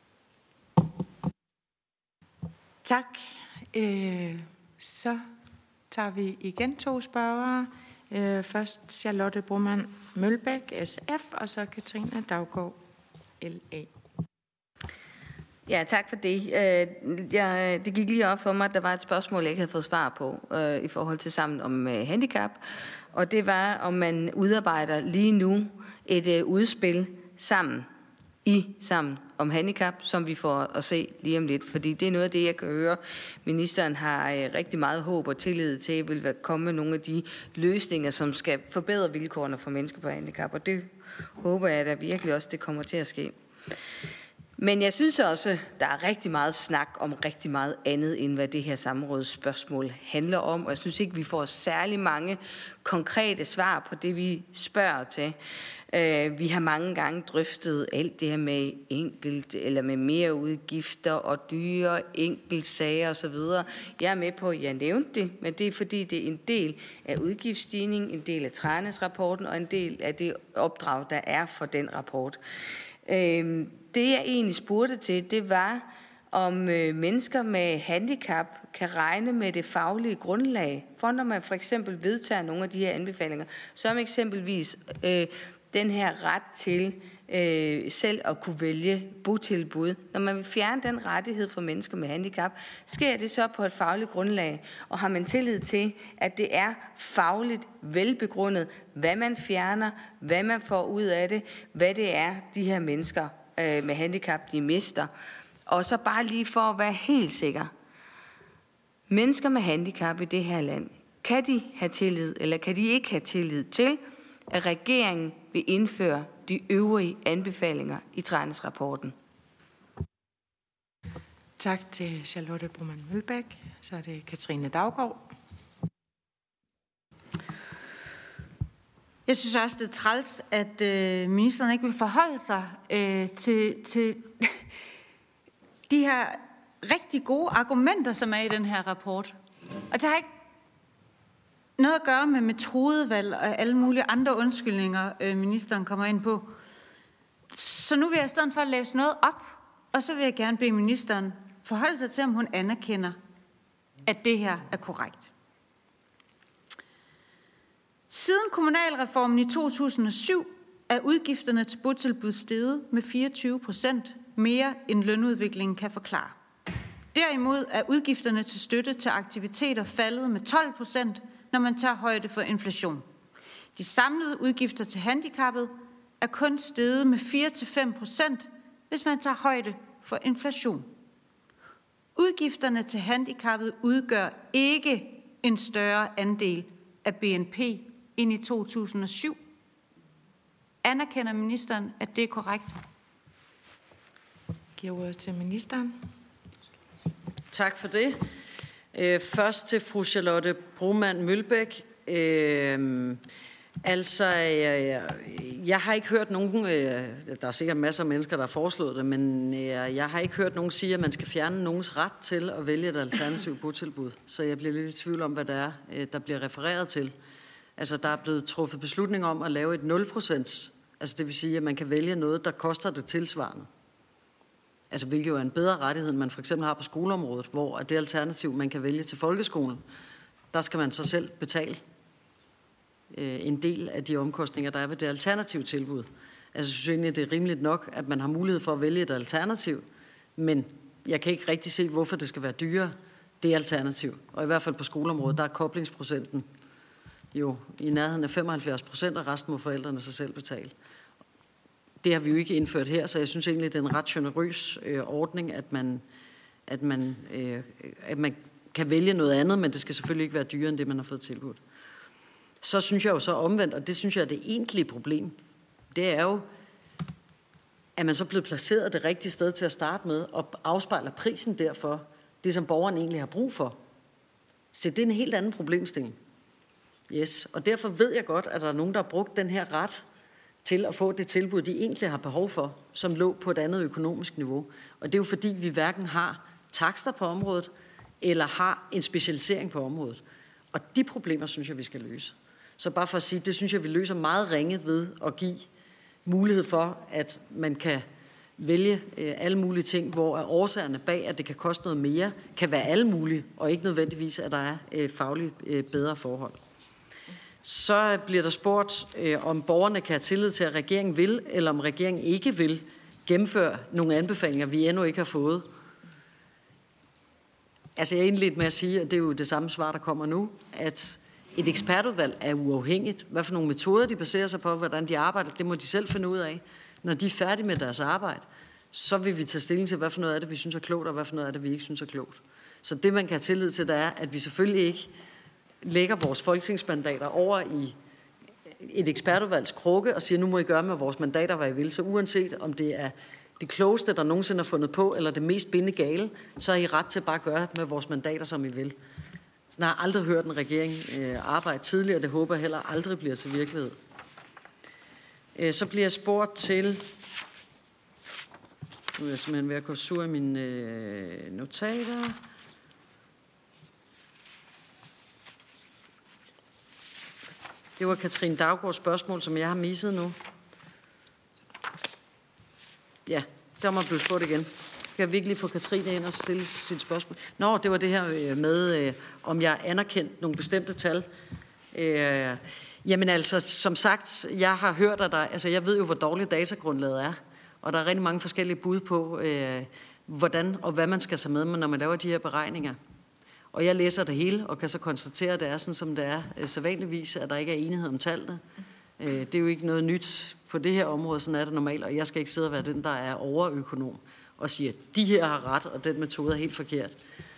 Tak. Øh, så tager vi igen to spørgere. Øh, først Charlotte Broman Mølbæk, S F, og så Katrine Daugaard, L A. Ja, tak for det. Jeg, det gik lige op for mig, at der var et spørgsmål, jeg ikke havde fået svar på øh, i forhold til Sammen om øh, handicap. Og det var, om man udarbejder lige nu et øh, udspil sammen i Sammen om handicap, som vi får at se lige om lidt. Fordi det er noget af det, jeg kan høre, ministeren har øh, rigtig meget håb og tillid til, vil komme med nogle af de løsninger, som skal forbedre vilkårene for mennesker på handicap. Og det håber jeg da virkelig også, det kommer til at ske. Men jeg synes også, der er rigtig meget snak om rigtig meget andet, end hvad det her samrådsspørgsmål handler om. Og jeg synes ikke, vi får særlig mange konkrete svar på det, vi spørger til. Vi har mange gange drøftet alt det her med enkelt eller med mere udgifter og dyre enkeltsager osv. Jeg er med på, at jeg nævnte det, men det er fordi, det er en del af udgiftsstigningen, en del af Tranæs-rapporten og en del af det opdrag, der er for den rapport. Det jeg egentlig spurgte til, det var, om øh, mennesker med handicap kan regne med det faglige grundlag, for når man for eksempel vedtager nogle af de her anbefalinger, som eksempelvis øh, den her ret til øh, selv at kunne vælge botilbud. Når man vil fjerne den rettighed for mennesker med handicap, sker det så på et fagligt grundlag, og har man tillid til, at det er fagligt velbegrundet, hvad man fjerner, hvad man får ud af det, hvad det er, de her mennesker øh, med handicap, de mister. Og så bare lige for at være helt sikker. Mennesker med handicap i det her land, kan de have tillid, eller kan de ikke have tillid til, at regeringen vil indføre de øvrige anbefalinger i Tranæs-rapporten? Tak til Charlotte Broman Mølbæk. Så er det Katrine Daugaard. Jeg synes også, det er træls, at øh, ministeren ikke vil forholde sig øh, til, til de her rigtig gode argumenter, som er i den her rapport. Og det har ikke noget at gøre med metodevalg og alle mulige andre undskyldninger, øh, ministeren kommer ind på. Så nu vil jeg i stedet for at læse noget op, og så vil jeg gerne bede ministeren forholde sig til, om hun anerkender, at det her er korrekt. Siden kommunalreformen i to tusind og syv er udgifterne til botilbud steget med fireogtyve procent mere, end lønudviklingen kan forklare. Derimod er udgifterne til støtte til aktiviteter faldet med tolv procent, når man tager højde for inflation. De samlede udgifter til handicappet er kun steget med fire til fem procent, hvis man tager højde for inflation. Udgifterne til handicappede udgør ikke en større andel af B N P end i to tusind og syv. Anerkender ministeren, at det er korrekt? Jeg giver ordet til ministeren. Tak for det. Øh, først til fru Charlotte Broman Mølbæk. Øh, altså, jeg, jeg har ikke hørt nogen, øh, der er sikkert masser af mennesker, der har foreslået det, men øh, jeg har ikke hørt nogen sige, at man skal fjerne nogens ret til at vælge et alternativt botilbud. Så jeg bliver lidt i tvivl om, hvad det er, øh, der bliver refereret til. Altså, der er blevet truffet beslutning om at lave et nul procent, altså det vil sige, at man kan vælge noget, der koster det tilsvarende. Altså, hvilket jo er en bedre rettighed, end man for eksempel har på skoleområdet, hvor det alternativ, man kan vælge til folkeskolen, der skal man så selv betale øh, en del af de omkostninger, der er ved det alternative tilbud. Altså, jeg synes egentlig, det er rimeligt nok, at man har mulighed for at vælge et alternativ, men jeg kan ikke rigtig se, hvorfor det skal være dyrere, det alternativ. Og i hvert fald på skoleområdet, der er koblingsprocenten jo i nærheden af femoghalvfjerds procent, og resten må forældrene sig selv betale. Det har vi jo ikke indført her, så jeg synes egentlig, det er en ret generøs øh, ordning, at man, at, man, øh, at man kan vælge noget andet, men det skal selvfølgelig ikke være dyrere end det, man har fået tilbudt. Så synes jeg jo så omvendt, og det synes jeg er det egentlige problem, det er jo, at man så blevet placeret det rigtige sted til at starte med, og afspejler prisen derfor, det som borgeren egentlig har brug for. Så det er en helt anden problemstilling. Yes, og derfor ved jeg godt, at der er nogen, der har brugt den her ret til at få det tilbud, de egentlig har behov for, som lå på et andet økonomisk niveau. Og det er jo fordi, vi hverken har takster på området, eller har en specialisering på området. Og de problemer, synes jeg, vi skal løse. Så bare for at sige, det synes jeg, vi løser meget ringe ved at give mulighed for, at man kan vælge øh, alle mulige ting, hvor årsagerne bag, at det kan koste noget mere, kan være alle mulige, og ikke nødvendigvis, at der er et fagligt øh, bedre forhold. Så bliver der spurgt, øh, om borgerne kan have tillid til, at regeringen vil, eller om regeringen ikke vil gennemføre nogle anbefalinger, vi endnu ikke har fået. Altså jeg er indledt med at sige, og det er jo det samme svar, der kommer nu, at et ekspertudvalg er uafhængigt. Hvad for nogle metoder de baserer sig på, hvordan de arbejder, det må de selv finde ud af. Når de er færdige med deres arbejde, så vil vi tage stilling til, hvad for noget af det, vi synes er klogt, og hvad for noget af det, vi ikke synes er klogt. Så det, man kan have tillid til, det er, at vi selvfølgelig ikke lægger vores folketingsmandater over i et ekspertudvalgs krukke og siger, nu må I gøre med vores mandater, hvad I vil. Så uanset om det er det klogeste, der nogensinde har fundet på, eller det mest bindegale, så har I ret til bare at gøre med vores mandater, som I vil. Så jeg har aldrig hørt en regering øh, arbejde tidligere, det håber jeg heller aldrig bliver til virkelighed. Øh, så bliver jeg spurgt til, nu er jeg simpelthen ved at gå sur i mine øh, notater. Det var Katrine Daugaards spørgsmål, som jeg har misset nu. Ja, der må blive spurgt igen. Kan jeg virkelig få Katrine ind og stille sit spørgsmål? Nå, det var det her med, om jeg anerkendt nogle bestemte tal. Øh, jamen altså, som sagt, jeg har hørt, at der, altså jeg ved jo, hvor dårligt datagrundlaget er. Og der er rigtig mange forskellige bud på, øh, hvordan og hvad man skal tage med, når man laver de her beregninger. Og jeg læser det hele, og kan så konstatere, at det er sådan, som det er sædvanligvis, at der ikke er enighed om tallene. Det er jo ikke noget nyt på det her område, sådan er det normalt, og jeg skal ikke sidde og være den, der er overøkonom, og sige, at de her har ret, og den metode er helt forkert.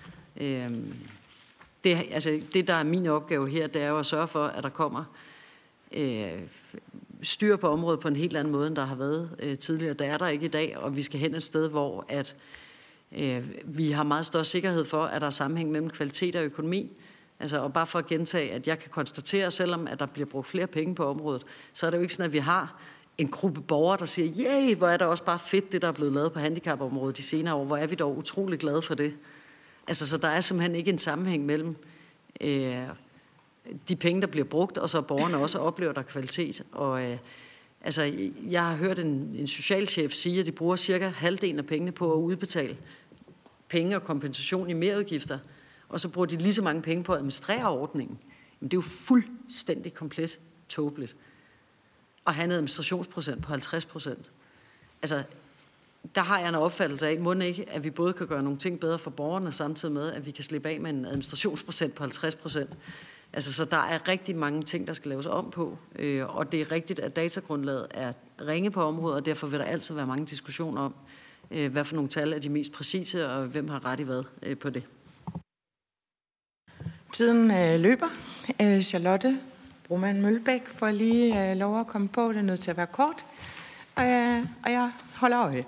Det, altså, det, der er min opgave her, det er jo at sørge for, at der kommer øh, styr på området på en helt anden måde, end der har været øh, tidligere. Der er der ikke i dag, og vi skal hen et sted, hvor at vi har meget større sikkerhed for, at der er sammenhæng mellem kvalitet og økonomi. Altså, og bare for at gentage, at jeg kan konstatere, selvom at der bliver brugt flere penge på området, så er det jo ikke sådan, at vi har en gruppe borgere, der siger, yeah, hvor er det også bare fedt, det der er blevet lavet på handicapområdet de senere år. Hvor er vi dog utrolig glade for det. Altså, så der er simpelthen ikke en sammenhæng mellem øh, de penge, der bliver brugt, og så borgerne også oplever, der er kvalitet. Og øh, altså, jeg har hørt en, en socialchef sige, at de bruger cirka halvdelen af pengene på at udbetale penge og kompensation i merudgifter, og så bruger de lige så mange penge på at administrere ordningen. Men det er jo fuldstændig komplet tåbeligt. At have en administrationsprocent på halvtreds procent. Altså, der har jeg en opfattelse af, må ikke, at vi både kan gøre nogle ting bedre for borgerne, samtidig med, at vi kan slippe af med en administrationsprocent på halvtreds procent. Altså, så der er rigtig mange ting, der skal laves om på, øh, og det er rigtigt, at datagrundlaget er ringe på området, og derfor vil der altid være mange diskussioner om, øh, hvad for nogle tal er de mest præcise, og hvem har ret i hvad øh, på det. Tiden øh, løber. Øh, Charlotte Broman Mølbæk får lige øh, lov at komme på. Det er nødt til at være kort. Og, øh, og jeg holder øje.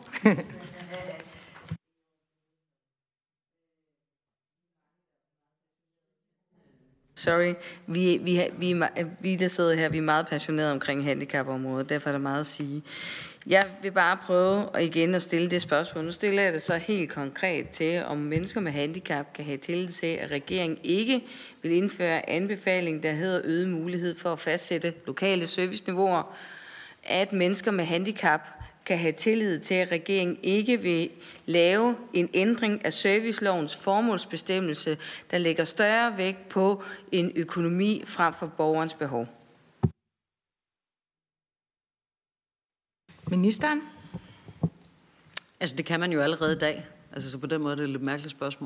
Sorry, vi, vi, vi, vi der sidder her, vi er meget passionerede omkring handicapområdet, derfor er der meget at sige. Jeg vil bare prøve at igen at stille det spørgsmål. Nu stiller jeg det så helt konkret til, om mennesker med handicap kan have tillid til, at regeringen ikke vil indføre anbefaling, der hedder øget mulighed for at fastsætte lokale serviceniveauer, at mennesker med handicap kan have tillid til, at regeringen ikke vil lave en ændring af servicelovens formålsbestemmelse, der lægger større vægt på en økonomi frem for borgerens behov. Ministeren? Altså, det kan man jo allerede i dag. Altså, så på den måde er det et lidt mærkeligt spørgsmål.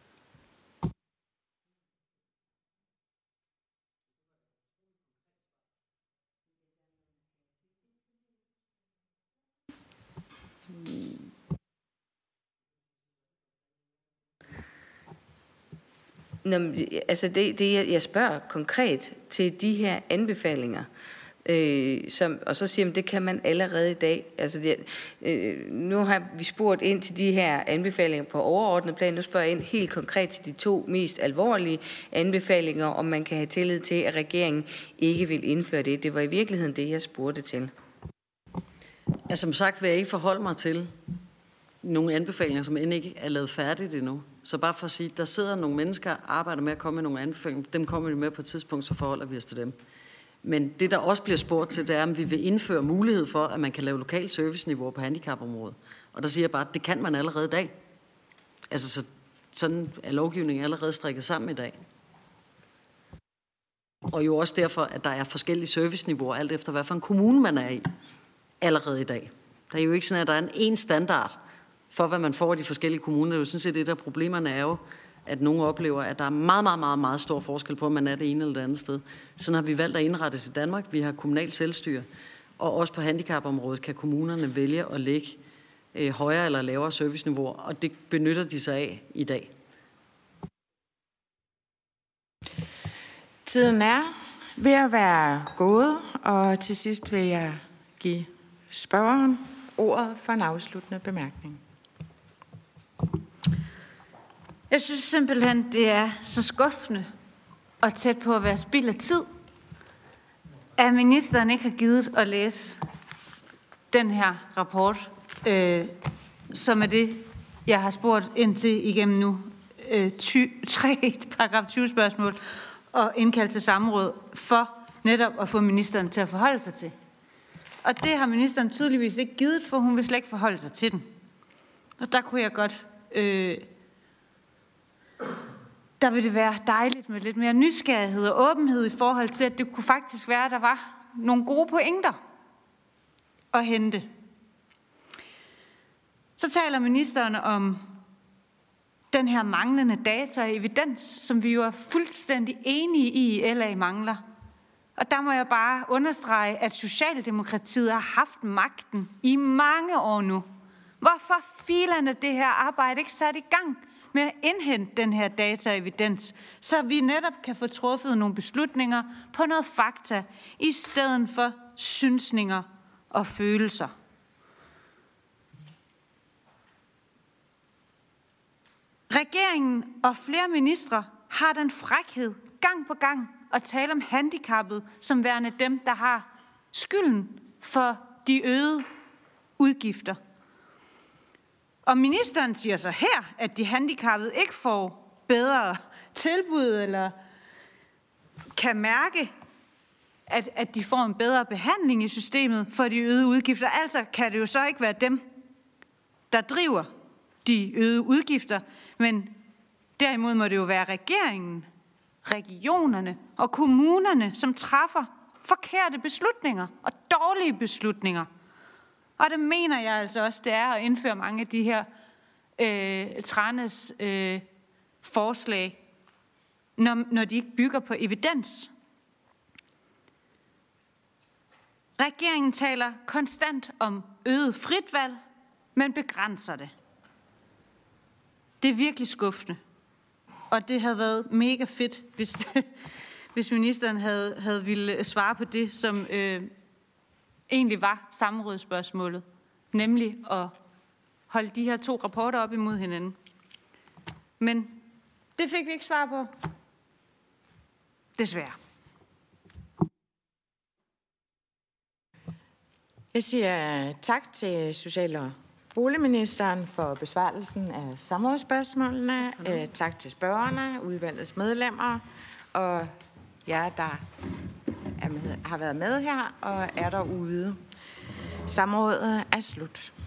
Nå, altså det, det, jeg spørger konkret til de her anbefalinger, øh, som, og så siger man, det kan man allerede i dag. Altså det, øh, nu har vi spurgt ind til de her anbefalinger på overordnet plan. Nu spørger jeg ind helt konkret til de to mest alvorlige anbefalinger, om man kan have tillid til, at regeringen ikke vil indføre det. Det var i virkeligheden det, jeg spurgte til. Altså, som sagt vil jeg ikke forholde mig til nogle anbefalinger, som end ikke er lavet færdigt endnu. Så bare for at sige, der sidder nogle mennesker og arbejder med at komme med nogle anbefalinger. Dem kommer vi med på et tidspunkt, så forholder vi os til dem. Men det, der også bliver spurgt til, det er, om vi vil indføre mulighed for, at man kan lave lokal serviceniveau på handicapområdet. Og der siger jeg bare, at det kan man allerede i dag. Altså, så, sådan er lovgivningen allerede strikket sammen i dag. Og jo også derfor, at der er forskellige serviceniveauer, alt efter hvad for en kommune man er i, allerede i dag. Der er jo ikke sådan, at der er en en standard for, hvad man får i de forskellige kommuner. Det er jo sådan set det, der problemerne er jo, at nogen oplever, at der er meget, meget, meget, meget stor forskel på, om man er det ene eller det andet sted. Sådan har vi valgt at indrette os i Danmark. Vi har kommunalt selvstyre, og også på handicapområdet kan kommunerne vælge at lægge øh, højere eller lavere serviceniveauer, og det benytter de sig af i dag. Tiden er ved at være gået, og til sidst vil jeg give spørgeren ordet for en afsluttende bemærkning. Jeg synes simpelthen, det er så skuffende og tæt på at være spild af tid, at ministeren ikke har givet at læse den her rapport, øh, som er det, jeg har spurgt ind til igennem nu øh, ty, tre paragraf tyve spørgsmål og indkaldt til samråd for netop at få ministeren til at forholde sig til. Og det har ministeren tydeligvis ikke givet, for hun vil slet ikke forholde sig til den. Og der kunne jeg godt... Øh, der vil det være dejligt med lidt mere nysgerrighed og åbenhed i forhold til, at det kunne faktisk være, at der var nogle gode pointer at hente. Så taler ministeren om den her manglende data og evidens, som vi jo er fuldstændig enige i, i L A mangler. Og der må jeg bare understrege, at Socialdemokratiet har haft magten i mange år nu. Hvorfor filerne det her arbejde ikke sat i gang med at indhente den her data og evidens, så vi netop kan få truffet nogle beslutninger på noget fakta, i stedet for synsninger og følelser. Regeringen og flere ministre har den frækhed gang på gang at tale om handicappet som værende dem, der har skylden for de øgede udgifter. Og ministeren siger så her, at de handicappede ikke får bedre tilbud, eller kan mærke, at, at de får en bedre behandling i systemet for de øgede udgifter. Altså kan det jo så ikke være dem, der driver de øgede udgifter, men derimod må det jo være regeringen, regionerne og kommunerne, som træffer forkerte beslutninger og dårlige beslutninger. Og det mener jeg altså også, det er at indføre mange af de her øh, Tranæs øh, forslag, når, når de ikke bygger på evidens. Regeringen taler konstant om øget frit valg, Man begrænser det. Det er virkelig skuffende. Og det havde været mega fedt, hvis, hvis ministeren havde, havde ville svare på det, som øh, egentlig var samrådsspørgsmålet. Nemlig at holde de her to rapporter op imod hinanden. Men det fik vi ikke svar på. Desværre. Jeg siger tak til Social- og Boligministeren for besvarelsen af samrådsspørgsmålene. Tak, tak til spørgerne, udvalgets medlemmer og jer, der er med, har været med her og er derude. Samrådet er slut.